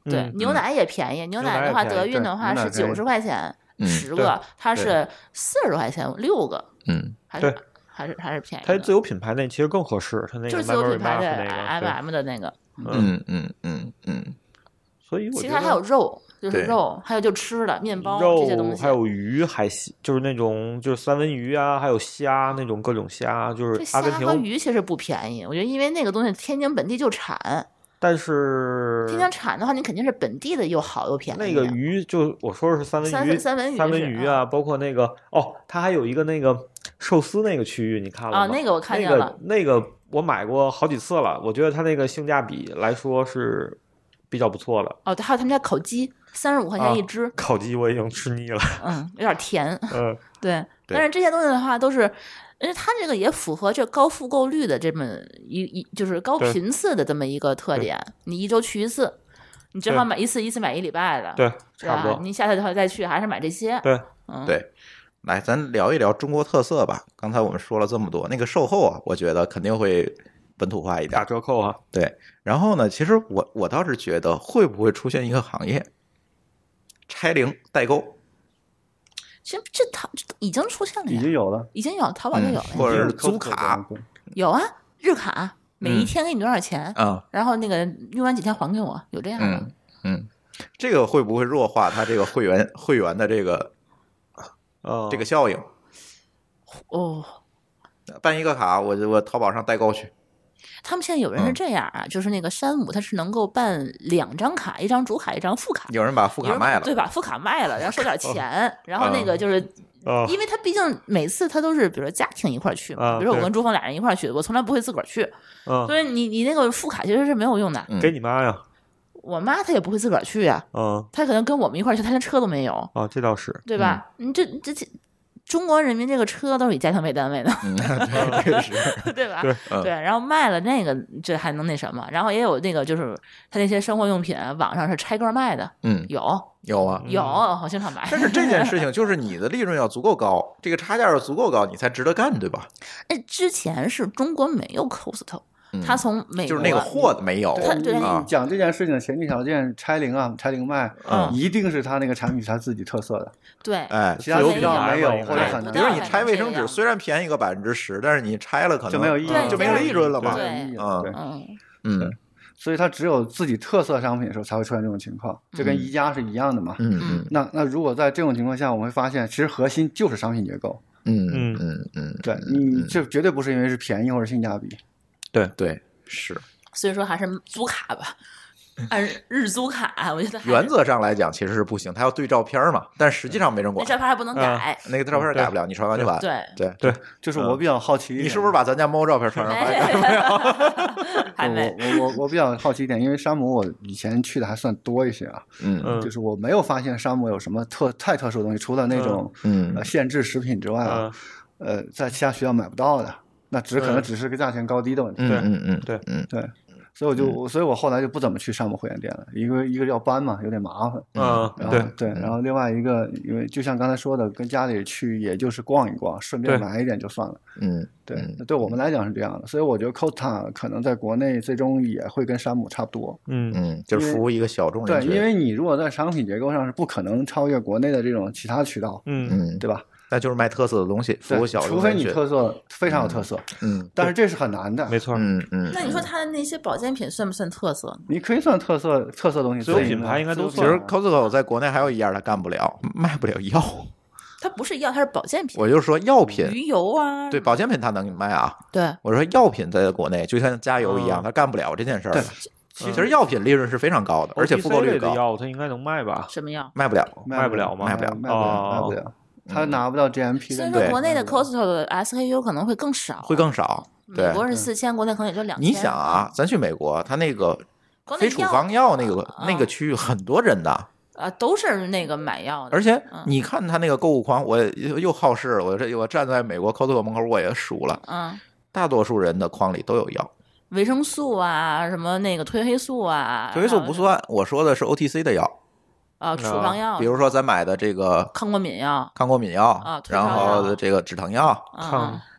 对， 嗯牛奶也便宜，牛奶的话，德运的话是九十块钱十个，它是四十多块钱六个， 嗯， 还是还是还是便宜。 它自有品牌那其实更合适，它那个就是自有品牌的 M M 的那个， 嗯嗯嗯嗯。 所以我其他还有肉，就是肉，还有就吃的面包这些东西， 还有鱼，还就是那种就是三文鱼啊，还有虾那种各种虾，就是阿根廷。 虾和鱼其实不便宜，我觉得因为那个东西天津本地就产。 但是天津产的话，你肯定是本地的又好又便宜。 那个鱼就我说的是三文鱼， 三文鱼， 三文鱼啊，包括那个哦，它还有一个那个寿司那个区域，你看了吗？ 啊，那个我看见了， 那个我买过好几次了，我觉得它那个性价比来说是比较不错的。 哦，还有他们家烤鸡，三十五块钱一只。 烤鸡我已经吃腻了， 嗯，有点甜。 嗯， 对。但是这些东西的话，都是因为它这个也符合这高复购率的这么一一就是高频次的这么一个特点。你一周去一次，你正好买一次，一次买一礼拜的， 对，差不多。 你下次的话再去还是买这些。 对， 嗯， 对。来，咱聊一聊中国特色吧。刚才我们说了这么多，那个售后啊，我觉得肯定会本土化一点， 打折扣啊。 对。然后呢，其实我我倒是觉得会不会出现一个行业，拆零代购。 其实这淘已经出现了呀， 已经有了， 已经有，淘宝就有了呀， 或者是租卡， 有啊，日卡，每一天给你多少钱啊、嗯？ 然后那个用完几天还给我，有这样的。 嗯嗯，这个会不会弱化它这个会员会员的这个呃这个效应？ 哦， 办一个卡，我我淘宝上代购去。 他们现在有人是这样啊，嗯、就是那个山姆，他是能够办两张卡，一张主卡，一张副卡。 有人把副卡卖了， 对，把副卡卖了，然后收点钱，然后那个就是， 嗯、 因为他毕竟每次他都是，比如说家庭一块儿去嘛， 嗯、 比如说我跟朱峰俩人一块儿去，我从来不会自个儿去， 嗯、 所以你你那个副卡其实是没有用的。 给你妈呀。 我妈她也不会自个儿去呀、 啊，嗯， 她可能跟我们一块儿去，她连车都没有。 哦，这倒是， 对吧？嗯、你这这这。中国人民这个车都是以家庭为单位的， 嗯，对，确实， 对吧？ 对、 嗯、对，然后卖了那个，这还能那什么？然后也有那个，就是他那些生活用品，网上是拆个卖的， 嗯， 有有啊， 有，我经常买。 但是这件事情就是你的利润要足够高，这个差价要足够高，你才值得干，对吧？ 哎，之前是中国没有 Costco。他从美国就是那个货没有， 他对你讲这件事情的前提条件，拆零啊，拆零卖， 嗯， 一定是他那个产品是他自己特色的， 对， 哎， 其他地方没有或者很难。 比如你拆卫生纸，虽然便宜个百分之十，但是你拆了可能就没有意义， 就没有利润了嘛， 对， 嗯嗯嗯， 所以它只有自己特色商品的时候才会出现这种情况，这跟宜家是一样的嘛， 嗯嗯。 那那如果在这种情况下，我们会发现，其实核心就是商品结构， 嗯嗯嗯嗯， 对你这绝对不是因为是便宜或者性价比， 对对。是， 所以说还是租卡吧，按日租卡，我觉得原则上来讲其实是不行，他要对照片嘛，但实际上没人管。 那照片还不能改， 嗯、那个照片改不了，你传完就完。 对对对，就是我比较好奇、 嗯，你是不是把咱家猫照片传上来？ 还没我我我我比较好奇一点，因为山姆我以前去的还算多一些啊， 嗯， 就是我没有发现山姆有什么特太特殊的东西，除了那种嗯、 呃、限制食品之外啊， 嗯、 呃，在其他学校买不到的。那只可能只是个价钱高低的问题。 嗯嗯嗯， 对， 嗯对，所以我就，所以我后来就不怎么去山姆会员店了。一个一个要搬嘛，有点麻烦。 嗯， 对对。然后另外一个，因为就像刚才说的，跟家里去也就是逛一逛，顺便买一点就算了。 嗯， 对，对我们来讲是这样的。所以我觉得 Costa 可能在国内最终也会跟山姆差不多。 嗯嗯，就是服务一个小众人群。 对，因为你如果在商品结构上是不可能超越国内的这种其他渠道。 嗯嗯， 对吧？ 那就是卖特色的东西，服务小众， 除非你特色非常有特色， 嗯， 但是这是很难的， 没错， 嗯嗯。 那你说它的那些保健品算不算特色？ 你可以算特色，特色东西， 所有品牌应该都算。 其实 Costco 在国内还有一样，它干不了，卖不了药。 它不是药，它是保健品。 我就说药品， 鱼油啊， 对，保健品它能卖啊。 对， 我说药品在国内就像加油一样，它干不了这件事儿。其实药品利润是非常高的，而且复购率高。 药它应该能卖吧？ 什么药？ 卖不了， 卖不了吗？ 卖不了，卖不了，卖不了。他拿不到 G M P 的， 所以说国内的 Costco 的 S K U 可能会更少， 会更少。对， 美国是四千，国内可能也就两千。 你想啊，咱去美国，他那个非处方药那个那个区域很多人的啊，都是那个买药的。 而且你看他那个购物框，我又好事，我这我站在美国 Costco 门口我也数了， 嗯， 大多数人的框里都有药， 维生素啊，什么那个褪黑素啊， 褪黑素不算，我说的是 O T C 的药。 啊，处方药， 比如说咱买的这个抗过敏药、 抗过敏药啊， 然后这个止疼药， 嗯，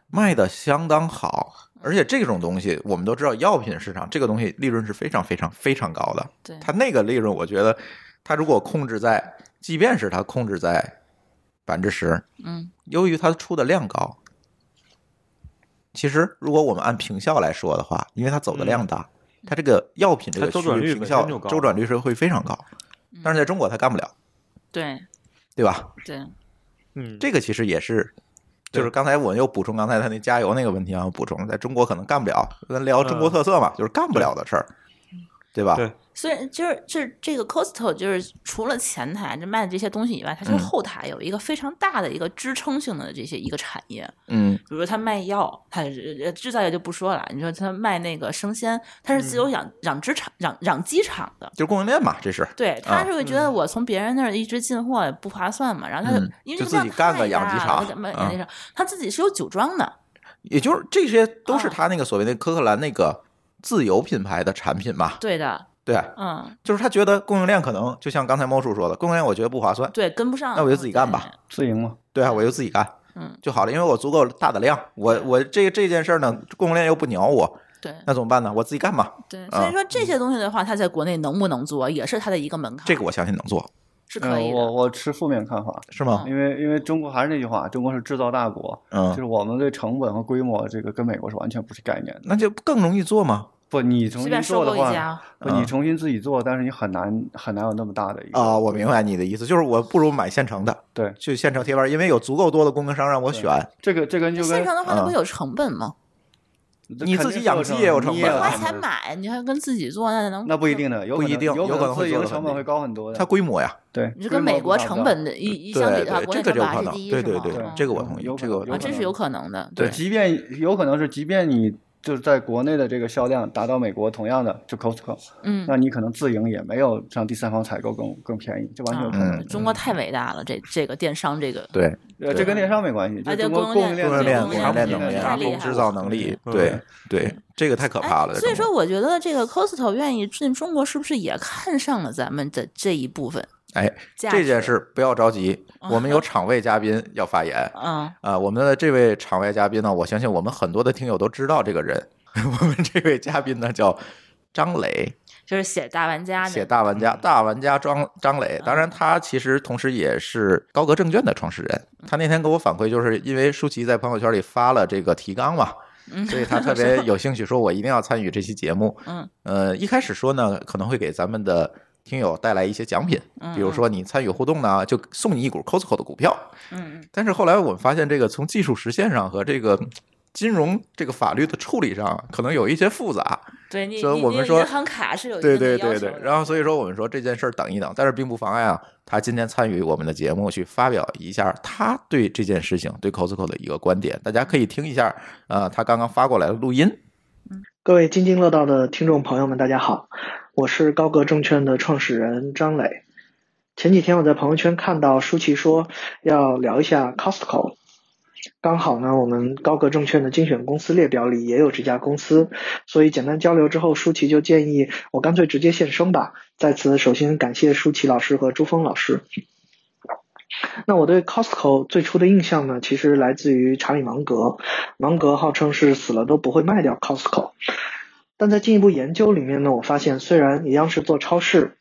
卖的相当好。而且这种东西我们都知道，药品市场这个东西利润是非常非常非常高的。 对， 它那个利润，我觉得它如果控制在，即便是它控制在百分之十， 嗯， 由于它出的量高，其实如果我们按平效来说的话，因为它走的量大，嗯、它这个药品这个周转率平效周转率是会非常高， 嗯、 但是在中国它干不了， 对， 对吧？ 对， 嗯， 这个其实也是。就是刚才我又补充刚才他那加油那个问题啊，补充在中国可能干不了，咱聊中国特色嘛，嗯、就是干不了的事儿，对吧？ 对。 所以就是就是这个 Costco 就是除了前台这卖的这些东西以外，它就是后台有一个非常大的一个支撑性的这些一个产业。 嗯， 比如说它卖药，它制造业就不说了，你说它卖那个生鲜，它是自有养、嗯、养殖场、养养鸡场的， 就是供应链嘛，这是。 对，他是会觉得我从别人那儿一直进货也不划算嘛，然后他就、 嗯、 因为就自己干个养鸡场， 嗯、他自己是有酒庄的， 也就是这些都是他那个所谓的科克兰那个自有品牌的产品嘛。 对的。 对， 嗯， 就是他觉得供应链可能就像刚才猫叔说的，供应链我觉得不划算， 对，跟不上， 那我就自己干吧， 自营嘛， 对啊，我就自己干， 嗯， 就好了，因为我足够大的量，我我这这件事呢，供应链又不鸟我， 对， 那怎么办呢？我自己干嘛？ 对，所以说这些东西的话，它在国内能不能做，也是它的一个门槛。 这个我相信能做， 是可以的。 嗯、我我持负面看法， 是吗？ 因为因为中国还是那句话，中国是制造大国， 嗯， 就是我们对成本和规模这个跟美国是完全不是概念的， 那就更容易做吗？ 不，你重新做的话，不， 嗯、 你重新自己做，但是你很难很难有那么大的一个啊、哦。我明白你的意思，就是我不如买现成的， 对， 去现成贴吧，因为有足够多的供应商让我选。 这个这个就跟现成的话，那不有成本吗？ 嗯、你自己养鸡也有成本， 花钱买，你还跟自己做，那能那不一定的，有不一定， 有可能自营成本会高很多的。 它规模呀， 对， 你跟美国成本的一一相比的话，国内成本还是第一， 对对对， 是吗？ 这个我同意，这个啊，这是有可能的。 对， 即便有可能是，即便你。就是在国内的这个销量达到美国同样的就 Costco， 嗯， 那你可能自营也没有让第三方采购更更便宜，这完全有可能。 嗯、中国太伟大了，这这个电商这个对， 呃，这跟电商没关系，就中国供应链、 供应链、 供应链能力、 太厉害了， 制造能力，对对，这个太可怕了。 所以说，我觉得这个 Costco 愿意进中国，是不是也看上了咱们的这一部分？ 哎，这件事不要着急，我们有场外嘉宾要发言。 嗯啊，我们的这位场外嘉宾呢，我相信我们很多的听友都知道这个人。我们这位嘉宾呢叫张磊， 就是写大玩家的， 写大玩家，大玩家张张磊。当然，他其实同时也是高格证券的创始人。他那天给我反馈，就是因为舒淇在朋友圈里发了这个提纲嘛，所以他特别有兴趣，说我一定要参与这期节目。 嗯， 呃，一开始说呢，可能会给咱们的听友带来一些奖品，比如说你参与互动呢，就送你一股 Costco 的股票。 嗯嗯。 但是后来我们发现，这个从技术实现上和这个金融这个法律的处理上可能有一些复杂， 对，你所以我们说银行卡是有对对对对，然后所以说我们说这件事儿等一等，但是并不妨碍啊，他今天参与我们的节目去发表一下他对这件事情对 Costco 的一个观点，大家可以听一下，呃，他刚刚发过来的录音。 各位津津乐道的听众朋友们，大家好，我是高格证券的创始人张磊。前几天我在朋友圈看到舒淇说要聊一下 Costco。刚好呢，我们高格证券的精选公司列表里也有这家公司，所以简单交流之后，舒淇就建议我干脆直接现身吧。在此首先感谢舒淇老师和朱峰老师。那我对 Costco 最初的印象呢，其实来自于查理芒格。芒格号称是死了都不会卖掉 Costco， 但在进一步研究里面呢，我发现虽然一样是做超市，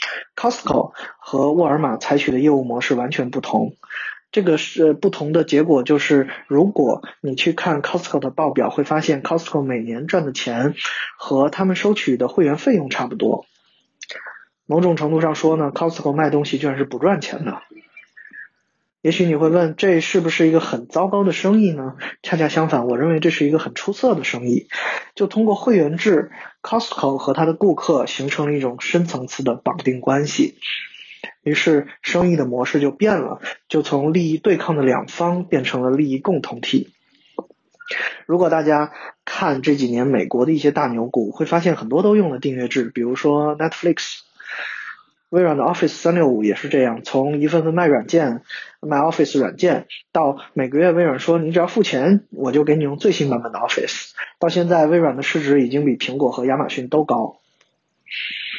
Costco 和沃尔玛采取的业务模式完全不同。这个是不同的结果，就是如果你去看 Costco 的报表，会发现 Costco 每年赚的钱和他们收取的会员费用差不多。某种程度上说呢， Costco 卖东西居然是不赚钱的。也许你会问，这是不是一个很糟糕的生意呢？恰恰相反，我认为这是一个很出色的生意。就通过会员制， Costco 和他的顾客形成了一种深层次的绑定关系。于是生意的模式就变了，就从利益对抗的两方变成了利益共同体。如果大家看这几年美国的一些大牛股，会发现很多都用了订阅制，比如说 Netflix， 微软的 Office 三六五也是这样，从一份份卖软件卖 Office 软件，到每个月微软说你只要付钱我就给你用最新版本的 Office， 到现在微软的市值已经比苹果和亚马逊都高。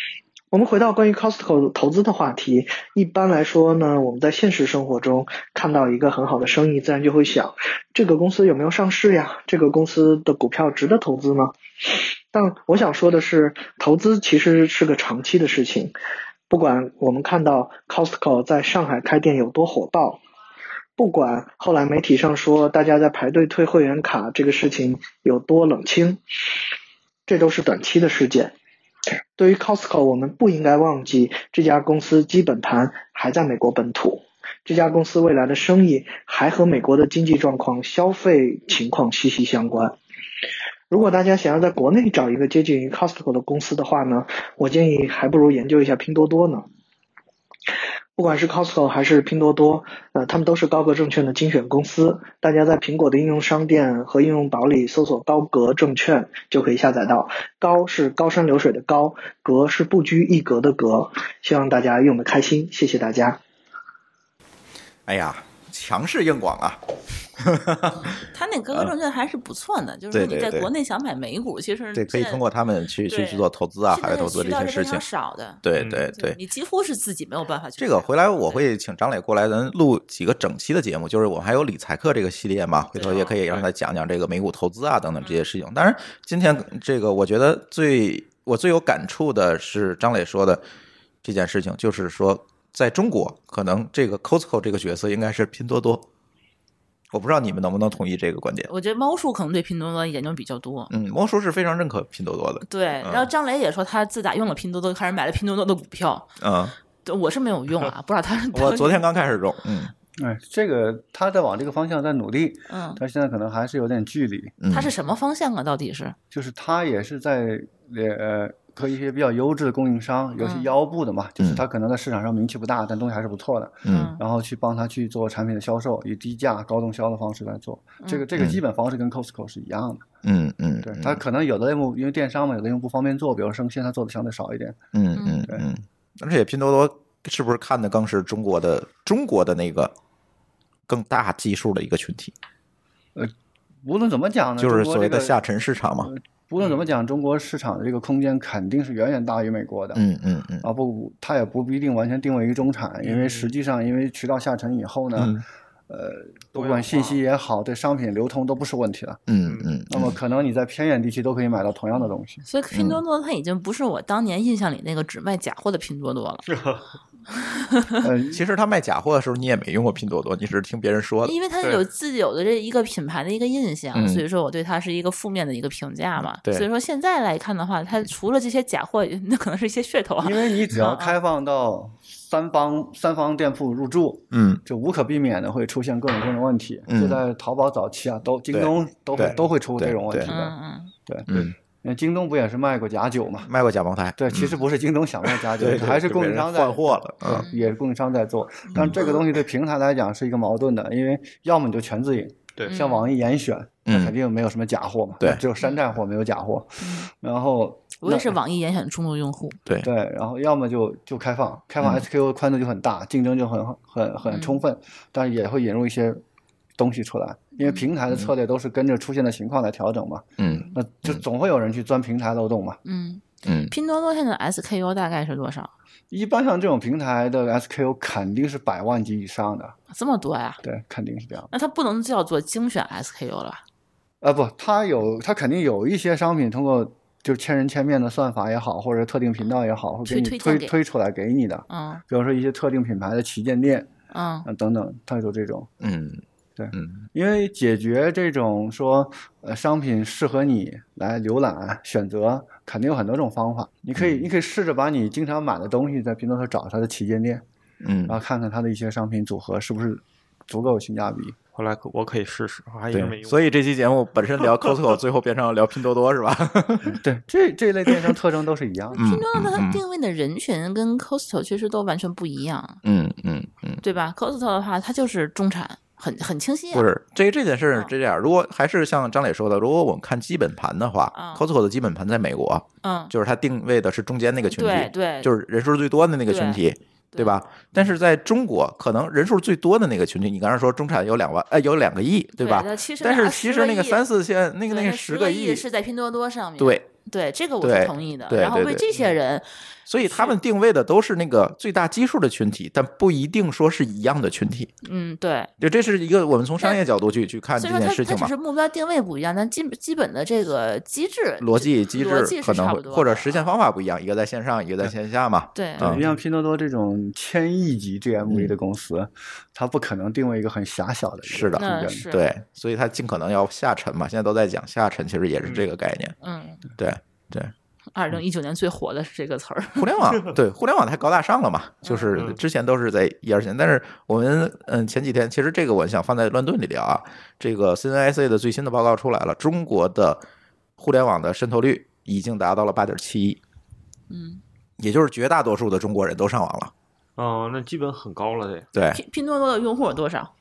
我们回到关于 Costco 投资的话题，一般来说呢，我们在现实生活中看到一个很好的生意，自然就会想，这个公司有没有上市呀？这个公司的股票值得投资吗？但我想说的是，投资其实是个长期的事情。不管我们看到 Costco 在上海开店有多火爆，不管后来媒体上说大家在排队退会员卡这个事情有多冷清，这都是短期的事件。对于 Costco， 我们不应该忘记这家公司基本盘还在美国本土，这家公司未来的生意还和美国的经济状况、消费情况息息相关。如果大家想要在国内找一个接近于 Costco 的公司的话呢，我建议还不如研究一下拼多多呢。不管是 Costco 还是拼多多，呃，他们都是高格证券的精选公司。大家在苹果的应用商店和应用宝里搜索高格证券就可以下载到。高是高山流水的高，格是不拘一格的格。希望大家用得开心，谢谢大家。 哎呀，强势硬广啊！ 他那高格证券还是不错的，就是说你在国内想买美股，其实对，可以通过他们去去去做投资啊，海外投资这些事情少的。 对对对， 你几乎是自己没有办法去。 这个回来我会请张磊过来，咱录几个整期的节目，就是我们还有理财课这个系列嘛，回头也可以让他讲讲这个美股投资啊等等这些事情。当然，今天这个我觉得最我最有感触的是张磊说的这件事情，就是说在中国，可能这个 Costco 这个角色应该是拼多多。我不知道你们能不能同意这个观点。 我觉得猫叔可能对拼多多研究比较多。 嗯，猫叔是非常认可拼多多的。 对，然后张磊也说他自打用了拼多多，开始买了拼多多的股票。 嗯， 我是没有用啊，不知道他。 我昨天刚开始用。嗯， 哎，这个他在往这个方向在努力。 嗯， 他现在可能还是有点距离。 嗯， 他是什么方向啊？到底是？ 就是他也是在呃。和一些比较优质的供应商，有些腰部的嘛，嗯、就是他可能在市场上名气不大，但东西还是不错的， 嗯， 然后去帮他去做产品的销售，以低价高动销的方式来做，嗯、这个这个基本方式跟 Costco 是一样的， 嗯嗯， 对，他可能有的业务因为电商嘛，有的业务不方便做，比如生鲜他做的相对少一点， 嗯嗯嗯，而且拼多多是不是看的更是中国的中国的那个更大基数的一个群体？ 呃，无论怎么讲呢， 就是所谓的下沉市场嘛。 呃无论怎么讲，中国市场的这个空间肯定是远远大于美国的。 嗯嗯嗯。 啊不，它也不一定完全定位于中产，因为实际上，因为渠道下沉以后呢，嗯、呃，不管信息也好，对商品流通都不是问题了。 嗯嗯。 那么可能你在偏远地区都可以买到同样的东西。 所以拼多多它已经不是我当年印象里那个只卖假货的拼多多了。 其实他卖假货的时候，你也没用过拼多多，你只是听别人说的。 因为他有自己有的这一个品牌的一个印象，嗯、所以说我对它是一个负面的一个评价嘛。 对， 所以说现在来看的话，它除了这些假货，那可能是一些噱头啊。 因为你只要开放到三方、嗯、三方店铺入驻， 嗯， 就无可避免的会出现各种各样的问题。 嗯， 就在淘宝早期啊，都京东都会都会出这种问题的。 嗯嗯， 对， 嗯。 那京东不也是卖过假酒嘛？ 卖过假茅台。 对，其实不是京东想卖假酒， 对， 还是供应商在换货了， 嗯，也是供应商在做。但这个东西对平台来讲是一个矛盾的，因为要么你就全自营， 对， 像网易严选，那肯定没有什么假货嘛， 对， 只有山寨货没有假货。然后我也是网易严选的中路用户， 对对，然后要么就就开放，开放 S K U 宽度就很大，竞争就很很很充分，但是也会引入一些东西出来。因为平台的策略都是跟着出现的情况来调整嘛， 嗯， 那就总会有人去钻平台漏洞嘛， 嗯嗯。 拼多多现在 S K U 大概是多少？ 一般像这种平台的 S K U 肯定是百万级以上的， 这么多呀？ 对，肯定是这样。 那它不能叫做精选 S K U 了吧？ 啊不，它有，它肯定有一些商品通过就千人千面的算法也好，或者特定频道也好，会给你推推出来给你的，嗯，比如说一些特定品牌的旗舰店， 嗯， 等等，它有这种， 嗯。 对， 嗯， 因为解决这种说，呃，商品适合你来浏览选择，肯定有很多种方法。你可以，嗯、你可以试着把你经常买的东西在拼多多找它的旗舰店， 嗯， 然后看看它的一些商品组合是不是足够有性价比。 后来我可以试试，我还一直没用。 所以这期节目本身聊 Costco， 最后变成聊拼多多是吧？ 对，这这类电商特征都是一样的。 拼多多它定位的人群跟 Costco 其实都完全不一样。 嗯嗯嗯， 对吧 ？Costco 的话，它就是中产。很很清晰、啊， 不是这这件事是这样。如果还是像张磊说的，如果我们看基本盘的话、嗯、，Costco 的基本盘在美国， 嗯， 就是它定位的是中间那个群体， 对对， 就是人数最多的那个群体， 对, 对吧？但是在中国，可能人数最多的那个群体，你刚才说中产有两万，哎，有两个亿，对吧？ 对但是其实那个三四线，那个那个十个亿是在拼多多上面， 对。 对，这个我是同意的。 对， 然后为这些人， 所以他们定位的都是那个最大基数的群体，但不一定说是一样的群体。 嗯，对， 就这是一个我们从商业角度去去看这所以说它件事情嘛它只是。目标定位不一样，但基基本的这个机制逻辑机逻辑制可能会是差不多的或者实现方法不一样，一个在线上，一个在线下嘛。 对嗯对，像拼多多这种千亿级 G M V 嗯的公司，它不可能定位一个很狭小的一个是的空间那是对，所以它尽可能要下沉嘛。现在都在讲下沉，其实也是这个概念。 嗯， 对对， 二零一九年最火的是这个词儿。 互联网对互联网太高大上了嘛，就是嗯之前都是在一二线，但是我们嗯前几天其实这个我想放在乱炖里聊啊，这个 C N I C 的最新的报告出来了，中国的互联网的渗透率已经达到了八点七亿， 嗯， 也就是绝大多数的中国人都上网了。 哦，那基本很高了得。 对， 拼拼多多的用户有多少？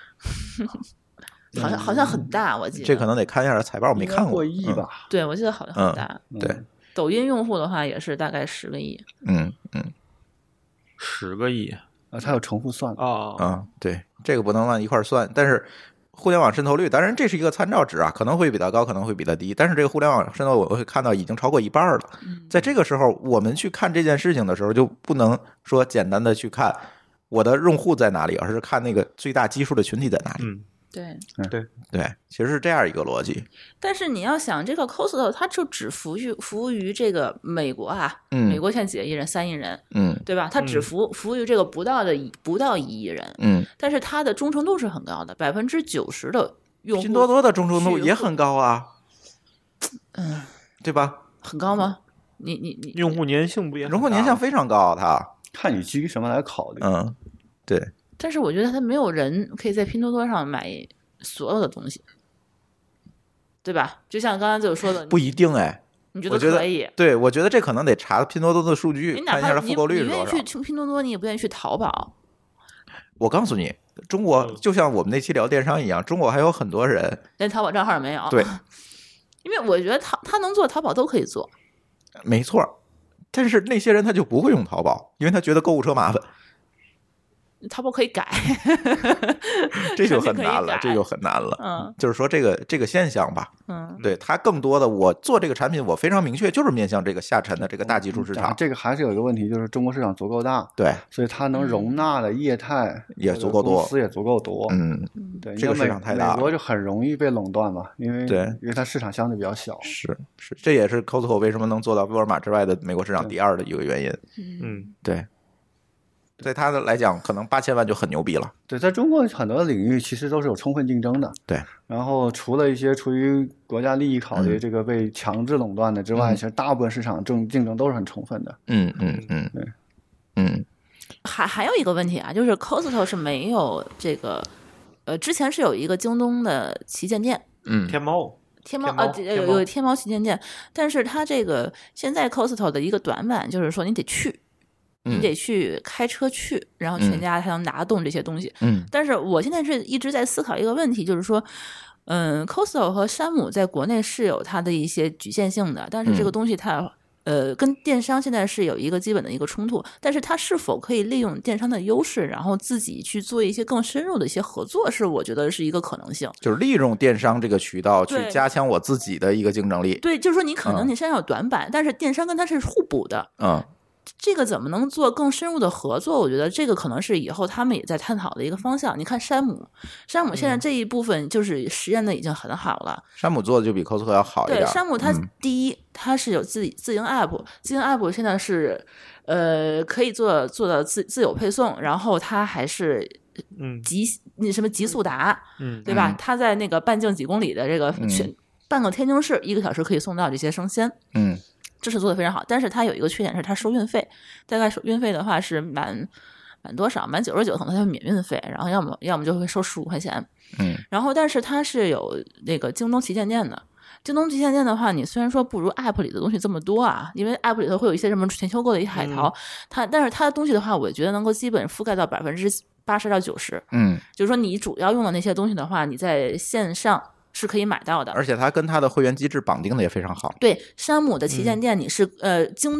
好像好像很大，我记得这可能得看一下财报，没应该看过过亿吧？ 对我记得好像很大。 嗯。对， 抖音用户的话也是大概十个亿。 嗯嗯十个亿啊，它有重复算的。 啊嗯，对，这个不能往一块儿算，但是。互联网渗透率，当然这是一个参照值啊，可能会比它高，可能会比它低。但是这个互联网渗透，我会看到已经超过一半了。在这个时候，我们去看这件事情的时候，就不能说简单的去看我的用户在哪里，而是看那个最大基数的群体在哪里。 嗯， 对， 对， 对，其实是这样一个逻辑。 但是你要想，这个 Costco 它就只服务于服务于这个美国啊， 嗯美国现在几个亿人，三亿人， 嗯对吧？它只嗯服务服务于这个不到的一不到一亿人， 嗯， 但是它的忠诚度是很高的，百分之九十的用户。 拼多多的忠诚度也很高啊， 嗯， 对吧？ 很高吗？你你你用户粘性不也很大吗？ 用户粘性非常高，它， 看你基于什么来考虑。 嗯，对， 但是我觉得它没有人可以在拼多多上买所有的东西，对吧？就像刚才就说的， 不一定哎。 你觉我觉得得可以？ 对，我觉得这可能得查拼多多的数据你，哪看一下怕你它复购率你愿意是多少。 去拼多多，你也不愿意去淘宝。 我告诉你，中国嗯就像我们那期聊电商一样，中国还有很多人连淘宝账号也没有。 对， 因为我觉得他他能做淘宝都可以做。 没错，但是那些人他就不会用淘宝，因为他觉得购物车麻烦， 淘宝可以改， 这就产品可以很难了， 改这就很难了。 嗯就是说这个这个现象吧， 嗯， 对它更多的，我做这个产品，我非常明确，就是面向这个下沉的这个大基础市场。 这个还是有一个问题，就是中国市场足够大， 对， 所以它能容纳的业态嗯也足够多公司也足够多。 嗯， 对， 这个你像美市场太大了美国就很容易被垄断嘛，因为对因为它市场相对比较小。 是是，这也是 Costco 为什么能做到沃尔玛之外的美国市场第二的一个原因。 嗯， 对，对他的来讲，可能八千万就很牛逼了。 对，在中国很多领域其实都是有充分竞争的。 对， 然后除了一些出于国家利益考虑， 嗯这个被强制垄断的之外， 嗯其实大部分市场竞竞争都是很充分的。 嗯嗯嗯， 对， 嗯还还有一个问题啊，就是 Costco 是没有这个，呃，之前是有一个京东的旗舰店， 嗯天猫天猫天猫呃有天猫有天猫旗舰店，但是它这个现在 Costco 的一个短板就是说你得去。你嗯得去开车去，然后全嗯家才能拿动这些东西。 嗯但是我现在是一直在思考一个问题，就是说，嗯，Costco 和山姆在国内是有它的一些局限性的，但是这个嗯东西它、呃跟电商现在是有一个基本的一个冲突，但是它是否可以利用电商的优势，然后自己去做一些更深入的一些合作，是我觉得是一个可能性。 就是利用电商这个渠道去对加强我自己的一个竞争力。 对，就是说你可能嗯你身上有短板，但是电商跟它是互补的。 嗯这个怎么能做更深入的合作？我觉得这个可能是以后他们也在探讨的一个方向。你看山姆，山姆嗯现在这一部分就是实验的已经很好了。 山姆做的就比 Costco 要好一对， 点。 山姆它嗯第一，它是有自己自营 app，自营 app 现在是呃可以做做到自自有配送，然后它还是嗯极那什么极速达， 嗯对吧？ 嗯它在那个半径几公里的这个嗯全、半个天津市，一个小时可以送到这些生鲜。 嗯这是做的非常好，但是它有一个缺点是它收运费，大概收运费的话是满满多少？满九十九，可能它就免运费，然后要么要么就会收十五块钱。 嗯然后但是它是有那个京东旗舰店的。京东旗舰店的话，你虽然说不如 App 里的东西这么多啊，因为 App 里头会有一些什么全球购的一些海淘，它但是它的东西的话，我觉得能够基本覆盖到百分之八十到九十。 嗯， 就是说你主要用的那些东西的话，你在线上是可以买到的。 而且它跟它的会员机制绑定的也非常好。 对，山姆的旗舰店你是、呃京东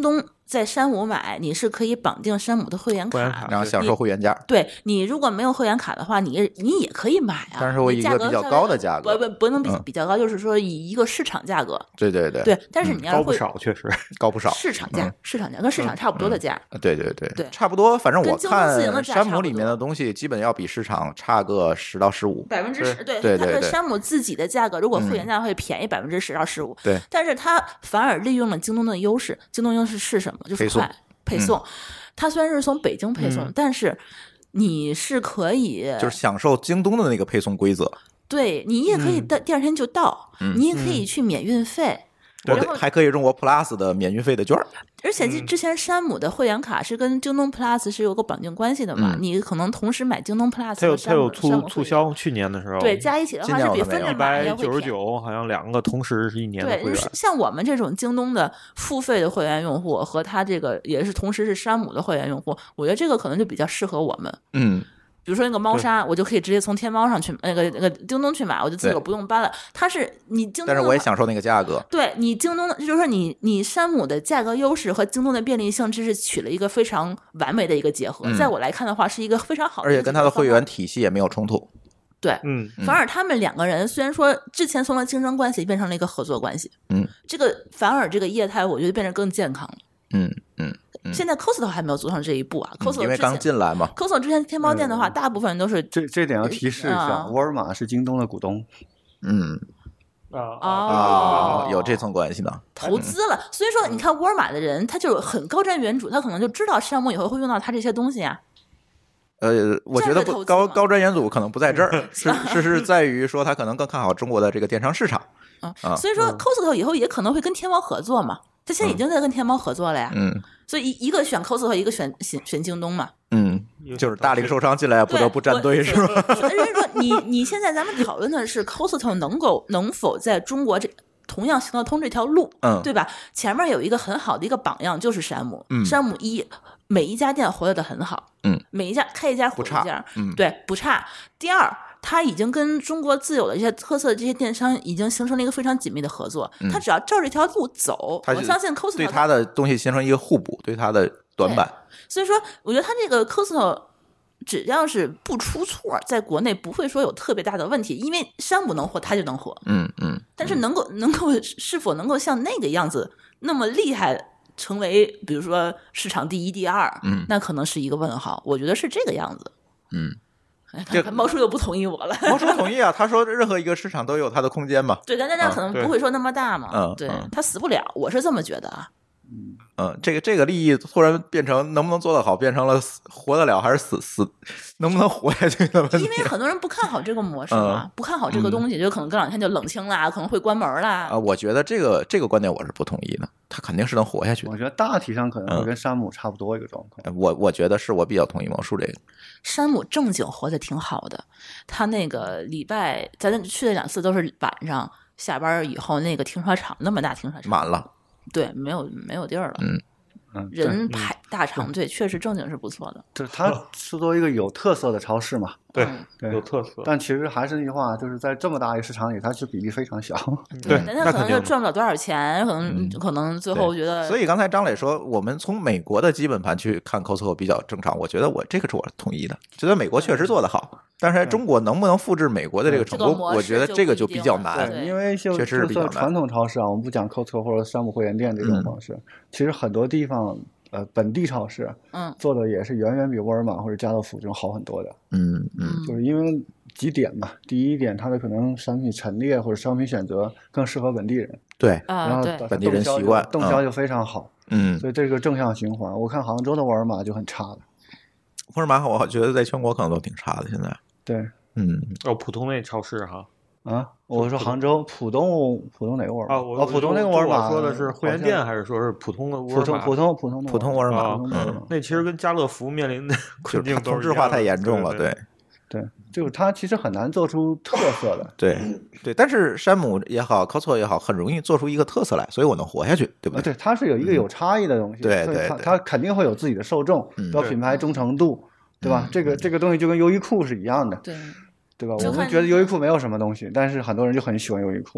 在山姆买，你是可以绑定山姆的会员卡会员卡， 然后享受会员价。 对你如果没有会员卡的话，你你也可以买啊， 但是我以一个比较高的价格， 不不不能比嗯比较高，就是说以一个市场价格。 对对对对，但是你要高不会少确实。 高不少， 市场价嗯， 市场价跟市场差不多的价。 对对对对差不多。反正我跟京东自营的看价差不山姆里面多的东西，基本要比市场差个十到十五。 百分之十，对对对对它的山姆自己的价格，如果会员价会便宜百分之十到十五。 对， 但是它反而利用了京东的优势。京东优势是什么？就是配送快配送。它虽然是从北京配送， 嗯但是你是可以， 就是享受京东的那个配送规则。 对你也可以嗯第第二天就到， 嗯你也可以去免运费。 我然后还可以用我 Plus 的免运费的券儿。 而且之之前山姆的会员卡是跟京东 Plus 是有个绑定关系的嘛， 嗯你可能同时买京东 Plus 和它有它有山姆山姆会员， 促促销，去年的时候对，加一起的话是比分着一百买要会九十便宜。 九，好像两个同时是一年的会对， 员。 像我们这种京东的付费的会员用户和他这个也是同时是山姆的会员用户，我觉得这个可能就比较适合我们。 嗯， 比如说那个猫砂，我就可以直接从天猫上去那个那个京东去买，我就自个儿对不用搬了。它是你京东的话， 但是我也享受那个价格。 对你京东的，就是说你你山姆的价格优势和京东的便利性，这是取了一个非常完美的一个结合。 嗯在我来看的话，是一个非常好的而一个解决方案。 且跟它的会员体系也没有冲突。 对， 嗯， 嗯反而他们两个人虽然说之前从了竞争关系变成了一个合作关系， 嗯， 这个反而这个业态我觉得变得更健康了。 嗯嗯嗯， 现在 Costco 还没有做上这一步啊，Costco 因为刚进来嘛。 Costco 之前天猫店的话，大部分都是这这点要提示一下， 啊沃尔玛是京东的股东。 嗯啊啊，有这层关系呢。 投资了，所以说你看沃尔玛的人，他就很高瞻远瞩，他可能就知道山姆以后会用到他这些东西啊。 呃，我觉得不战略投资嘛高高瞻远瞩可能不在这儿，是是是在于说他可能更看好中国的这个电商市场。 嗯啊， 所以说 Costco 以后也可能会跟天猫合作嘛，他现在已经在跟天猫合作了呀。 嗯所以一一个选 Costco，一个选选选京东嘛。 嗯，就是大零售商进来不得不站队对是吧？ 所以说你你现在咱们讨论的是 Costco 能够能否在中国这同样行得通这条路， 嗯对吧？前面有一个很好的一个榜样就是山姆， 嗯山姆一每一家店活跃的很好， 嗯， 每一家开一家火不差一家， 嗯对，不差。第二，他已经跟中国自有的一些特色的这些电商已经形成了一个非常紧密的合作，他只要照这条路走， 他我相信 Costco 对他的东西形成一个互补，对他的短板。 所以说，我觉得他这个 Costco 只要是不出错，在国内不会说有特别大的问题，因为山姆能火，他就能火。 嗯嗯， 但是能够能够是否能够像那个样子那么厉害，成为比如说市场第一、第二， 嗯那可能是一个问号。我觉得是这个样子。 嗯， 哎，看看猫叔又不同意我了。 毛叔同意啊，他说任何一个市场都有它的空间嘛。 对，但大家可能对不会说那么大嘛。 嗯对嗯他死不了，我是这么觉得啊。 嗯，这个这个利益突然变成能不能做得好，变成了死活得了还是死死能不能活下去的问题。 因为很多人不看好这个模式嘛， 嗯不看好这个东西，就可能过两天就冷清啦，可能会关门啦。 啊，我觉得这个这个观点我是不同意的，他肯定是能活下去的我。觉得大体上可能会嗯跟山姆差不多一个状况。 呃我我觉得是我比较同意毛叔这个。 山姆正经活得挺好的，他那个礼拜咱去的两次都是晚上下班以后，那个停车场那么大停车场满了， 对，没有没有地儿了， 嗯嗯， 人排大长队，确实正经是不错的。 对，它是作为一个有特色的超市嘛。 对嗯， 对有特色。 但其实还是那句话，就是在这么大一个市场里，它是比例非常小。 对， 但他可能就那肯定的。 赚不了多少钱，可能可能最后觉得， 所以刚才张磊说，我们从美国的基本盘去看 Costco 比较正常，我觉得我这个是我同意的，觉得美国确实做得好，但是在中国能不能复制美国的这个成功， 这个模式我觉得这个就比较就难。 对因为就确实是就算比较难传统超市啊，我们不讲 Costco 或者山姆会员店这种嗯方式，其实很多地方呃本地超市嗯做的也是远远比沃尔玛或者家乐福这种好很多的。 嗯嗯就是因为几点嘛，第一点，它的可能产品陈列或者商品选择更适合本地人， 对， 然啊，对， 后它本地人动销就习惯嗯动销就非常好， 嗯， 所以这个正向循环。我看杭州的沃尔玛就很差的， 沃尔玛我觉得在全国可能都挺差的，现在。 对嗯， 哦，普通那超市哈。 啊，我说杭州浦东浦东哪个沃尔玛？ 啊，我哦，浦东那个沃尔玛我说的是会员店还是是说是普通的沃普通尔玛？ 普通普通的普通沃尔玛普通的沃尔玛嗯那其实跟家乐福面临的就是它困境都同质化太是一样的严重了， 对。 对。 对，就是它其实很难做出特色的。 对对，但是山姆也好，Costco 也好，很容易做出一个特色来，所以我能活下去，对不啊， 对？ 对，它是有一个有差异的东西， 对所以对对它它肯定会有自己的受众， 嗯对吧？品牌忠诚度，对吧？ 嗯这个这个东西就跟优衣库是一样的， 对， 对吧？ 就看我们觉得优衣库没有什么东西，但是很多人就很喜欢优衣库。 对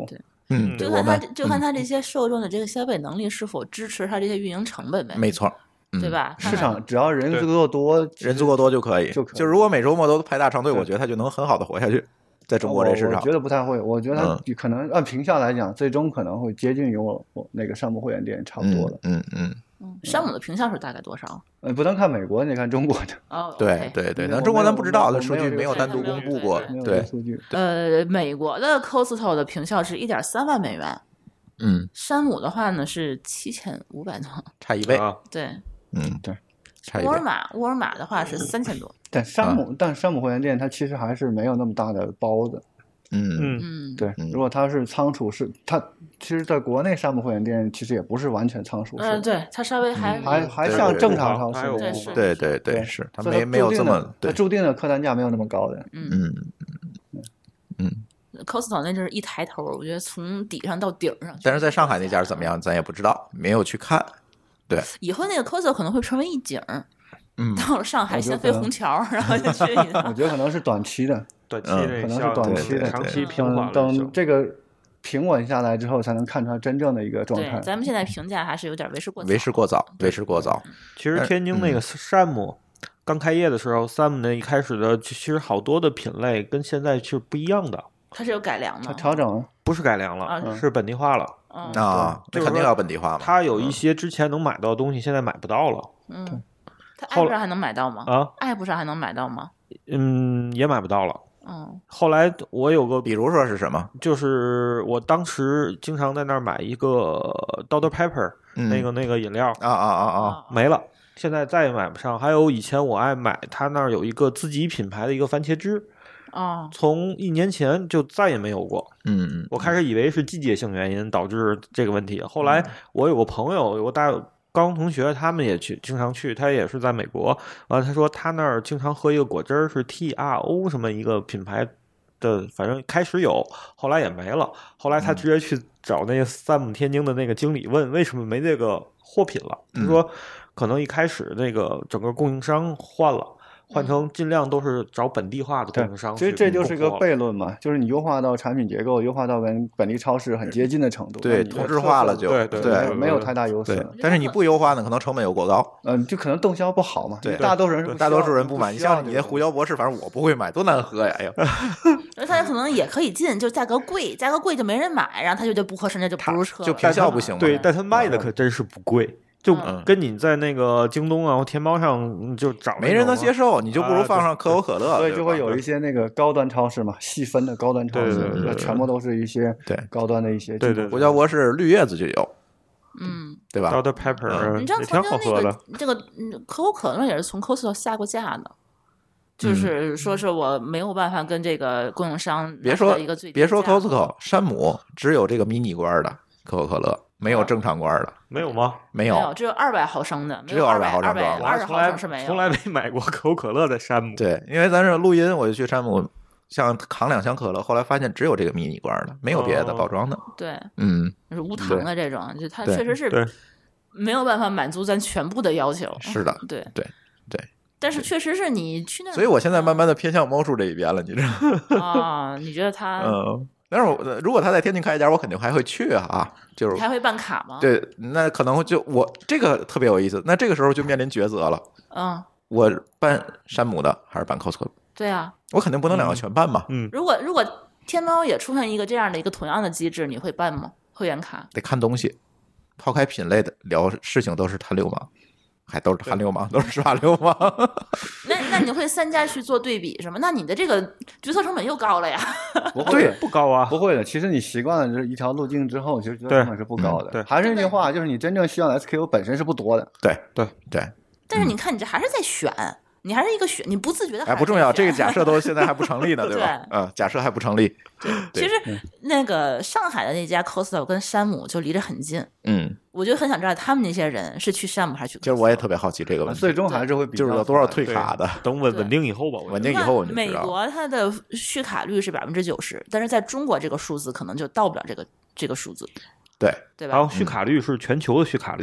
嗯，对， 就看它我们就看嗯它这些受众的这个消费能力是否支持它这些运营成本呗， 没错，嗯对？吧？ 市场只要人足够多， 人足够多就可以， 就可以就如果每周末都排大长队， 对我觉得它就能很好的活下去，在中国这市场我我觉。得不太会，我觉得嗯它可能按评价来讲，最终可能会接近于我我那个山姆会员店差不多的。 嗯嗯嗯，山姆的评价是大概多少？ 呃，不能看美国，你看中国的， 哦， 对 OK 对对， 因为我咱中国咱没有不知道的我没有这个数据没有单独数据公布过对， 没有这个对， 数据。 呃，美国的 Costco 的评效是一点三万美元， 嗯， 山姆的话呢是七千五百多， 差一倍， 啊， 对， 嗯， 对， 差一倍， 沃尔玛沃尔玛的话是三千多， 但山姆，但山姆会员店它其实还是没有那么大的包的。 嗯嗯， 嗯， 对嗯， 如果它是仓储式，它其实在国内山姆会员店其实也不是完全仓储式呃， 的， 对，它稍微还还还对对像正常对超市那样。 还有对是对对对， 对是它所以没没有这么它对， 注定的客单价没有那么高的。 嗯嗯嗯， ，Costco 那就是一抬头，我觉得从底上到顶上。 但是在上海那家怎么？样，咱也不知道，没有去看，对， 以后那个 Costco 可能会成为一景儿， 嗯， 到了上海我觉得先飞可能虹桥，然后就去一我趟。 觉得可能是短期的， 短期嗯这可能是效应短期的长对对期平缓等了就等这个平稳下来之后，才能看出它真正的一个状态对，。咱们现在评价还是有点为时过早。 为时过早，为时过早， 其实天津那个山姆刚开业的时候，山姆那一开始的其实好多的品类跟现在是不一样的， 它是有改良它的。 调整， 不是改良了， 啊是本地化了。 嗯啊，那肯定就是说要本地化嘛， 它有一些之前能买到的东西，现在买不到了嗯，它后 App 上还能买到吗啊， ？App 上还能买到吗？ 嗯，也买不到了。 嗯后来我有个比如说是什么？ 就是我当时经常在那儿买一个 Doctor Pepper、 嗯那个那个饮料啊啊啊啊， 啊没了，现在再也买不上。还有以前我爱买他那儿有一个自己品牌的一个番茄汁， 哦从一年前就再也没有过。 嗯嗯， 我开始以为是季节性原因导致这个问题，后嗯来我有个朋友，有个大高中同学，他们也去经常去，他也是在美国。完了，他说他那儿经常喝一个果汁儿是 T R O 什么一个品牌的，反正开始有，后来也没了。后来他直接去找那个山姆天津的那个经理问，为什么没这个货品了？他说可能一开始那个整个供应商换了。换成尽量都是找本地化的供对应商， 其实这就是一个备。 悖论嘛，就是你优化到产品结构，优化到跟本地超市很接近的程度， 对， 那你的同质化了就对对没对有没有太大优势对了。， 但是你不优化呢，可能成本又过高， 嗯，就可能动销不好嘛， 对大多数人是不需要大多数人不买。你需要像你那这个胡椒博士，反正我不会买，多难喝呀！哎呦， 而它可能也可以进，就价格贵，价格贵就没人买，然后他就就不合适，那就不入车了。 就平效不行嘛。 对，但他卖的可真是不贵，就嗯跟你在那个京东啊、或天猫上嗯就找那没人能种接受，你就不如放上可口可乐， 所以对吧就会有一些那个高端超市嘛，细分的高端超市， 对对对对那全部都是一些对高端的一些对对进口胡椒博士绿叶子就有， 嗯， 对吧？ Doctor Pepper 你知道也曾经那挺好喝的个。这个嗯可口可乐也是从 Costco 下过架的，就是说是我没有办法跟这个供应商别说拿到一个最低别说价格 Costco，山姆只有这个迷你罐的可口可乐，没有正常罐的， 没有吗？ 没没有，只有二百毫升的， 只有二 200毫升二百装的二十毫从来升是没有， 从来没买过可口可乐的山姆。 对，因为咱这录音，我就去山姆，像扛两箱可乐，后来发现只有这个迷你罐的，没有别的哦包装的。 对， 嗯， 就是无糖的这种，就它对确实对是没有办法满足咱全部的要求。 是的， 对对对。 但是确实是你去那儿， 所以我现在慢慢的偏向猫叔这一边了，你知道吗？ 啊，你觉得他嗯，但是我如果他在天津开一家，我肯定还会去啊，就是还会办卡吗？， 对，那可能就我这个特别有意思，那这个时候就面临抉择了， 嗯， 我办山姆的还是办 Costco？ 对啊， 我肯定不能两个全办嘛， 嗯， 如果如果天猫也出现一个这样的一个同样的机制，你会办吗？会员卡？ 得看东西，抛开品类的聊事情都是谈流氓，还都是谈流氓，都是执法流氓。 那那你会三家去做对比是吗？那你的这个决策成本又高了呀。 不会对的， 不高啊。 不会的。其实你习惯了这一条路径之后，其实决策对成本是不高的。 嗯对还是那句话，就是你真正需要的 S K U 本身是不多的。 对对对， 但是你看，你这还是在选，你还是一个选，你不自觉的。 哎，不重要，这个假设都现在还不成立呢，对吧？ 对嗯，假设还不成立。对其实那个上海的那家 Costco 跟山姆就离着很近， 嗯， 我就很想知道他们那些人是去山姆还是去 Costco。 其实我也特别好奇这个问题， 最终还是会比较就是有多少出来的退卡的。 对等稳稳定以后吧，我觉得稳定以后我就知美道了。 国它的续卡率是百分之九十，但是在中国这个数字可能就到不了这个这个数字， 对， 对吧？ 还有续卡率是全球的续卡率，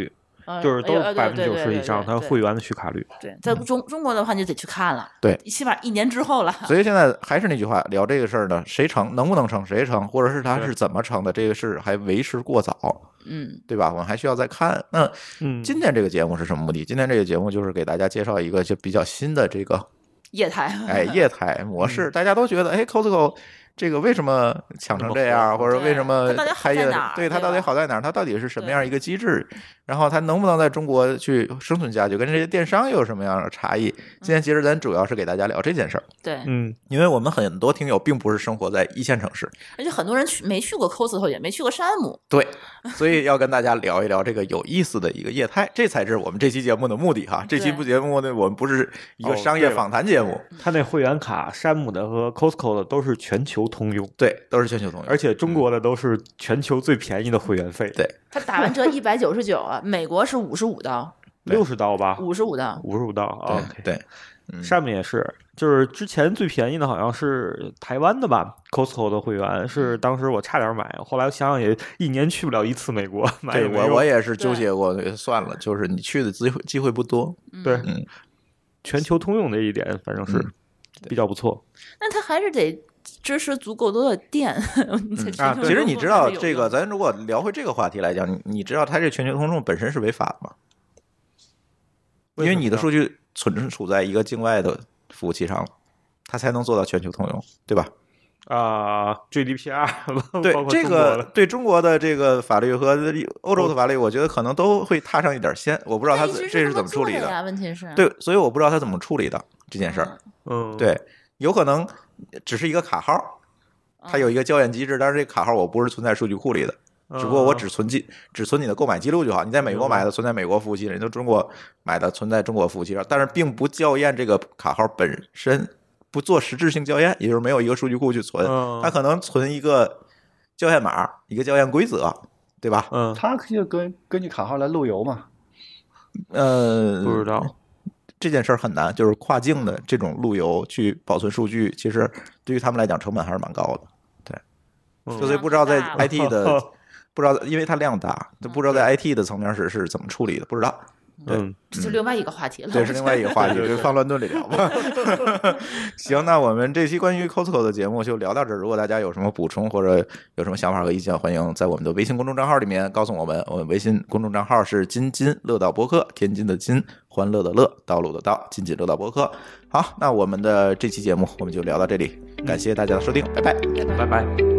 嗯就是都哎百分之对对对九十以上， 对对它会员的续卡率。 对，在中中国的话，你就得去看了， 对起码一年之后了。 所以现在还是那句话，聊这个事儿呢，谁成能不能成谁成，或者是他是怎么成的，这个事还为时过早， 嗯， 对吧？我们还需要再看。那嗯， 今天这个节目是什么目的？今天这个节目就是给大家介绍一个就比较新的这个业态， 哎业态模式，大家都觉得哎 Costco 这个为什么抢成这样，或者为什么它到底好开业在哪儿对它对吧到底好在哪儿？它到底是什么样一个机制？然后它能不能在中国去生存下去？跟这些电商又有什么样的差异？今天其实咱主要是给大家聊这件事儿， 对， 嗯， 因为我们很多听友并不是生活在一线城市， 而且很多人去没去过 Costco， 也没去过山姆， 对，所以要跟大家聊一聊这个有意思的一个业态，这才是我们这期节目的目的哈。这期对节目呢，我们不是一个哦商业对了访谈节目， 它那会员卡，山姆的和 Costco 的都是全球通用， 对，都是全球通用， 而且中国的都是全球最便宜的会员费， 对， 它打完折一百九十九啊，美国是五十五刀， 六十刀吧， 五十五刀， 五十五刀。 对 OK， 对，嗯上面也是，就是之前最便宜的好像是台湾的吧，Costco 的会员是当时我差点买，后来想想也一年去不了一次美国，买对我也没用我也是纠结过，算了，就是你去的机会机会不多， 对， 嗯全球通用这一点反正是嗯比较不错。 那它还是得支持足够多的店。你在全球其实你知道通用才是有这个， 用咱如果聊回这个话题来讲，你你知道它这全球通用本身是违法的吗？因为你的数据存储在一个境外的服务器上了，它才能做到全球通用，对吧？ 啊、G D P R 对包括这中国的个对中国的这个法律和欧洲的法律，我觉得可能都会踏上一点线，我不知道他那一直这是这么怎么处理做的呀？问题是， 对，所以我不知道他怎么处理的这件事儿。 嗯， 对，有可能只是一个卡号，它有一个校验机制，但是这个卡号我不是存在数据库里的， 嗯， 只不过我只存记只存你的购买记录就好。你在美国买的存在美国服务器，人家中国买的存在中国服务器上，但是并不校验这个卡号本身，不做实质性校验，也就是没有一个数据库去存， 嗯它可能存一个校验码，一个校验规则，对吧？ 嗯， 它可以根根据卡号来路由嘛？ 呃， 不知道。 这件事儿很难，就是跨境的这种路由去保存数据，其实对于他们来讲成本还是蛮高的。对， 嗯所以不知道在量 I T 的，不知道因为它量大，就不知道在 I T 的层面是是怎么处理的，不知道。 嗯， 这是另外一个话题了。 这是另外一个话题，就放乱炖里聊吧。行，那我们这期关于 Costco 的节目就聊到这儿。如果大家有什么补充或者有什么想法和意见，欢迎在我们的微信公众账号里面告诉我们。我们微信公众账号是津津乐道播客，天津的津，欢乐的乐，道路的道，津津乐道播客。好，那我们的这期节目我们就聊到这里，感谢大家的收听，拜拜。 拜拜。